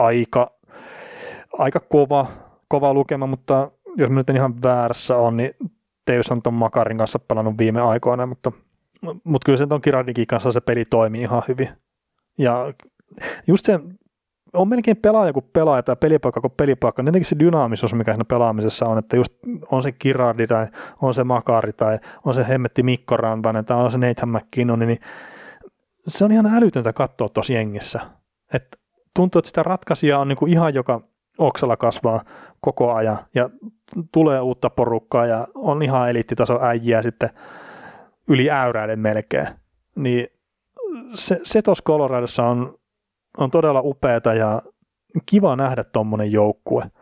[SPEAKER 4] aika kova lukema, mutta jos mä nyt en ihan väärässä on, niin Teus on ton Makarin kanssa pelannut viime aikoina, mutta kyllä se ton Girardikin kanssa se peli toimii ihan hyvin. Ja just se on melkein pelaaja kuin pelaaja tai pelipaikka kuin pelipaikka. Jotenkin se dynaamisuus, mikä siinä pelaamisessa on, että just on se Girardi tai on se Makari tai on se hemmetti Mikko Rantanen tai on se Nathan McKinnon, niin se on ihan älytöntä katsoa tuossa jengissä. Et tuntuu, että sitä ratkaisijaa on niinku ihan joka oksalla kasvaa koko ajan ja tulee uutta porukkaa ja on ihan eliittitaso äijiä sitten yli äyräiden melkein. Niin se tuossa Coloradossa on todella upeata ja kiva nähdä tommonen joukkue.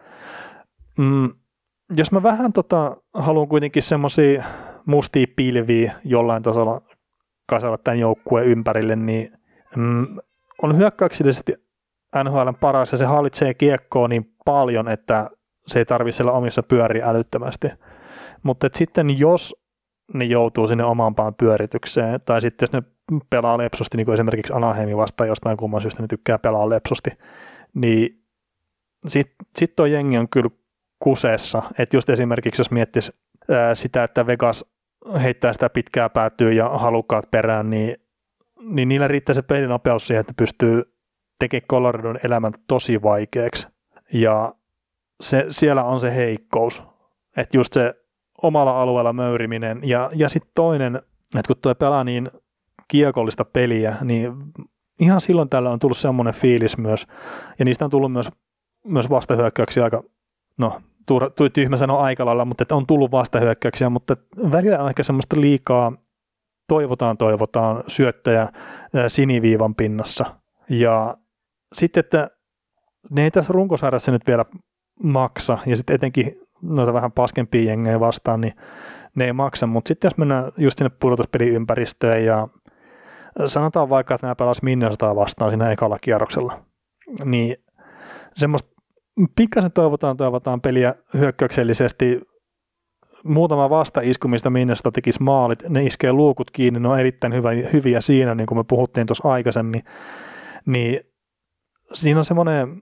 [SPEAKER 4] Jos mä vähän haluan kuitenkin semmosia mustia pilviä jollain tasolla kasalla tämän joukkueen ympärille, niin on hyökkäyksellisesti NHL:n paras ja se hallitsee kiekkoa niin paljon, että se ei tarvitse siellä omissa pyöriä älyttömästi. Mutta sitten jos ne joutuu sinne omampaan pyöritykseen, tai sitten jos ne pelaa lepsusti, niin kuin esimerkiksi Anaheimin vastaan jostain kumman syystä ne tykkää pelaa lepsusti, niin sitten tuo jengi on kyllä kuseessa. Että just esimerkiksi jos miettisi sitä, että Vegas heittää sitä pitkää päätyä ja halukkaat perään, niin niillä riittää se pelinopeus siihen, että ne pystyy tekemään Coloradon elämän tosi vaikeaksi. Ja siellä on se heikkous, että just se omalla alueella möyriminen ja sitten toinen, että kun tuo pelaa niin kiekollista peliä, niin ihan silloin tällä on tullut semmoinen fiilis myös, ja niistä on tullut myös vastahyökkäyksiä aika, tyhmä sanoa aika lailla, mutta että on tullut vastahyökkäyksiä, mutta välillä on ehkä semmoista liikaa toivotaan syöttäjä siniviivan pinnassa. Ja sitten, että ne ei tässä runkosarjassa nyt vielä maksa, ja sitten etenkin noita vähän paskempia jengejä vastaan, niin ne ei maksa, mutta sitten jos mennään just sinne pudotuspeliympäristöön, ja sanotaan vaikka, että nämä pelasivat Minnesotaa vastaan siinä ekalla kierroksella, niin semmoista pikkasen toivotaan peliä hyökkäyksellisesti, muutama vastaisku, mistä Minnesota tekisi maalit, ne iskee luukut kiinni, ne on erittäin hyviä siinä, niin kuin me puhuttiin tuossa aikaisemmin, niin siinä on semmoinen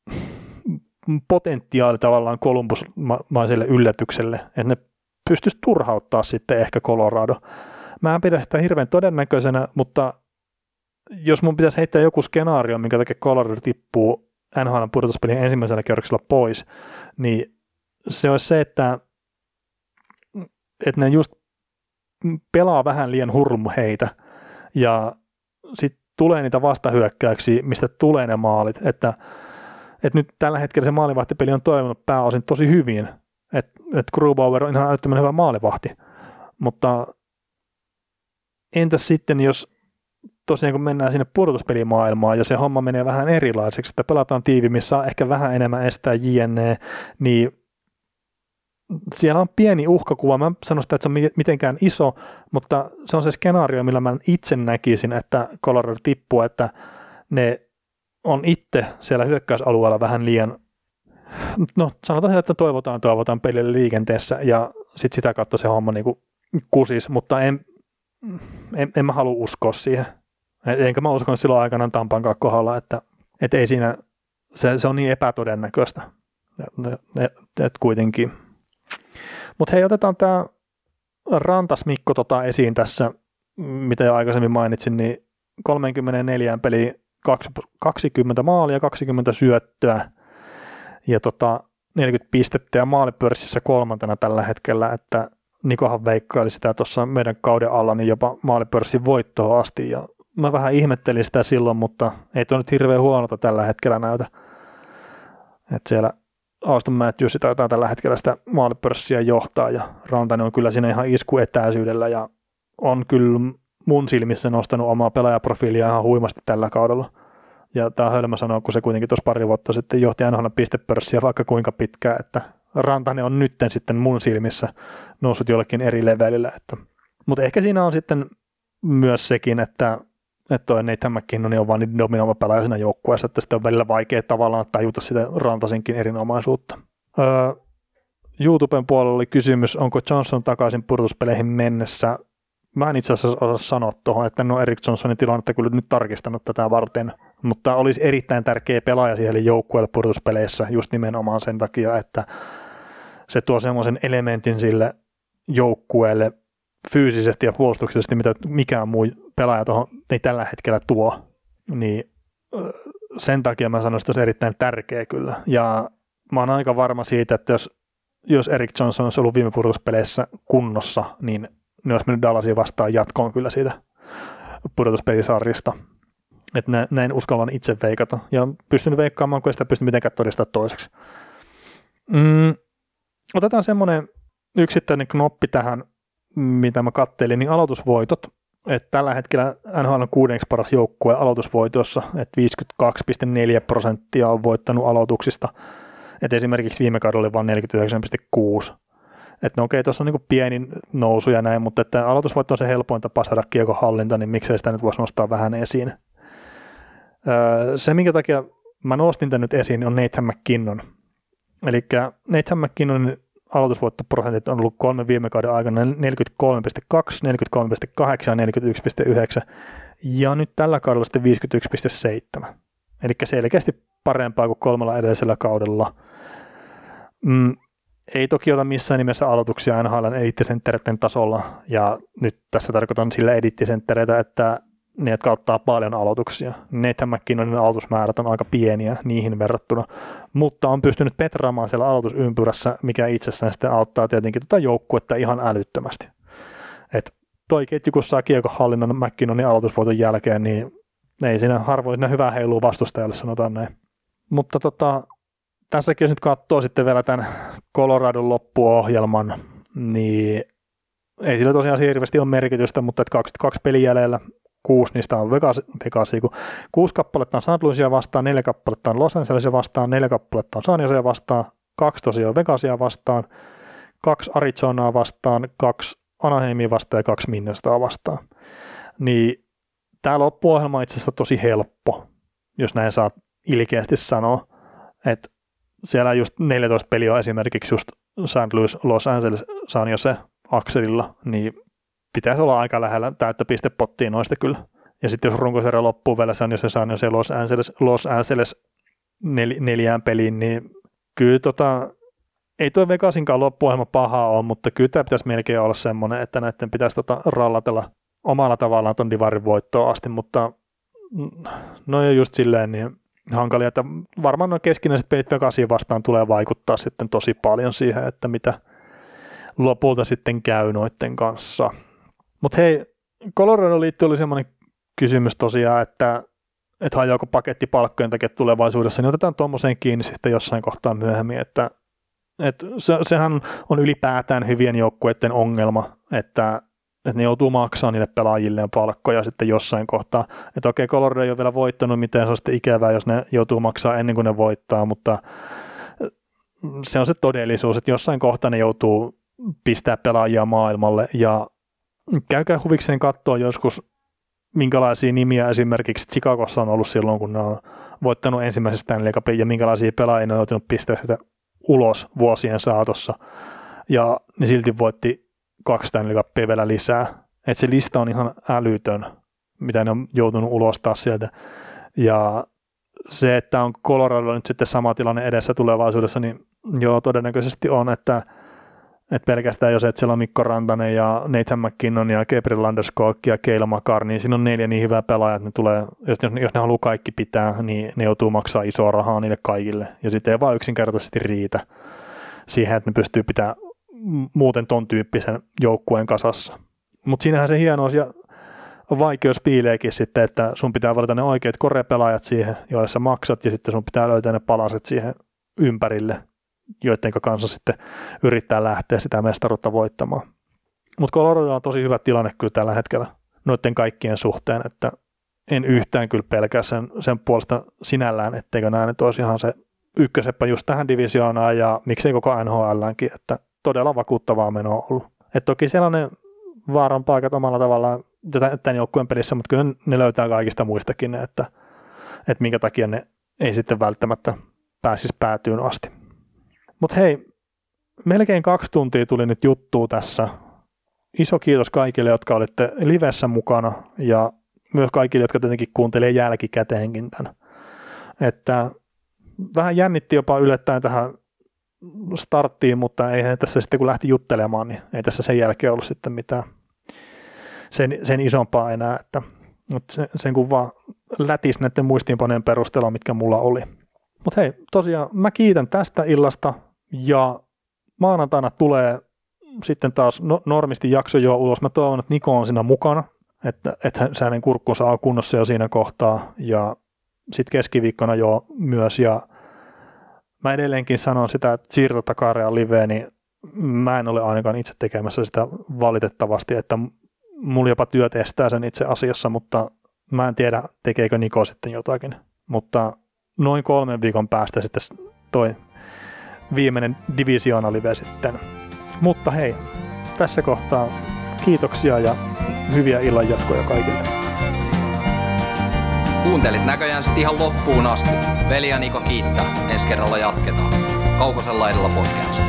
[SPEAKER 4] potentiaali tavallaan Columbus-maiselle yllätykselle, että ne pystyisi turhauttaa sitten ehkä Colorado. Mä en pidä sitä hirveän todennäköisenä, mutta jos mun pitäisi heittää joku skenaario, minkä takia Colorado tippuu NHL:n pudotuspelien ensimmäisellä kierroksella pois, niin se olisi se, että ne just pelaa vähän liian hurmuheitä ja sitten tulee niitä vastahyökkäyksiä, mistä tulee ne maalit, että nyt tällä hetkellä se maalivahtipeli on toiminut pääosin tosi hyvin, että Grubauer on ihan älyttömän hyvä maalivahti, mutta entäs sitten, jos tosiaan kun mennään sinne pudotuspelimaailmaan ja se homma menee vähän erilaiseksi, että pelataan tiivimmin, saa ehkä vähän enemmän estää JNE, niin siellä on pieni uhkakuva. Mä en sano sitä, että se on mitenkään iso, mutta se on se skenaario, millä mä itse näkisin, että Colorado tippuu, että ne on itse siellä hyökkäysalueella vähän liian, sanotaan, että toivotaan pelille liikenteessä ja sitten sitä kautta se homma niin kuin kusis, mutta en mä halua uskoa siihen. Enkä mä uskonut silloin aikanaan Tampankaan kohdalla, että ei siinä, se on niin epätodennäköistä. Et kuitenkin. Mutta hei, otetaan tämä Rantas Mikko esiin tässä, mitä jo aikaisemmin mainitsin, niin 34 peliä 20 maalia, 20 syöttöä ja 40 pistettä ja maalipörssissä kolmantena tällä hetkellä, että Nikohan veikkaili sitä tuossa meidän kauden alla, niin jopa maalipörssin voittoon asti ja mä vähän ihmettelin sitä silloin, mutta ei tuo nyt hirveän huonota tällä hetkellä näytä. Että siellä Auston Matthews taitaa tällä hetkellä sitä maalipörssiä johtaa ja Rantanen on kyllä siinä ihan iskuetäisyydellä ja on kyllä mun silmissä nostanut omaa pelaajaprofiilia ihan huimasti tällä kaudella. Ja tämä on hölmö sanoa, kun se kuitenkin tuossa pari vuotta sitten johti NHL pistepörssiä vaikka kuinka pitkään, että Rantanen on nytten sitten mun silmissä noussut jollekin eri levelillä. Mutta ehkä siinä on sitten myös sekin, että toi Nathan McKinnon on vaan niin dominoiva pelaaja siinä joukkueessa, että sitten on välillä vaikea tavallaan tajuta sitä Rantasenkin erinomaisuutta. YouTuben puolella oli kysymys, onko Johnson takaisin pudotuspeleihin mennessä. Mä en itse asiassa osaa sanoa tuohon, että en ole Erik Johnsonin tilannetta kyllä nyt tarkistanut tätä varten, mutta olisi erittäin tärkeä pelaaja siihen joukkueelle pudotuspeleissä just nimenomaan sen takia, että se tuo semmoisen elementin sille joukkueelle fyysisesti ja puolustuksellisesti, mitä mikään muu pelaaja tuohon ei tällä hetkellä tuo, niin sen takia mä sanoisin, että se olisi erittäin tärkeä kyllä. Ja mä oon aika varma siitä, että jos Erik Johnson olisi ollut viime pudotuspeleissä kunnossa, niin ne olisi mennyt Dallasia vastaan jatkoon kyllä siitä pudotuspelisarjista. Että näin uskallan itse veikata. Ja pystynyt veikkaamaan, kun ei sitä pysty mitenkään todistamaan toiseksi. Otetaan semmoinen yksittäinen knoppi tähän, mitä mä kattelin, niin aloitusvoitot. Että tällä hetkellä NHL on 6. paras joukkue aloitusvoitossa, että 52,4% on voittanut aloituksista. Että esimerkiksi viime kaudella oli vain 49,6%. Että no okei, tuossa on niinku pieni nousu ja näin, mutta että aloitusvoitto on se helpoin tapa saada kiekon hallinta, niin miksei sitä nyt voisi nostaa vähän esiin. Se, minkä takia mä nostin tämän nyt esiin, on Nathan MacKinnon. Eli Nathan MacKinnonin aloitusvoittoprosentit on ollut 3 viime kauden aikana 43,2, 43,8 ja 41,9 ja nyt tällä kaudella sitten 51,7. Eli selkeästi parempaa kuin 3 edellisellä kaudella. Ei toki ota missään nimessä aloituksia NHL:n eliittisenttereiden tasolla, ja nyt tässä tarkoitan sillä eliittisenttereitä, että ne, jotka ottaa paljon aloituksia. Nathan MacKinnonin aloitusmäärät on aika pieniä niihin verrattuna, mutta on pystynyt petraamaan siellä aloitusympyrässä, mikä itsessään sitten auttaa tietenkin tuota joukkuetta ihan älyttömästi. Et toi ketju, kun saa kiekon hallinnan MacKinnonin aloitusvoiton jälkeen, niin ei siinä harvoin hyvää heiluu vastustajalle, sanotaan näin. Mutta tässäkin jos nyt katsoo sitten vielä tämän Coloradon loppuohjelman, niin ei sillä tosiaan hirveästi ole merkitystä, mutta 22 pelin jäljellä 6 niistä on Vegasia, kun 6 kappaletta on St. Louisia vastaan, 4 kappaletta on Los Angelesia vastaan, 4 kappaletta on San Joseja vastaan, 2 tosiaan Vegasia vastaan, 2 Arizonaa vastaan, 2 Anaheimia vastaan ja 2 Minnesotaa vastaan. Niin tämä loppuohjelma on itse asiassa tosi helppo, jos näin saa ilkeästi sanoa, että siellä just 14 peliä on esimerkiksi just St. Louis, Los Angeles, San Jose akselilla, niin pitäisi olla aika lähellä täyttä pistepottiin noista kyllä. Ja sitten jos runkosarja loppuu vielä San Jose, Los Angeles 4 peliin, niin kyllä ei tuo Vegasinkaan loppuohjelma pahaa ole, mutta kyllä tämä pitäisi melkein olla semmoinen, että näiden pitäisi rallatella omalla tavallaan ton divarin voittoon asti, mutta no just silleen niin hankalia, että varmaan nuo keskinäiset pelit Vegasia vastaan tulee vaikuttaa sitten tosi paljon siihen, että mitä lopulta sitten käy noiden kanssa. Mutta hei, Colorado liittyen oli semmoinen kysymys tosiaan, että hajoako paketti palkkojen takia tulevaisuudessa, niin otetaan tuommoiseen kiinni sitten jossain kohtaa myöhemmin, että sehän on ylipäätään hyvien joukkueiden ongelma, että ne joutuu maksamaan niille pelaajilleen palkkoja sitten jossain kohtaa. Että okei, Colorado ei ole vielä voittanut, miten se on sitten ikävää, jos ne joutuu maksamaan ennen kuin ne voittaa, mutta se on se todellisuus, että jossain kohtaa ne joutuu pistää pelaajia maailmalle, ja käykää huvikseen katsoa joskus, minkälaisia nimiä esimerkiksi Chicagossa on ollut silloin, kun ne on voittanut ensimmäisestä Stanley Cupin, ja minkälaisia pelaajia ne on joutunut pistää sitä ulos vuosien saatossa, ja ne silti voitti 2 Stanley Cupia vielä lisää. Että se lista on ihan älytön, mitä ne on joutunut ulostaa sieltä, ja se, että on Colorado nyt sitten sama tilanne edessä tulevaisuudessa, niin joo, todennäköisesti on, että pelkästään jos et siellä on Mikko Rantanen ja Nathan MacKinnon ja Gabriel Landeskog ja Cale Makar, niin siinä on 4 niin hyvää pelaajaa, että ne tulee, jos ne haluaa kaikki pitää, niin ne joutuu maksaa isoa rahaa niille kaikille. Ja sitten ei vaan yksinkertaisesti riitä siihen, että ne pystyy pitämään muuten ton tyyppisen joukkueen kasassa. Mutta siinähän se hienous ja vaikeus piileekin sitten, että sun pitää valita ne oikeat korepelaajat siihen, joille sä maksat, ja sitten sun pitää löytää ne palaset siihen ympärille, joiden kanssa sitten yrittää lähteä sitä mestaruutta voittamaan. Mutta Colorado on tosi hyvä tilanne kyllä tällä hetkellä noiden kaikkien suhteen, että en yhtään kyllä pelkää sen puolesta sinällään, etteikö nämä nyt olisi ihan se ykköseppä just tähän divisioonaan ja miksei koko NHL:nkin, että todella vakuuttavaa menoa on ollut. Et toki sellainen vaaran paikat omalla tavallaan tämän joukkueen pelissä, mutta kyllä ne löytää kaikista muistakin, että minkä takia ne ei sitten välttämättä pääsisi päätyyn asti. Mutta hei, melkein 2 tuntia tuli nyt juttua tässä. Iso kiitos kaikille, jotka olitte livessä mukana ja myös kaikille, jotka tietenkin kuuntelee jälkikäteenkin tämän. Että vähän jännitti jopa yllättäen tähän starttiin, mutta eihän tässä sitten kun lähti juttelemaan, niin ei tässä sen jälkeen ollut sitten mitään sen isompaa enää, että sen kun vaan lätis näiden muistiinpanojen perusteella, mitkä mulla oli. Mutta hei, tosiaan mä kiitän tästä illasta ja maanantaina tulee sitten taas normisti jakso jo ulos. Mä toivon, että Niko on siinä mukana, että hänen kurkkunsa on kunnossa jo siinä kohtaa ja sitten keskiviikkona jo myös ja mä edelleenkin sanon sitä, että Siirto Takarea live, niin mä en ole ainakaan itse tekemässä sitä valitettavasti, että mulla jopa työt estää sen itse asiassa, mutta mä en tiedä, tekeekö Niko sitten jotakin. Mutta noin 3 viikon päästä sitten toi viimeinen Divisioona live sitten. Mutta hei, tässä kohtaa kiitoksia ja hyviä illan jatkoja kaikille.
[SPEAKER 3] Kuuntelit näköjään sit ihan loppuun asti. Veli ja Niko kiittää. Ensi kerralla jatketaan. Kaukosen laidalla podcast.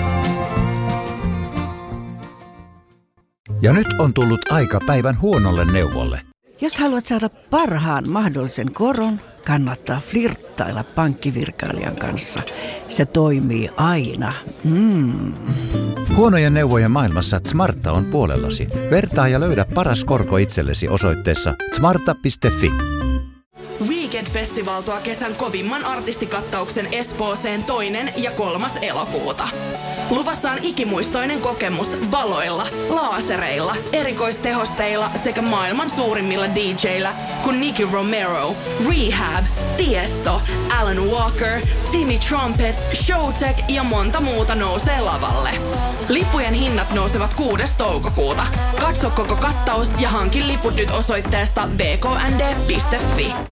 [SPEAKER 5] Ja nyt on tullut aika päivän huonolle neuvolle.
[SPEAKER 6] Jos haluat saada parhaan mahdollisen koron, kannattaa flirttailla pankkivirkailijan kanssa. Se toimii aina.
[SPEAKER 5] Huonojen neuvojen maailmassa Smarta on puolellasi. Vertaa ja löydä paras korko itsellesi osoitteessa smarta.fi.
[SPEAKER 7] Weekend Festival tuo kesän kovimman artistikattauksen Espooseen 2. ja 3. elokuuta. Luvassa on ikimuistoinen kokemus valoilla, laasereilla, erikoistehosteilla sekä maailman suurimmilla DJillä kuin Nicky Romero, Rehab, Tiesto, Alan Walker, Timmy Trumpet, Showtek ja monta muuta nousee lavalle. Lippujen hinnat nousevat 6. toukokuuta. Katso koko kattaus ja hankin liput nyt osoitteesta bknd.fi.